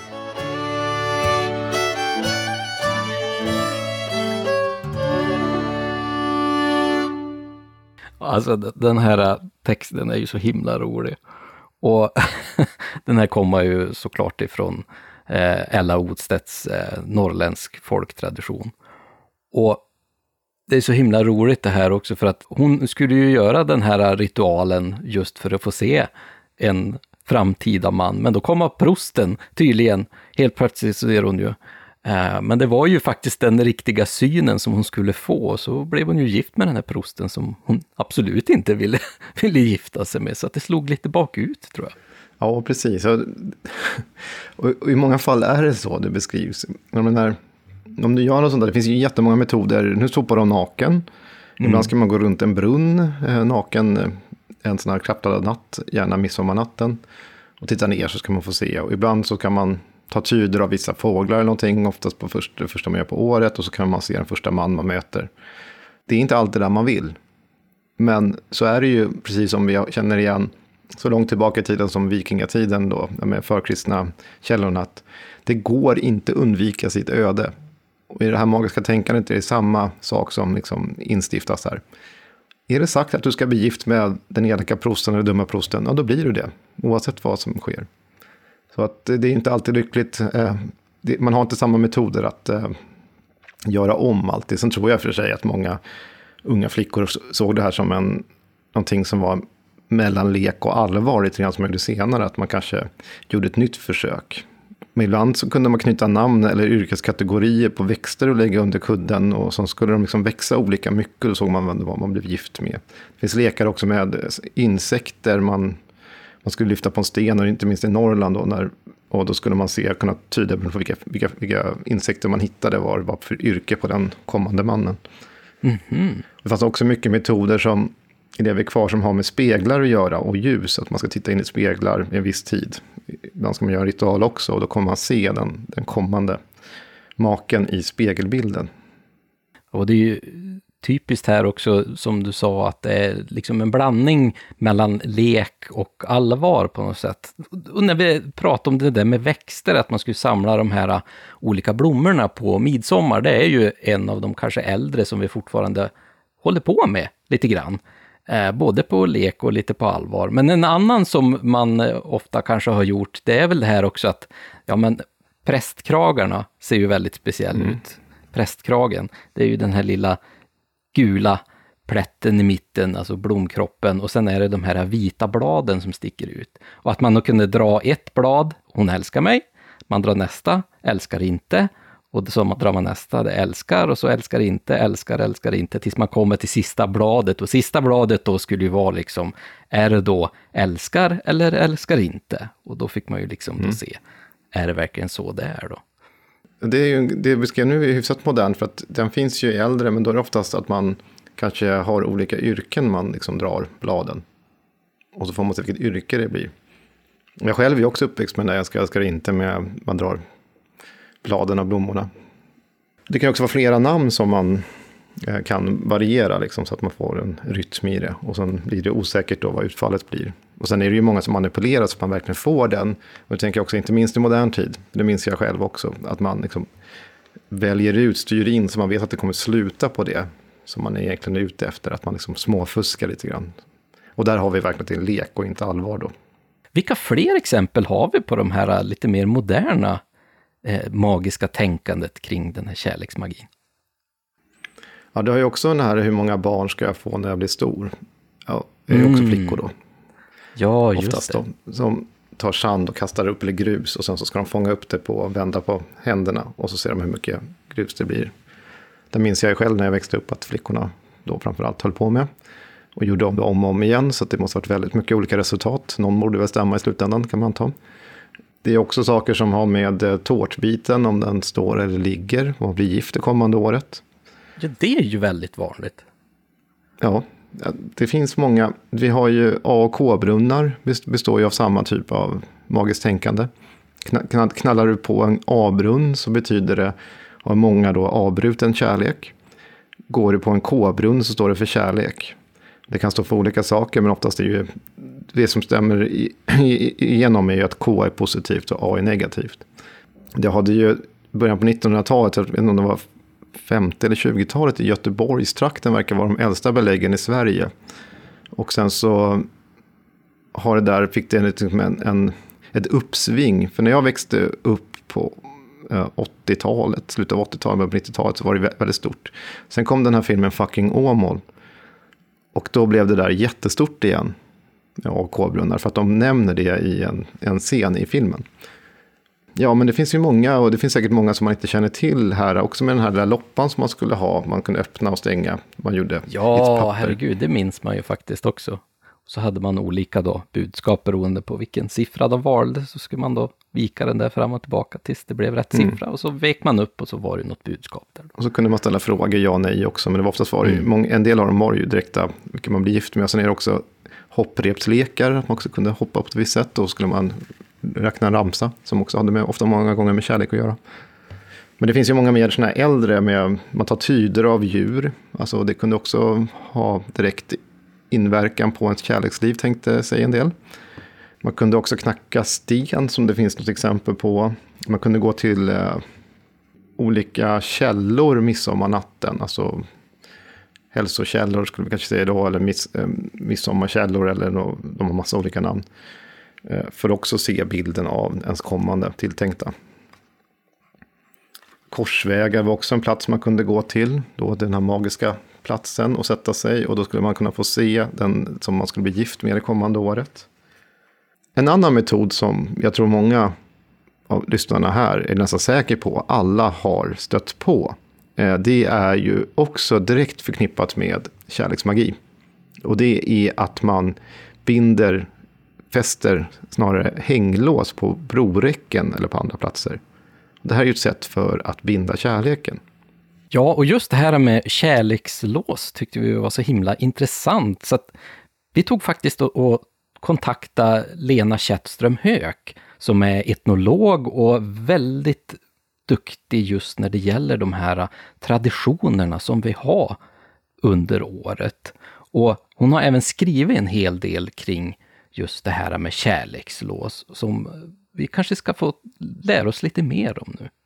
Alltså den här texten är ju så himla rolig. Och den här kommer ju såklart ifrån Ella Odstedts norrländsk folktradition. Och det är så himla roligt det här också, för att hon skulle ju göra den här ritualen just för att få se en framtida man. Men då kommer prosten tydligen, helt plötsligt så ser hon ju. Men det var ju faktiskt den riktiga synen som hon skulle få. Så blev hon ju gift med den här prosten som hon absolut inte ville gifta sig med. Så att det slog lite bakut, tror jag. Ja, precis. Och i många fall är det så det beskrivs. Om du gör något sånt där, det finns ju jättemånga metoder. Nu sopar de naken. Ibland ska man gå runt en brunn naken en sån här klappad natt, gärna midsommarnatten. Och titta ner så ska man få se. Och ibland så kan man ta tyder av vissa fåglar eller någonting, oftast på det första man gör på året. Och så kan man se den första man möter. Det är inte alltid där man vill. Men så är det ju, precis som vi känner igen så långt tillbaka i tiden som vikingatiden då, med förkristna källorna, att det går inte undvika sitt öde. Och i det här magiska tänkandet är det samma sak som liksom instiftas här. Är det sagt att du ska bli gift med den elaka prosten eller dumma prosten, ja då blir du det, oavsett vad som sker. Så att det är inte alltid lyckligt. Man har inte samma metoder att göra om alltid. Sen tror jag för sig att många unga flickor såg det här som någonting som var mellan lek och allvar lite grann som möjligt senare. Att man kanske gjorde ett nytt försök. Men ibland så kunde man knyta namn eller yrkeskategorier på växter och lägga under kudden. Och så skulle de liksom växa olika mycket och såg man vad man blev gift med. Det finns lekar också med insekter man skulle lyfta på en sten, och inte minst i Norrland då, och då skulle man kunna tyda på vilka insekter man hittade var för yrke på den kommande mannen. Mm-hmm. Det fanns också mycket metoder som lever kvar som har med speglar att göra och ljus, att man ska titta in i speglar i en viss tid. Ibland ska man göra en ritual också, och då kommer man se den kommande maken i spegelbilden. Och det är ju typiskt här också, som du sa, att det är liksom en blandning mellan lek och allvar på något sätt. Och när vi pratar om det där med växter, att man skulle samla de här olika blommorna på midsommar, det är ju en av de kanske äldre som vi fortfarande håller på med lite grann. Både på lek och lite på allvar. Men en annan som man ofta kanske har gjort, det är väl det här också att prästkragarna ser ju väldigt speciell ut. Prästkragen, det är ju den här lilla gula plätten i mitten, alltså blomkroppen, och sen är det de här vita bladen som sticker ut. Och att man då kunde dra ett blad, hon älskar mig, man drar nästa, älskar inte, och så drar man nästa, det älskar, och så älskar inte, tills man kommer till sista bladet, och sista bladet då skulle ju vara liksom, är det då älskar eller älskar inte? Och då fick man ju liksom då se, är det verkligen så det är då? Det beskrev nu är hyfsat modernt, för att den finns ju i äldre, men då är det oftast att man kanske har olika yrken man liksom drar bladen. Och så får man se vilket yrke det blir. Jag själv är också uppväxt med det, jag älskar inte, med man drar bladen av blommorna. Det kan också vara flera namn som man kan variera liksom, så att man får en rytm i det. Och sen blir det osäkert då vad utfallet blir. Och sen är det ju många som manipulerar så att man verkligen får den. Och jag tänker också, inte minst i modern tid, det minns jag själv också, att man liksom väljer ut, styr in så man vet att det kommer sluta på det som man egentligen är ute efter, att man liksom småfuskar lite grann. Och där har vi verkligen en lek och inte allvar då. Vilka fler exempel har vi på de här lite mer moderna magiska tänkandet kring den här kärleksmagin? Ja, det har ju också den här, hur många barn ska jag få när jag blir stor? Ja, det är ju också flickor då. Ja, just oftast det. Då, som tar sand och kastar upp eller grus, och sen så ska de fånga upp det på och vända på händerna, och så ser de hur mycket grus det blir. Det minns jag själv när jag växte upp att flickorna då framförallt höll på med. Och gjorde om det om och om igen, så att det måste ha varit väldigt mycket olika resultat. Någon borde väl stämma i slutändan, kan man ta. Det är också saker som har med tårtbiten, om den står eller ligger, och blir gift det kommande året. Ja, det är ju väldigt vanligt. Ja, det finns många. Vi har ju A- och K-brunnar, består ju av samma typ av magiskt tänkande. Knallar du på en A-brunn så betyder det, har många då, avbruten kärlek. Går du på en K-brunn så står det för kärlek. Det kan stå för olika saker, men oftast är ju det som stämmer igenom är ju att K är positivt och A är negativt. Det hade ju början på 1900-talet, jag vet inte om det var 50- eller 20-talet, i Göteborgstrakten verkar vara de äldsta beläggen i Sverige. Och sen så har det där, fick det ett uppsving. För när jag växte upp på 80-talet, slutet av 80-talet, på 90-talet, så var det väldigt stort. Sen kom den här filmen Fucking Åmål. Och då blev det där jättestort igen, AK-brunnar, för att de nämner det i en scen i filmen. Ja, men det finns ju många, och det finns säkert många som man inte känner till här. Också med den här där loppan som man skulle ha, man kunde öppna och stänga. Man gjorde ja, herregud, det minns man ju faktiskt också. Så hade man olika då budskap beroende på vilken siffra de valde, så skulle man då vika den där fram och tillbaka tills det blev rätt siffra. Och så vek man upp och så var det något budskap där. Och så kunde man ställa frågor, ja, nej också. Men det var oftast var det ju, en del av dem var ju direkta, vilka man blir gift med. Och sen är det också hopprepslekar, att man också kunde hoppa på ett visst sätt. Då skulle man räkna en ramsa, som också hade ofta många gånger med kärlek att göra. Men det finns ju många mer sådana här äldre, man tar tyder av djur. Alltså det kunde också ha direkt inverkan på ens kärleksliv, tänkte sig en del. Man kunde också knacka sten, som det finns något exempel på. Man kunde gå till olika källor midsommarnatten, alltså hälsokällor skulle vi kanske säga då, eller midsommarkällor, eller de har massa olika namn. För att också se bilden av ens kommande tilltänkta. Korsvägar var också en plats man kunde gå till, då den här magiska platsen, och sätta sig, och då skulle man kunna få se den som man skulle bli gift med det kommande året. En annan metod som jag tror många av lyssnarna här är nästan säker på alla har stött på. Det är ju också direkt förknippat med kärleksmagi. Och det är att man fäster snarare hänglås på broräcken eller på andra platser. Det här är ju ett sätt för att binda kärleken. Ja, och just det här med kärlekslås tyckte vi var så himla intressant. Så att vi tog faktiskt och kontakta Lena Kättström Höök som är etnolog och väldigt duktig just när det gäller de här traditionerna som vi har under året. Och hon har även skrivit en hel del kring just det här med kärlekslås som vi kanske ska få lära oss lite mer om nu.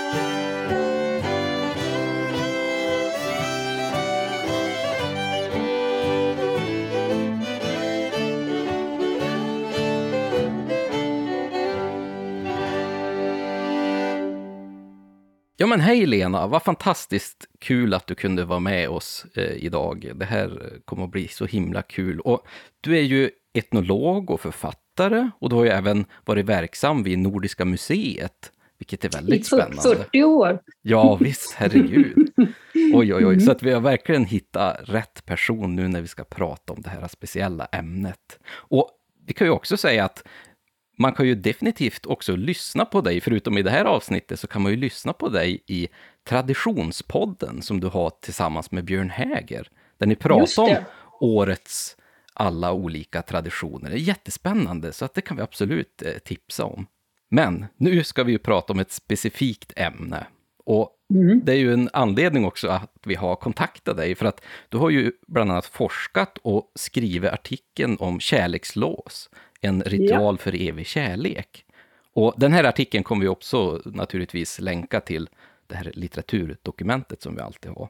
Ja men hej Lena, vad fantastiskt kul att du kunde vara med oss idag. Det här kommer att bli så himla kul. Och du är ju etnolog och författare och du har ju även varit verksam vid Nordiska museet, vilket är väldigt spännande. 40 år. Ja visst, herregud. Oj. Så att vi har verkligen hittat rätt person nu när vi ska prata om det här speciella ämnet. Och vi kan ju också säga att man kan ju definitivt också lyssna på dig, förutom i det här avsnittet så kan man ju lyssna på dig i Traditionspodden som du har tillsammans med Björn Häger. Där ni pratar om årets alla olika traditioner. Det är jättespännande så att det kan vi absolut tipsa om. Men nu ska vi ju prata om ett specifikt ämne. Och det är ju en anledning också att vi har kontaktat dig. För att du har ju bland annat forskat och skrivit artikeln om kärlekslås. En ritual för evig kärlek. Och den här artikeln kommer vi också naturligtvis länka till det här litteraturdokumentet som vi alltid har.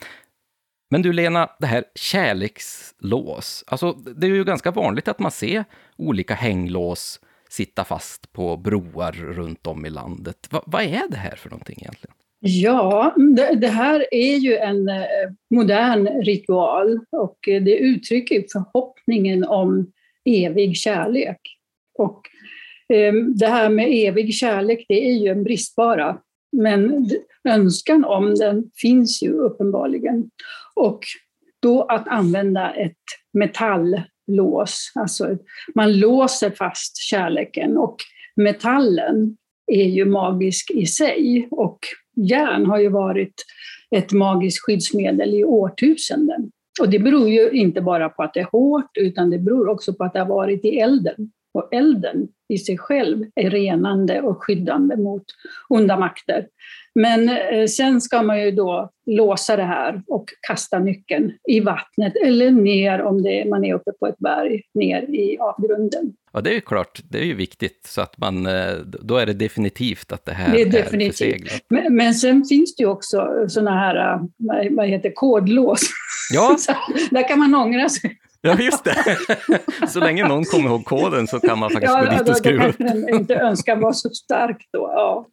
Men du Lena, det här kärlekslås. Alltså det är ju ganska vanligt att man ser olika hänglås sitta fast på broar runt om i landet. Vad är det här för någonting egentligen? Ja, det här är ju en modern ritual och det uttrycker förhoppningen om evig kärlek. Och det här med evig kärlek, det är ju en bristvara. Men önskan om den finns ju uppenbarligen. Och då att använda ett metalllås, alltså man låser fast kärleken. Och metallen är ju magisk i sig. Och järn har ju varit ett magiskt skyddsmedel i årtusenden. Och det beror ju inte bara på att det är hårt utan det beror också på att det har varit i elden. Och elden i sig själv är renande och skyddande mot onda makter. Men sen ska man ju då låsa det här och kasta nyckeln i vattnet eller ner om man är uppe på ett berg, ner i avgrunden. Ja, det är ju klart. Det är ju viktigt så att då är det definitivt att det här är förseglat. Men sen finns det ju också såna här, kodlås. Ja. Där kan man ångra sig. Ja, just det. Så länge någon kommer ihåg koden så kan man faktiskt gå dit och skruva upp. Ja, inte önska vara så stark då. Ja.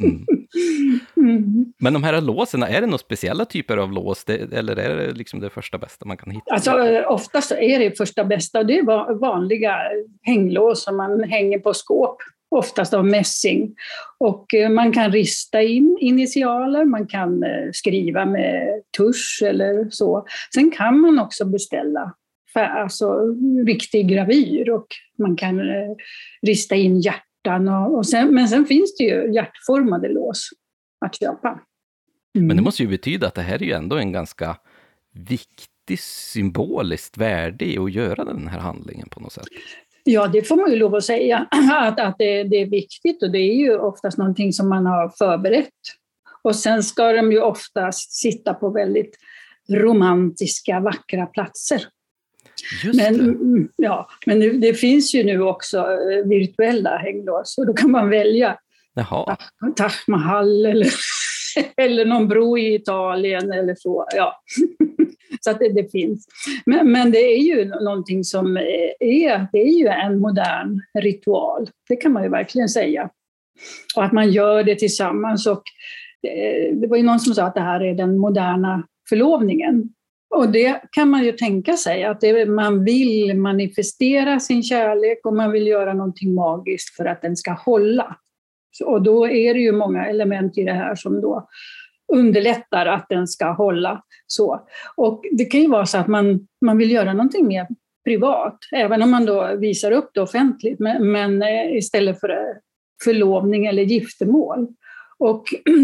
Men de här låsen, är det några speciella typer av lås? Eller är det liksom det första bästa man kan hitta? Alltså, oftast är det första bästa. Det är vanliga hänglås som man hänger på skåp. Oftast av mässing. Och man kan rista in initialer, man kan skriva med tusch eller så. Sen kan man också beställa riktig gravyr och man kan rista in hjärtan. Men sen finns det ju hjärtformade lås att köpa. Men det måste ju betyda att det här är ju ändå en ganska viktig symboliskt värde i att göra den här handlingen på något sätt. Ja, det får man ju lov att säga att det är viktigt och det är ju oftast någonting som man har förberett. Och sen ska de ju oftast sitta på väldigt romantiska, vackra platser. Men det finns ju nu också virtuella hänglås och då kan man välja Taj Mahal eller någon bro i Italien eller så. Ja. Så att det finns. Men det är ju någonting som det är ju en modern ritual. Det kan man ju verkligen säga. Och att man gör det tillsammans. Och det var ju någon som sa att det här är den moderna förlovningen. Och det kan man ju tänka sig att man vill manifestera sin kärlek och man vill göra någonting magiskt för att den ska hålla. Och då är det ju många element i det här som då underlättar att den ska hålla så. Och det kan ju vara så att man vill göra någonting mer privat, även om man då visar upp det offentligt, men istället för förlovning eller giftermål. Och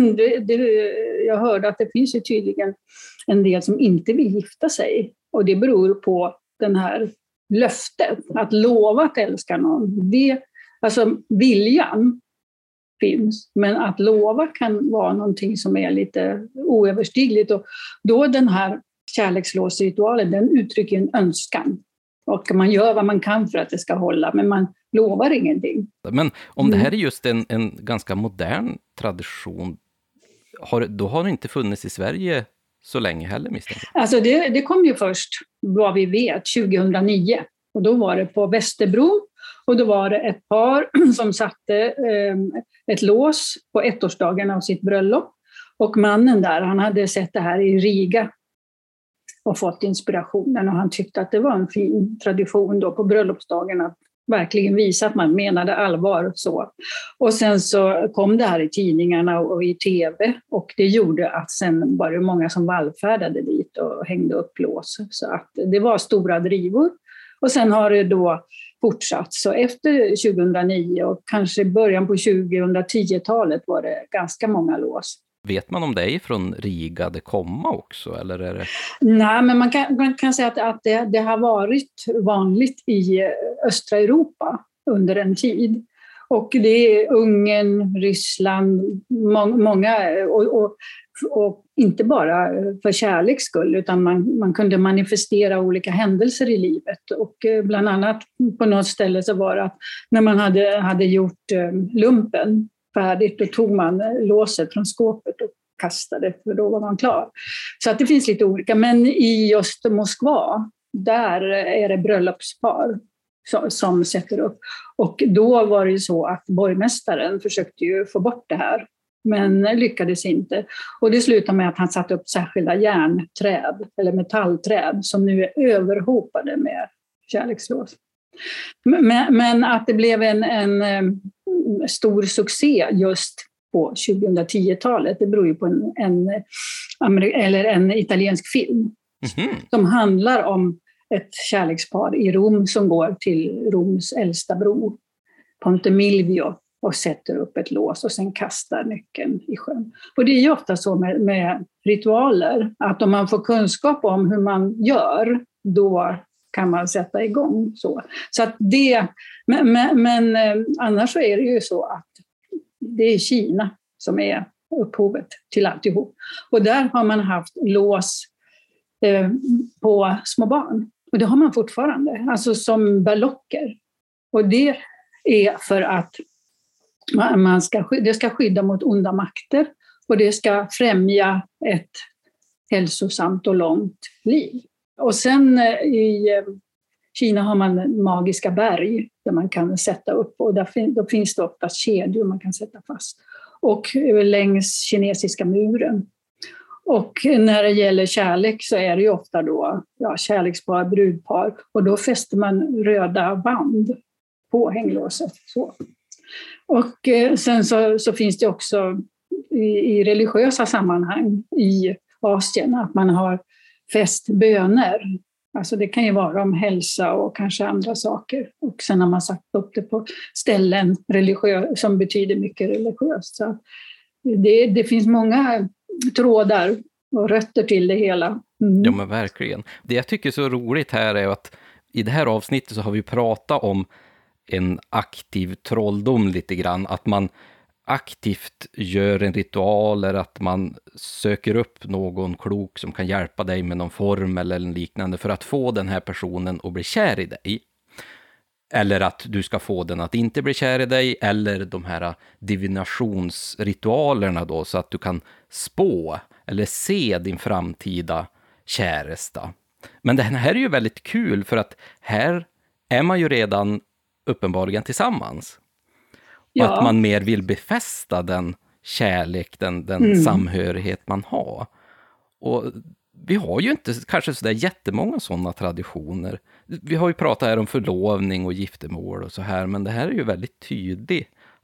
jag hörde att det finns ju tydligen en del som inte vill gifta sig. Och det beror på den här löftet, att lova att älska någon. Alltså viljan finns, men att lova kan vara någonting som är lite oöverstigligt. Och då den här kärlekslovsritualen, den uttrycker en önskan. Och man gör vad man kan för att det ska hålla, men man lovar ingenting. Men om det här är just en ganska modern tradition, då har det inte funnits i Sverige så länge heller, misstänker jag. Alltså det kom ju först, vad vi vet, 2009. Och då var det på Västerbro. Och då var det ett par som satte ett lås på 1-årsdagen av sitt bröllop. Och mannen där, han hade sett det här i Riga och fått inspirationen. Och han tyckte att det var en fin tradition då på bröllopsdagen att verkligen visa att man menade allvar. Så. Och sen så kom det här i tidningarna och i tv. Och det gjorde att sen var det många som vallfärdade dit och hängde upp lås. Så att det var stora drivor. Och sen har det då fortsatt. Så efter 2009 och kanske början på 2010-talet var det ganska många lås. Vet man om det är från Riga det komma också? Eller är det... Nej, men man kan säga att det har varit vanligt i östra Europa under en tid. Och det är Ungern, Ryssland, många och inte bara för kärleks skull, utan man kunde manifestera olika händelser i livet. Och bland annat på något ställe så var det att när man hade gjort lumpen färdigt, då tog man låset från skåpet och kastade, för då var man klar. Så att det finns lite olika. Men i just Moskva, där är det bröllopspar som sätter upp. Och då var det ju så att borgmästaren försökte ju få bort det här, men lyckades inte. Och det slutade med att han satte upp särskilda järnträd eller metallträd som nu är överhopade med kärlekslås. Men att det blev en stor succé just på 2010-talet, det beror ju på en italiensk film som handlar om ett kärlekspar i Rom som går till Roms äldsta bro, Ponte Milvio, och sätter upp ett lås och sen kastar nyckeln i sjön. Och det är ju ofta så med ritualer, att om man får kunskap om hur man gör, då kan man sätta igång så att det, men annars så är det ju så att det är Kina som är upphovet till alltihop. Och där har man haft lås på små barn. Och det har man fortfarande, alltså som berlocker. Och det är för att det ska skydda mot onda makter och det ska främja ett hälsosamt och långt liv. Och sen i Kina har man magiska berg där man kan sätta upp, och då finns det oftast kedjor man kan sätta fast. Och längs kinesiska muren. Och när det gäller kärlek så är det ju ofta då kärlekspar, brudpar, och då fäster man röda band på hänglåset. Så. Och sen så finns det också i religiösa sammanhang i Asien att man har fäst böner. Alltså det kan ju vara om hälsa och kanske andra saker. Och sen har man satt upp det på ställen som betyder mycket religiöst. Så det finns många trådar och rötter till det hela. Ja, men verkligen. Det jag tycker är så roligt här är att i det här avsnittet så har vi pratat om en aktiv trolldom lite grann. Att man aktivt gör en ritual eller att man söker upp någon klok som kan hjälpa dig med någon formel eller liknande för att få den här personen att bli kär i dig. Eller att du ska få den att inte bli kär i dig, eller de här divinationsritualerna då, så att du kan spå eller se din framtida käresta. Men det här är ju väldigt kul för att här är man ju redan uppenbarligen tillsammans. Ja. Att man mer vill befästa den kärlek, den samhörighet man har. Och vi har ju inte kanske sådär jättemånga sådana traditioner. Vi har ju pratat här om förlovning och giftermål och så här, men det här är ju väldigt tydlig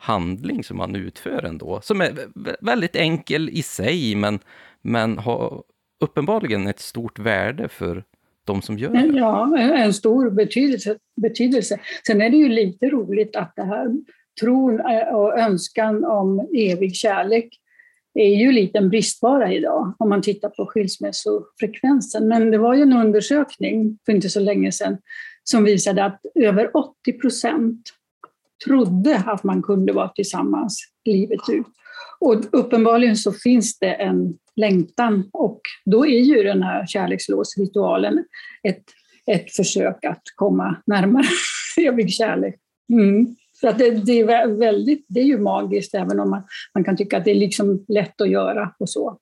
handling som man utför ändå. Som är väldigt enkel i sig, men har uppenbarligen ett stort värde för de som gör det. Ja, en stor betydelse. Sen är det ju lite roligt att det här tron och önskan om evig kärlek är ju lite en bristvara idag om man tittar på skilsmässofrekvensen. Men det var ju en undersökning för inte så länge sedan som visade att över 80% trodde att man kunde vara tillsammans livet ut. Och uppenbarligen så finns det en längtan, och då är ju den här kärlekslåsritualen ett försök att komma närmare evig kärlek. Så att det är ju magiskt, även om man kan tycka att det är liksom lätt att göra och så.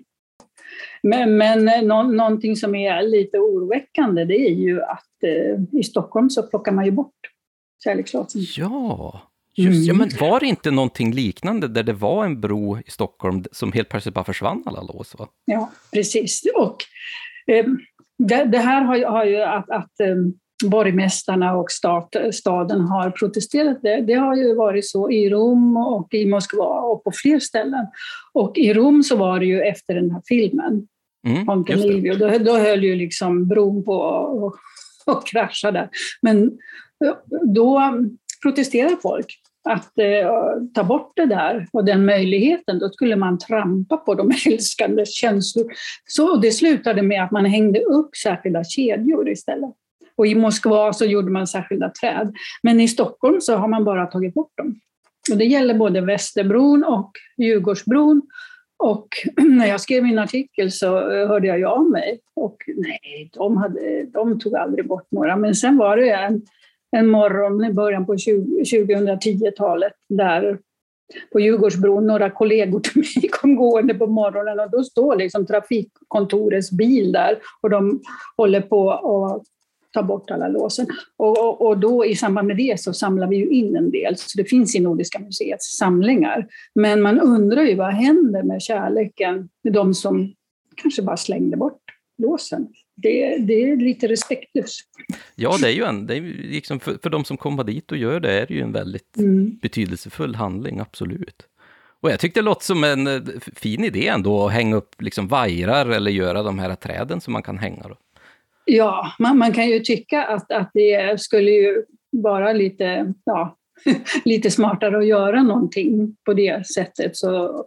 Men någonting som är lite oroväckande, det är ju att i Stockholm så plockar man ju bort kärlekslåsen. Ja, just men var det inte någonting liknande där det var en bro i Stockholm som helt plötsligt bara försvann alla lås, va? Ja, precis. Och det här har ju att borgmästarna och staden har protesterat. Det har ju varit så i Rom och i Moskva och på fler ställen. Och i Rom så var det ju efter den här filmen. Då höll ju liksom bron på och kraschade. Men då protesterar folk att ta bort det där och den möjligheten. Då skulle man trampa på de älskande känslor. Så det slutade med att man hängde upp särskilda kedjor istället. Och i Moskva så gjorde man särskilda träd. Men i Stockholm så har man bara tagit bort dem. Och det gäller både Västerbron och Djurgårdsbron. Och när jag skrev min artikel så hörde jag ju av mig. Och nej, de tog aldrig bort några. Men sen var det en morgon i början på 2010-talet där på Djurgårdsbron några kollegor till mig kom gående på morgonen. Och då står liksom trafikkontorets bil där och de håller på att ta bort alla låsen. Och då i samband med det så samlar vi ju in en del. Så det finns i Nordiska museets samlingar. Men man undrar ju vad händer med kärleken med de som kanske bara slängde bort låsen. Det är lite respektlöst. Ja, det är ju liksom för de som kommer dit och gör det är det ju en väldigt betydelsefull handling, absolut. Och jag tyckte det låter som en fin idé ändå att hänga upp liksom vajrar eller göra de här träden som man kan hänga då. Ja, man kan ju tycka att det skulle ju vara lite, lite smartare att göra någonting på det sättet. Så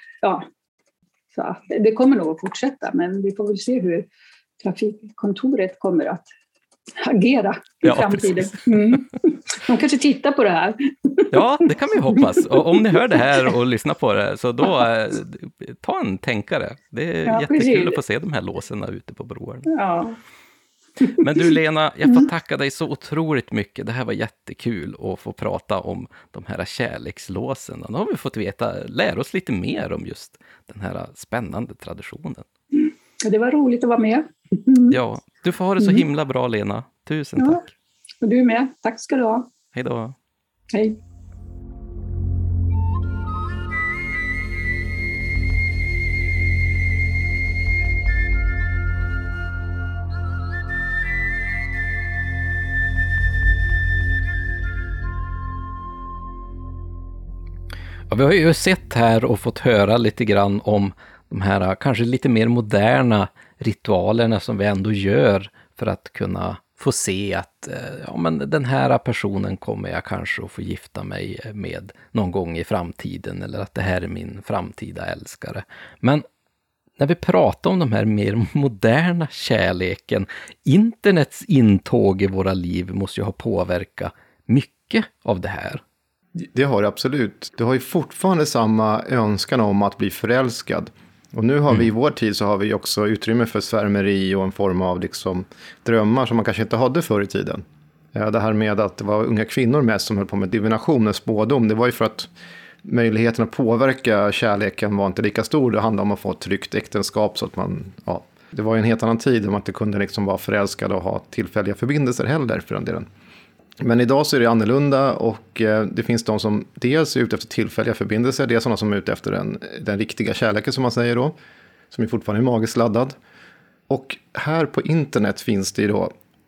det kommer nog att fortsätta, men vi får väl se hur trafikkontoret kommer att agera i framtiden. De kanske tittar på det här. Ja, det kan vi hoppas. Och om ni hör det här och lyssnar på det, så då ta en tänkare. Det är jättekul att få se de här låserna ute på broarna. Ja. Men du Lena, jag får tacka dig så otroligt mycket. Det här var jättekul att få prata om de här kärlekslåsen. Nu har vi fått lära oss lite mer om just den här spännande traditionen. Det var roligt att vara med. Ja, du får ha det så himla bra Lena. Tusen tack. Och du med. Tack ska du ha. Hej då. Hej. Ja, vi har ju sett här och fått höra lite grann om de här kanske lite mer moderna ritualerna som vi ändå gör för att kunna få se att men den här personen kommer jag kanske att få gifta mig med någon gång i framtiden, eller att det här är min framtida älskare. Men när vi pratar om de här mer moderna kärleken, internets intåg i våra liv måste ju ha påverkat mycket av det här. Det har det absolut. Du har ju fortfarande samma önskan om att bli förälskad. Och nu har vi i vår tid så har vi också utrymme för svärmeri och en form av liksom drömmar som man kanske inte hade förr i tiden. Det här med att det var unga kvinnor mest som höll på med divination och spådom, det var ju för att möjligheten att påverka kärleken var inte lika stor. Det handlade om att få ett tryggt äktenskap så att man, det var ju en helt annan tid där man inte kunde liksom vara förälskad och ha tillfälliga förbindelser heller för den delen. Men idag så är det annorlunda och det finns de som dels är ute efter tillfälliga förbindelser. Det är sådana som är ute efter den riktiga kärleken som man säger då. Som är fortfarande magiskt laddad. Och här på internet finns det då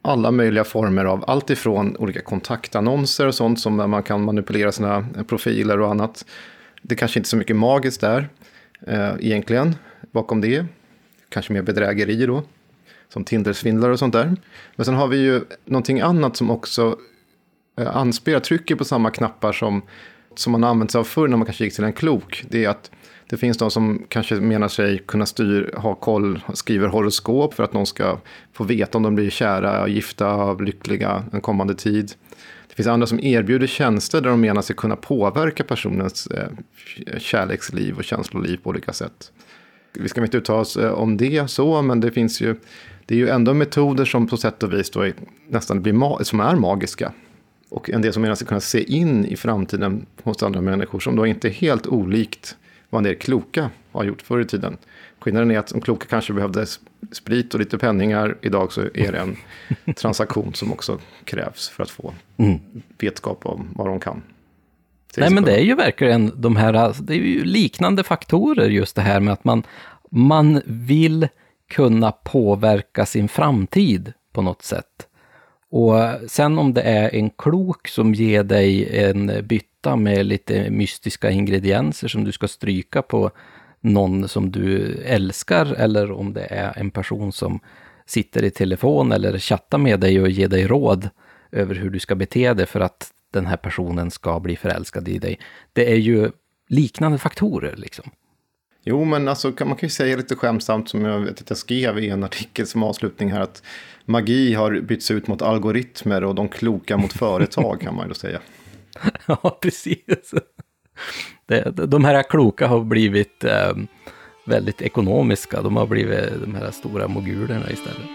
alla möjliga former av allt ifrån olika kontaktannonser och sånt som där man kan manipulera sina profiler och annat. Det kanske inte är så mycket magiskt där egentligen bakom det. Kanske mer bedrägeri då, som Tinder-svindlare och sånt där. Men sen har vi ju någonting annat som också anspelar, trycker på samma knappar som man använt sig av förr när man kanske gick till en klok. Det är att det finns de som kanske menar sig kunna ha koll, skriver horoskop för att någon ska få veta om de blir kära, gifta, lyckliga en kommande tid. Det finns andra som erbjuder tjänster där de menar sig kunna påverka personens kärleksliv och känsloliv på olika sätt. Vi ska inte uttala oss om det så, men det är ju ändå metoder som på sätt och vis då nästan som är magiska. Och en del som menar sig kunna se in i framtiden hos andra människor som då inte är helt olikt vad en del kloka har gjort förr i tiden. Skillnaden är att de kloka kanske behövde sprit och lite penningar. Idag så är det en transaktion som också krävs för att få vetskap om vad de kan. Nej, men det är ju verkligen det är ju liknande faktorer, just det här med att man vill kunna påverka sin framtid på något sätt. Och sen om det är en klok som ger dig en bytta med lite mystiska ingredienser som du ska stryka på någon som du älskar, eller om det är en person som sitter i telefon eller chattar med dig och ger dig råd över hur du ska bete dig för att den här personen ska bli förälskad i dig. Det är ju liknande faktorer liksom. Jo, men alltså, man kan ju säga lite skämtsamt, som jag vet att jag skrev i en artikel som avslutning här, att magi har bytts ut mot algoritmer och de kloka mot företag, kan man ju då säga. Ja, precis. De här kloka har blivit väldigt ekonomiska. De har blivit de här stora mogulerna istället.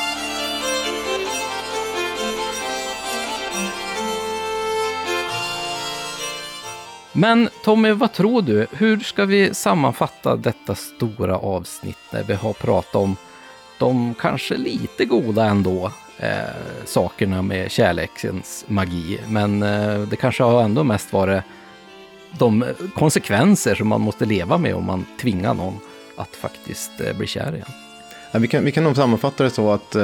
Men Tommy, vad tror du? Hur ska vi sammanfatta detta stora avsnitt när vi har pratat om de kanske lite goda ändå sakerna med kärlekens magi, men det kanske har ändå mest varit de konsekvenser som man måste leva med om man tvingar någon att faktiskt bli kär igen. Ja, vi kan nog sammanfatta det så att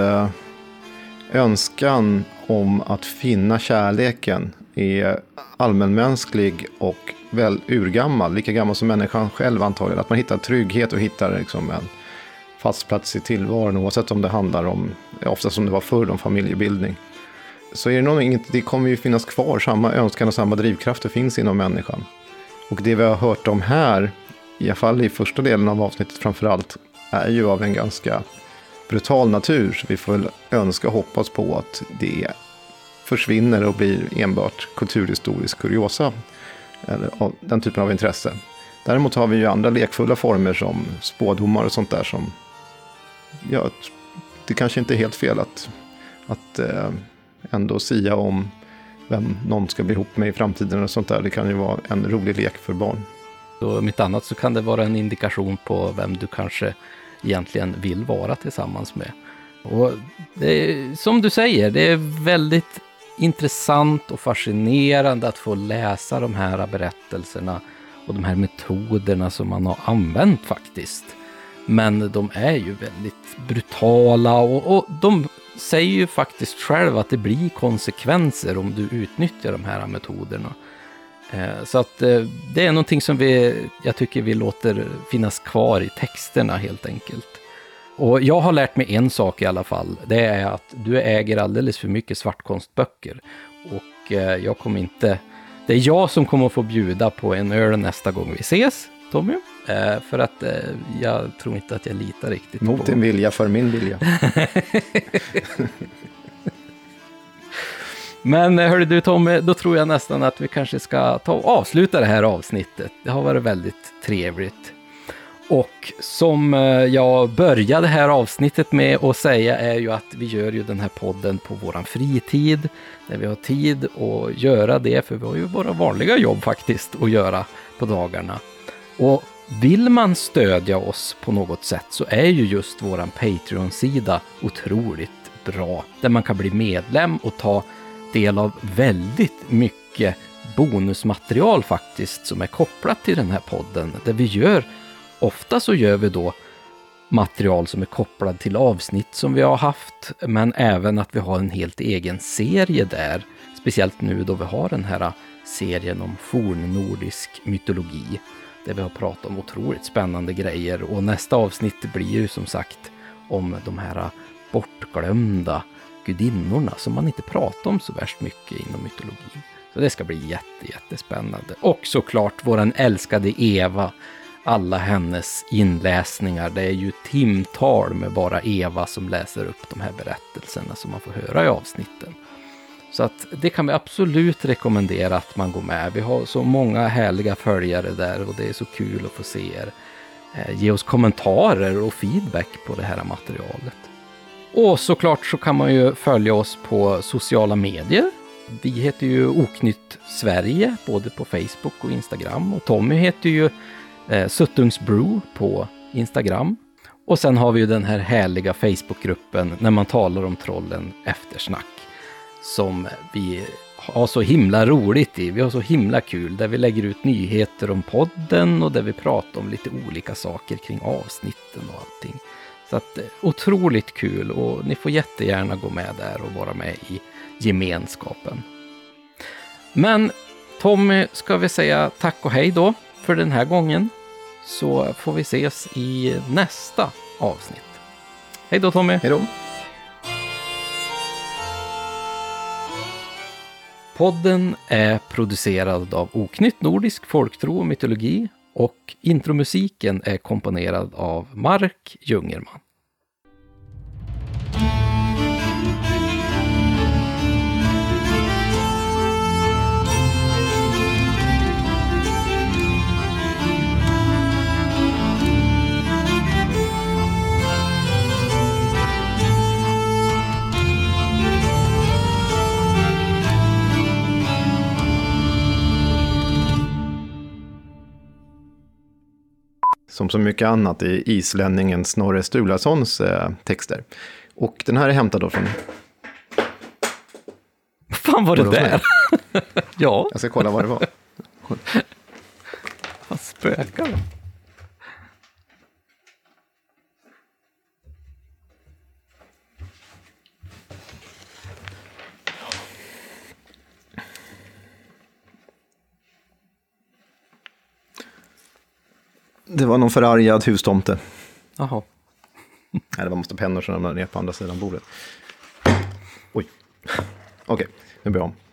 önskan om att finna kärleken är allmänmänsklig och väl urgammal, lika gammal som människan själv antagligen. Att man hittar trygghet och hittar liksom en fast plats i tillvaron, oavsett om det handlar om, ofta som det var förr, om familjebildning. Så är det nog inget, det kommer ju finnas kvar, samma önskan och samma drivkrafter finns inom människan. Och det vi har hört om här, i alla fall i första delen av avsnittet framförallt, är ju av en ganska brutal natur. Så vi får väl önska och hoppas på att det försvinner och blir enbart kulturhistorisk kuriosa, eller av den typen av intresse. Däremot har vi ju andra lekfulla former som spådomar och sånt där som, ja, det kanske inte är helt fel att ändå sia om vem någon ska bli ihop med i framtiden och sånt där. Det kan ju vara en rolig lek för barn. Så om inte annat så kan det vara en indikation på vem du kanske egentligen vill vara tillsammans med. Och det är, som du säger, det är väldigt intressant och fascinerande att få läsa de här berättelserna och de här metoderna som man har använt faktiskt. Men de är ju väldigt brutala och de säger ju faktiskt själv att det blir konsekvenser om du utnyttjar de här metoderna. Så att det är någonting som jag tycker vi låter finnas kvar i texterna helt enkelt. Och jag har lärt mig en sak i alla fall. Det är att du äger alldeles för mycket svartkonstböcker. Och jag kommer inte... Det är jag som kommer att få bjuda på en öl nästa gång vi ses, Tommy. För att jag tror inte att jag litar riktigt på... Mot din vilja för min vilja. Men hörru du Tommy, då tror jag nästan att vi kanske ska avsluta det här avsnittet. Det har varit väldigt trevligt. Och som jag började det här avsnittet med att säga är ju att vi gör ju den här podden på våran fritid. När vi har tid att göra det, för vi har ju våra vanliga jobb faktiskt att göra på dagarna. Och vill man stödja oss på något sätt så är ju just våran Patreon-sida otroligt bra. Där man kan bli medlem och ta del av väldigt mycket bonusmaterial faktiskt som är kopplat till den här podden. Där vi ofta så gör vi då material som är kopplad till avsnitt som vi har haft, men även att vi har en helt egen serie där, speciellt nu då vi har den här serien om fornnordisk mytologi, där vi har pratat om otroligt spännande grejer, och nästa avsnitt blir ju som sagt om de här bortglömda gudinnorna som man inte pratar om så värst mycket inom mytologin. Så det ska bli jättespännande. Och såklart våran älskade Eva, alla hennes inläsningar. Det är ju timtal med bara Eva som läser upp de här berättelserna som man får höra i avsnitten. Så att det kan vi absolut rekommendera att man går med. Vi har så många härliga följare där och det är så kul att få se er ge oss kommentarer och feedback på det här materialet. Och såklart så kan man ju följa oss på sociala medier. Vi heter ju Oknytt Sverige både på Facebook och Instagram, och Tommy heter ju Suttungsbrew på Instagram. Och sen har vi ju den här härliga Facebookgruppen När man talar om trollen eftersnack, som vi har så himla roligt i. Vi har så himla kul där vi lägger ut nyheter om podden och där vi pratar om lite olika saker kring avsnitten och allting. Så att otroligt kul, och ni får jättegärna gå med där och vara med i gemenskapen. Men Tommy, ska vi säga tack och hej då för den här gången, så får vi ses i nästa avsnitt. Hej då Tommy! Hej då! Podden är producerad av Oknytt Nordisk folktro och mytologi, och intromusiken är komponerad av Mark Jungerman. Som så mycket annat i islänningen Snorre Sturlasons texter. Och den här är hämtad då från... Fan var det där? Ja. Jag ska kolla vad det var. Vad spökar det? Det var någon förargad hustomte. Jaha. Nej, det var måste pennor som ramlade ner på andra sidan bordet. Oj. Okej, nu börjar jag om.